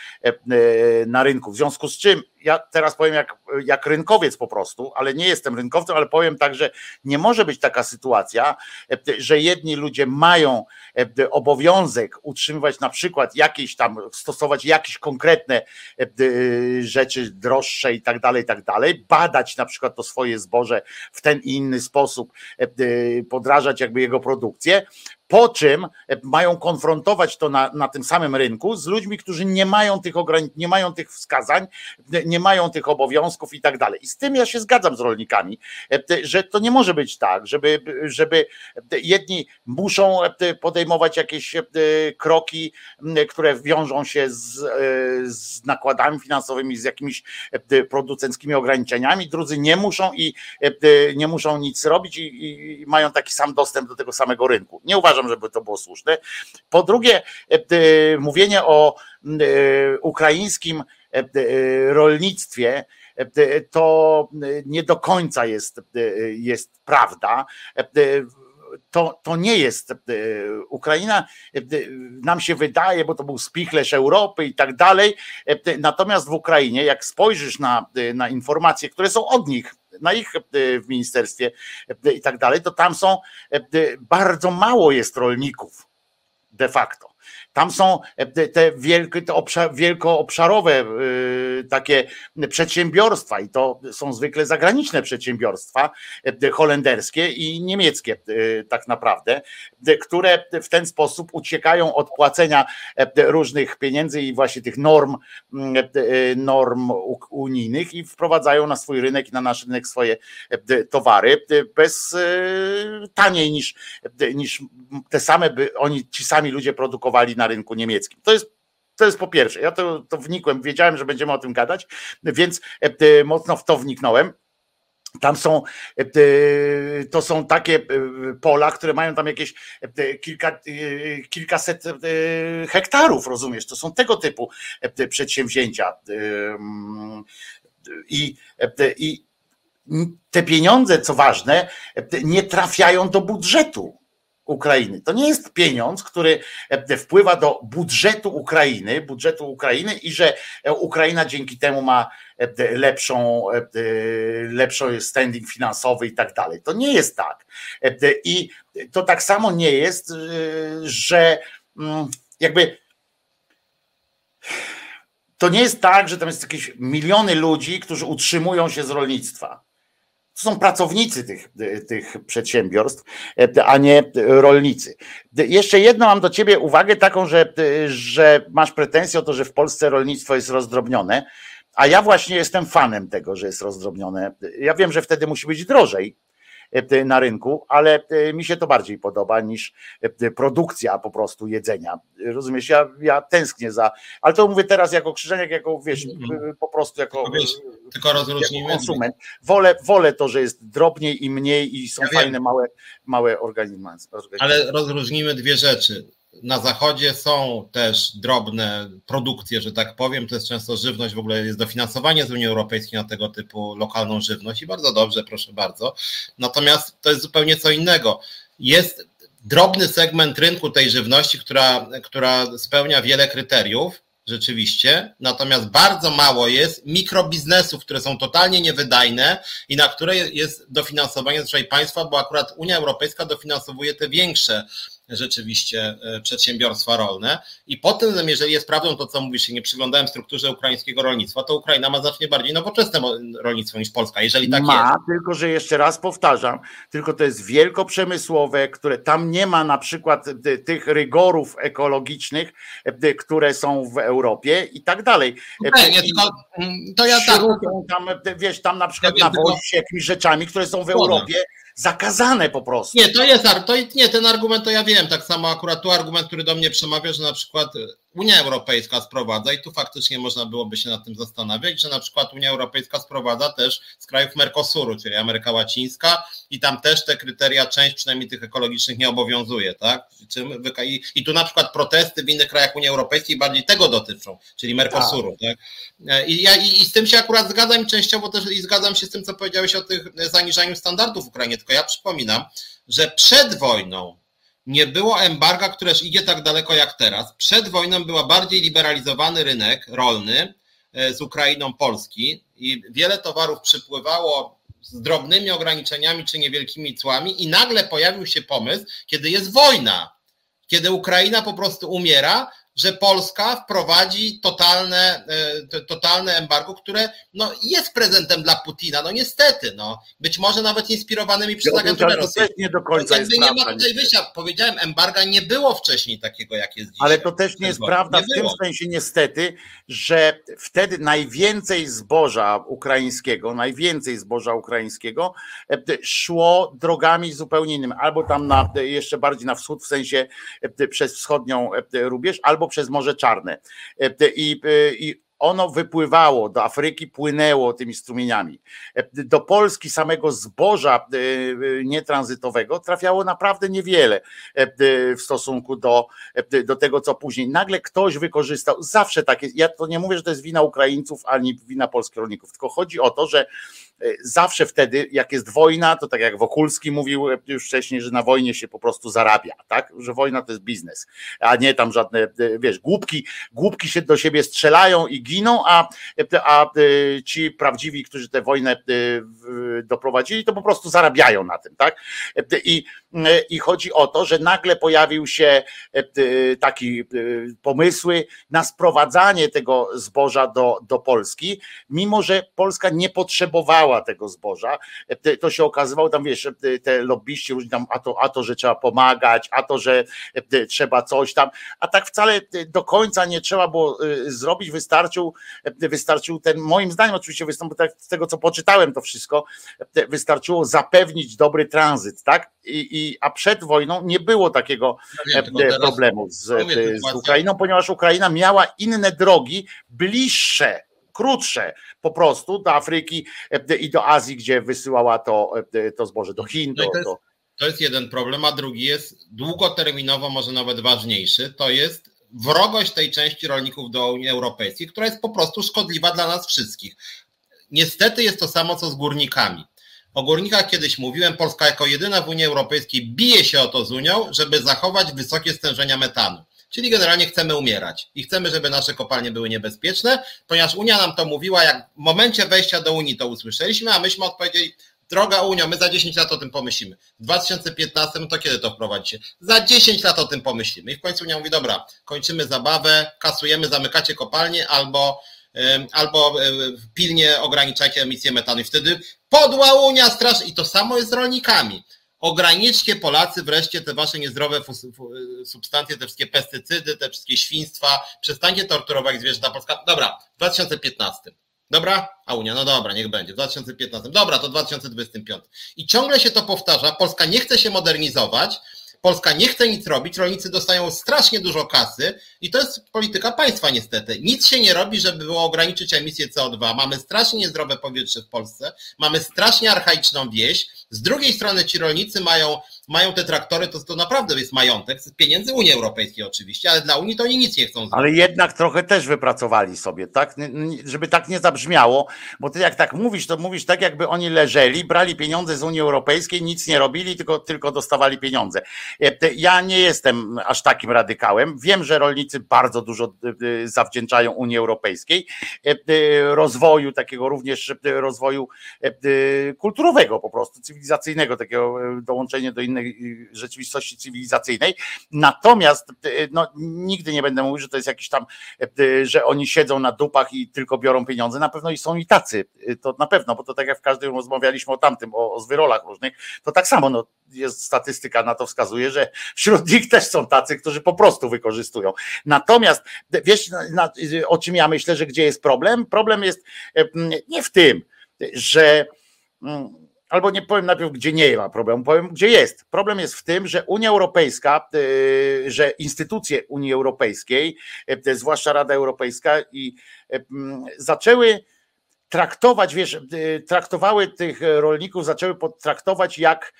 na rynku. W związku z czym ja teraz powiem jak rynkowiec po prostu, ale nie jestem rynkowcem, ale powiem tak, że nie może być taka sytuacja, że jedni ludzie mają obowiązek utrzymywać na przykład stosować jakieś konkretne rzeczy droższe i tak dalej, badać na przykład to swoje zboże w ten i inny sposób, podrażać jakby jego produkcję, po czym mają konfrontować to na tym samym rynku z ludźmi, którzy nie mają tych ograniczeń, nie mają tych wskazań, nie mają tych obowiązków i tak dalej. I z tym ja się zgadzam z rolnikami, że to nie może być tak, żeby jedni muszą podejmować jakieś kroki, które wiążą się z nakładami finansowymi, z jakimiś producenckimi ograniczeniami, drudzy nie muszą i nie muszą nic robić i mają taki sam dostęp do tego samego rynku. Nie uważam, żeby to było słuszne. Po drugie, mówienie o ukraińskim rolnictwie to nie do końca jest prawda. To nie jest Ukraina, nam się wydaje, bo to był spichlerz Europy i tak dalej. Natomiast w Ukrainie, jak spojrzysz na informacje, które są od nich, na ich w ministerstwie i tak dalej, to tam są bardzo mało jest rolników de facto. Tam są te wielkoobszarowe takie przedsiębiorstwa i to są zwykle zagraniczne przedsiębiorstwa, holenderskie i niemieckie tak naprawdę, które w ten sposób uciekają od płacenia różnych pieniędzy i właśnie tych norm unijnych i wprowadzają na swój rynek i na nasz rynek swoje towary taniej niż te same by ci sami ludzie produkowali na rynku niemieckim. To jest po pierwsze. Ja to wnikłem, wiedziałem, że będziemy o tym gadać, więc mocno w to wniknąłem. Tam to są takie pola, które mają tam jakieś kilkaset hektarów, rozumiesz? To są tego typu przedsięwzięcia. I te pieniądze, co ważne, nie trafiają do budżetu Ukrainy. To nie jest pieniądz, który wpływa do budżetu Ukrainy i że Ukraina dzięki temu ma lepszą standing finansowy i tak dalej. To nie jest tak. I to tak samo nie jest, że jakby To nie jest tak, że tam jest jakieś miliony ludzi, którzy utrzymują się z rolnictwa. To są pracownicy tych przedsiębiorstw, a nie rolnicy. Jeszcze jedną mam do ciebie uwagę taką, że masz pretensję o to, że w Polsce rolnictwo jest rozdrobnione, a ja właśnie jestem fanem tego, że jest rozdrobnione. Ja wiem, że wtedy musi być drożej na rynku, ale mi się to bardziej podoba niż produkcja po prostu jedzenia. Rozumiesz, ja tęsknię ale to mówię teraz jako Krzyżaniak, jako wiesz, po prostu jako,
tylko rozróżnijmy,
jako konsument. Wolę to, że jest drobniej i mniej i są fajne małe organizmy.
Ale rozróżnijmy dwie rzeczy. Na zachodzie są też drobne produkcje, że tak powiem, to jest często żywność, w ogóle jest dofinansowanie z Unii Europejskiej na tego typu lokalną żywność i bardzo dobrze, proszę bardzo. Natomiast to jest zupełnie co innego. Jest drobny segment rynku tej żywności, która spełnia wiele kryteriów, rzeczywiście, natomiast bardzo mało jest mikrobiznesów, które są totalnie niewydajne i na które jest dofinansowanie zazwyczaj państwa, bo akurat Unia Europejska dofinansowuje te większe rzeczywiście przedsiębiorstwa rolne i potem, jeżeli jest prawdą to, co mówisz, się nie przyglądałem strukturze ukraińskiego rolnictwa, to Ukraina ma znacznie bardziej nowoczesne rolnictwo niż Polska, jeżeli tak jest.
Tylko że jeszcze raz powtarzam, tylko to jest wielkoprzemysłowe, które tam nie ma na przykład tych rygorów ekologicznych, które są w Europie i tak dalej.
Nie, tylko to ja tak.
Tam, wiesz, tam na przykład nawozi się jakimiś rzeczami, które są w Europie zakazane po prostu.
Nie, ten argument to ja wiem, tak samo akurat tu argument, który do mnie przemawia, że na przykład Unia Europejska sprowadza i tu faktycznie można byłoby się nad tym zastanawiać, że na przykład Unia Europejska sprowadza też z krajów Mercosuru, czyli Ameryka Łacińska i tam też te kryteria, część przynajmniej tych ekologicznych nie obowiązuje, tak? I tu na przykład protesty w innych krajach Unii Europejskiej bardziej tego dotyczą, czyli Mercosuru, tak? I z tym się akurat zgadzam i częściowo też i zgadzam się z tym, co powiedziałeś o tych zaniżaniu standardów w Ukrainie, tylko ja przypominam, że przed wojną nie było embarga, które idzie tak daleko jak teraz. Przed wojną był bardziej liberalizowany rynek rolny z Ukrainą Polski i wiele towarów przypływało z drobnymi ograniczeniami czy niewielkimi cłami i nagle pojawił się pomysł, kiedy jest wojna, kiedy Ukraina po prostu umiera, że Polska wprowadzi totalne embargo, które no, jest prezentem dla Putina, no niestety, no, być może nawet inspirowanymi przez agenturę rosyjską.
Nie do końca jest
nie ma tutaj wyjścia. Powiedziałem, embarga nie było wcześniej takiego, jak jest dzisiaj.
Ale to też nie jest prawda w tym sensie niestety, że wtedy najwięcej zboża ukraińskiego szło drogami zupełnie innymi, albo tam jeszcze bardziej na wschód, w sensie przez wschodnią rubież, albo przez Morze Czarne. I ono wypływało do Afryki, płynęło tymi strumieniami. Do Polski samego zboża nietranzytowego trafiało naprawdę niewiele w stosunku do tego, co później. Nagle ktoś wykorzystał, zawsze tak jest, ja to nie mówię, że to jest wina Ukraińców, ani wina polskich rolników, tylko chodzi o to, że zawsze wtedy, jak jest wojna, to tak jak Wokulski mówił już wcześniej, że na wojnie się po prostu zarabia, tak? Że wojna to jest biznes, a nie tam żadne, wiesz, głupki się do siebie strzelają i giną, a ci prawdziwi, którzy tę wojnę doprowadzili, to po prostu zarabiają na tym, tak? I chodzi o to, że nagle pojawił się taki pomysły na sprowadzanie tego zboża do Polski, mimo że Polska nie potrzebowała tego zboża. To się okazywało, tam wiesz, te lobbyści różni tam, a to, że trzeba pomagać, a to, że trzeba coś tam, a tak wcale do końca nie trzeba było zrobić, wystarczył ten, moim zdaniem oczywiście, z tego co poczytałem to wszystko, wystarczyło zapewnić dobry tranzyt, tak? A przed wojną nie było takiego problemu z Ukrainą, ponieważ Ukraina miała inne drogi, bliższe, krótsze po prostu do Afryki i do Azji, gdzie wysyłała to zboże, do Chin.
To jest jeden problem, a drugi jest długoterminowo, może nawet ważniejszy, to jest wrogość tej części rolników do Unii Europejskiej, która jest po prostu szkodliwa dla nas wszystkich. Niestety jest to samo, co z górnikami. O górnikach kiedyś mówiłem, Polska jako jedyna w Unii Europejskiej bije się o to z Unią, żeby zachować wysokie stężenia metanu. Czyli generalnie chcemy umierać i chcemy, żeby nasze kopalnie były niebezpieczne, ponieważ Unia nam to mówiła, jak w momencie wejścia do Unii to usłyszeliśmy, a myśmy odpowiedzieli, droga Unio, my za 10 lat o tym pomyślimy. W 2015 to kiedy to wprowadzicie? Za 10 lat o tym pomyślimy. I w końcu Unia mówi, dobra, kończymy zabawę, kasujemy, zamykacie kopalnie albo pilnie ograniczajcie emisję metanu. I wtedy podła Unia strasznie. I to samo jest z rolnikami. Ograniczcie Polacy wreszcie te wasze niezdrowe substancje, te wszystkie pestycydy, te wszystkie świństwa, przestańcie torturować zwierzęta Polska. Dobra, w 2015. Dobra? A Unia, no dobra, niech będzie. W 2015. Dobra, to 2025. I ciągle się to powtarza. Polska nie chce się modernizować, Polska nie chce nic robić, rolnicy dostają strasznie dużo kasy i to jest polityka państwa niestety. Nic się nie robi, żeby było ograniczyć emisję CO2. Mamy strasznie niezdrowe powietrze w Polsce, mamy strasznie archaiczną wieś. Z drugiej strony ci rolnicy mają te traktory, to naprawdę jest majątek, z pieniędzy Unii Europejskiej oczywiście, ale dla Unii to oni nic nie chcą zrobić.
Ale jednak trochę też wypracowali sobie, tak? Żeby tak nie zabrzmiało, bo ty jak tak mówisz, to mówisz tak, jakby oni leżeli, brali pieniądze z Unii Europejskiej, nic nie robili, tylko dostawali pieniądze. Ja nie jestem aż takim radykałem. Wiem, że rolnicy bardzo dużo zawdzięczają Unii Europejskiej, rozwoju takiego również rozwoju kulturowego po prostu, cywilizacyjnego, takiego dołączenie do innej rzeczywistości cywilizacyjnej. Natomiast no, nigdy nie będę mówił, że to jest jakiś tam, że oni siedzą na dupach i tylko biorą pieniądze. Na pewno i są i tacy. To na pewno, bo to tak jak w każdym rozmawialiśmy o tamtym, o zwyrolach różnych, to tak samo no, jest statystyka na to wskazuje, że wśród nich też są tacy, którzy po prostu wykorzystują. Natomiast wiesz, o czym ja myślę, że gdzie jest problem? Problem jest nie w tym, że albo nie powiem najpierw, gdzie nie ma problemu, powiem, gdzie jest. Problem jest w tym, że Unia Europejska, że instytucje Unii Europejskiej, zwłaszcza Rada Europejska, i zaczęły traktować, wiesz, traktowały tych rolników, zaczęły potraktować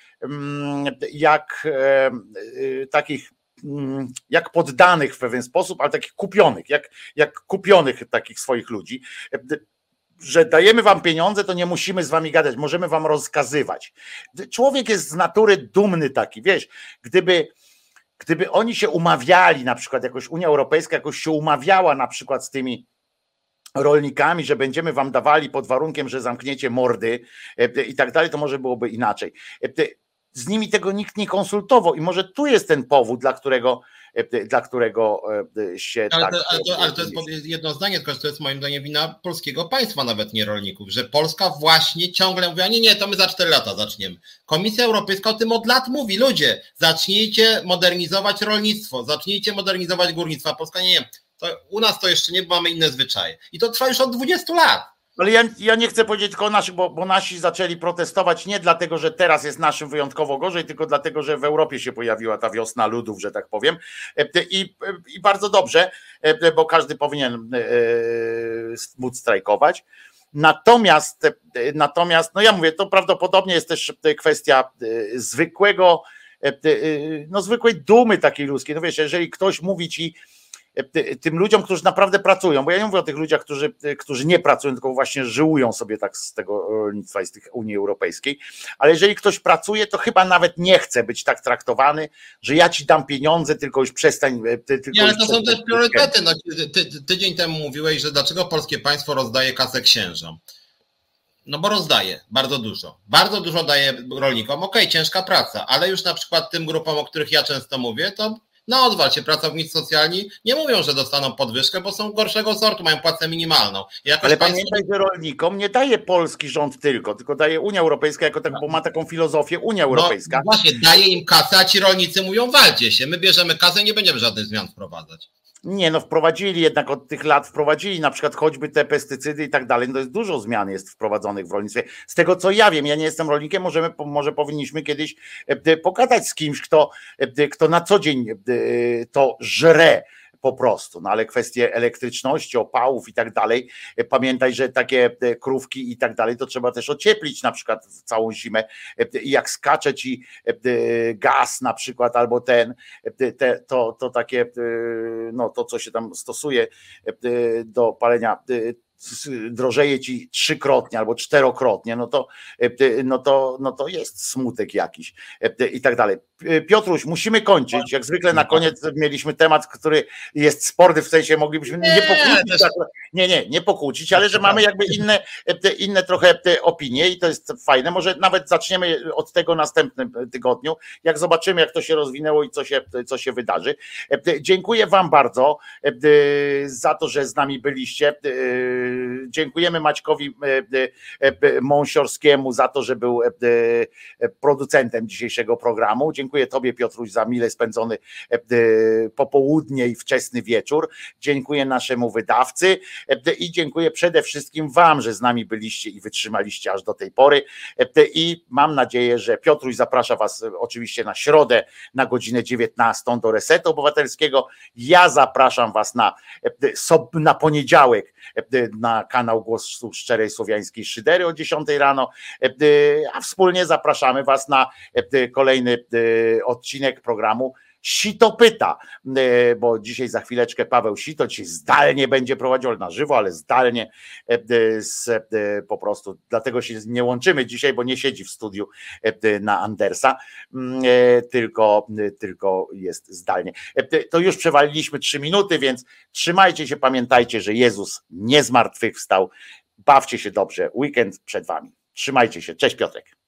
jak poddanych w pewien sposób, ale takich kupionych, jak kupionych takich swoich ludzi, że dajemy wam pieniądze, to nie musimy z wami gadać, możemy wam rozkazywać. Człowiek jest z natury dumny taki, wiesz, gdyby oni się umawiali, na przykład jakoś Unia Europejska jakoś się umawiała na przykład z tymi rolnikami, że będziemy wam dawali pod warunkiem, że zamkniecie mordy i tak dalej, to może byłoby inaczej. Z nimi tego nikt nie konsultował i może tu jest ten powód, dla którego się
ale to jest jedno zdanie, tylko że to jest moim zdaniem wina polskiego państwa, nawet nie rolników, że Polska właśnie ciągle mówi, a nie, to my za 4 lata zaczniemy. Komisja Europejska o tym od lat mówi, ludzie, zacznijcie modernizować rolnictwo, zacznijcie modernizować górnictwo, a Polska nie. To u nas to jeszcze nie, bo mamy inne zwyczaje. I to trwa już od 20 lat.
Ale ja nie chcę powiedzieć tylko o naszych, bo nasi zaczęli protestować nie dlatego, że teraz jest naszym wyjątkowo gorzej, tylko dlatego, że w Europie się pojawiła ta wiosna ludów, że tak powiem. I bardzo dobrze, bo każdy powinien móc strajkować. Natomiast, no ja mówię, to prawdopodobnie jest też kwestia zwykłej dumy takiej ludzkiej. No wiesz, jeżeli ktoś mówi ci, tym ludziom, którzy naprawdę pracują, bo ja nie mówię o tych ludziach, którzy nie pracują, tylko właśnie żyłują sobie tak z tego rolnictwa i z tych Unii Europejskiej, ale jeżeli ktoś pracuje, to chyba nawet nie chce być tak traktowany, że ja ci dam pieniądze, tylko już przestań.
Ale to są też priorytety. No, tydzień temu mówiłeś, że dlaczego polskie państwo rozdaje kasę księżom. No bo rozdaje bardzo dużo. Bardzo dużo daje rolnikom. Okej, ciężka praca, ale już na przykład tym grupom, o których ja często mówię, to na odwal się pracownicy socjalni nie mówią, że dostaną podwyżkę, bo są gorszego sortu, mają płacę minimalną.
Ale pamiętaj, że rolnikom nie daje polski rząd tylko daje Unia Europejska, bo ma taką filozofię Unia Europejska.
No właśnie, daje im kasę, a ci rolnicy mówią, walcie się, my bierzemy kasę i nie będziemy żadnych zmian wprowadzać.
Nie, no wprowadzili jednak od tych lat, na przykład choćby te pestycydy i tak dalej, no to jest dużo zmian jest wprowadzonych w rolnictwie. Z tego co ja wiem, ja nie jestem rolnikiem, może powinniśmy kiedyś pogadać z kimś, kto na co dzień to żre po prostu, no ale kwestie elektryczności, opałów i tak dalej, pamiętaj, że takie krówki i tak dalej, to trzeba też ocieplić na przykład całą zimę i jak skacze ci gaz na przykład albo to takie, no to co się tam stosuje do palenia, drożeje ci 3-krotnie albo 4-krotnie, no to jest smutek jakiś i tak dalej. Piotruś, musimy kończyć. Jak zwykle na koniec mieliśmy temat, który jest sporny, w sensie moglibyśmy nie pokłócić. Nie pokłócić, ale że mamy jakby inne trochę opinie i to jest fajne. Może nawet zaczniemy od tego następnym tygodniu, jak zobaczymy, jak to się rozwinęło i co się wydarzy. Dziękuję wam bardzo za to, że z nami byliście. Dziękujemy Maćkowi Mąsiorskiemu za to, że był producentem dzisiejszego programu. Dziękuję tobie, Piotruś, za mile spędzony popołudnie i wczesny wieczór. Dziękuję naszemu wydawcy i dziękuję przede wszystkim wam, że z nami byliście i wytrzymaliście aż do tej pory. I mam nadzieję, że Piotruś zaprasza was oczywiście na środę na godzinę 19 do Resetu Obywatelskiego. Ja zapraszam was na poniedziałek na kanał Głosu Szczerej Słowiańskiej Szydery o 10 rano, a wspólnie zapraszamy was na kolejny odcinek programu Sito pyta, bo dzisiaj za chwileczkę Paweł Sito dzisiaj zdalnie będzie prowadził, na żywo, ale zdalnie po prostu, dlatego się nie łączymy dzisiaj, bo nie siedzi w studiu na Andersa, tylko jest zdalnie. To już przewaliliśmy 3 minuty, więc trzymajcie się, pamiętajcie, że Jezus nie zmartwychwstał. Bawcie się dobrze, weekend przed wami. Trzymajcie się, cześć Piotrek.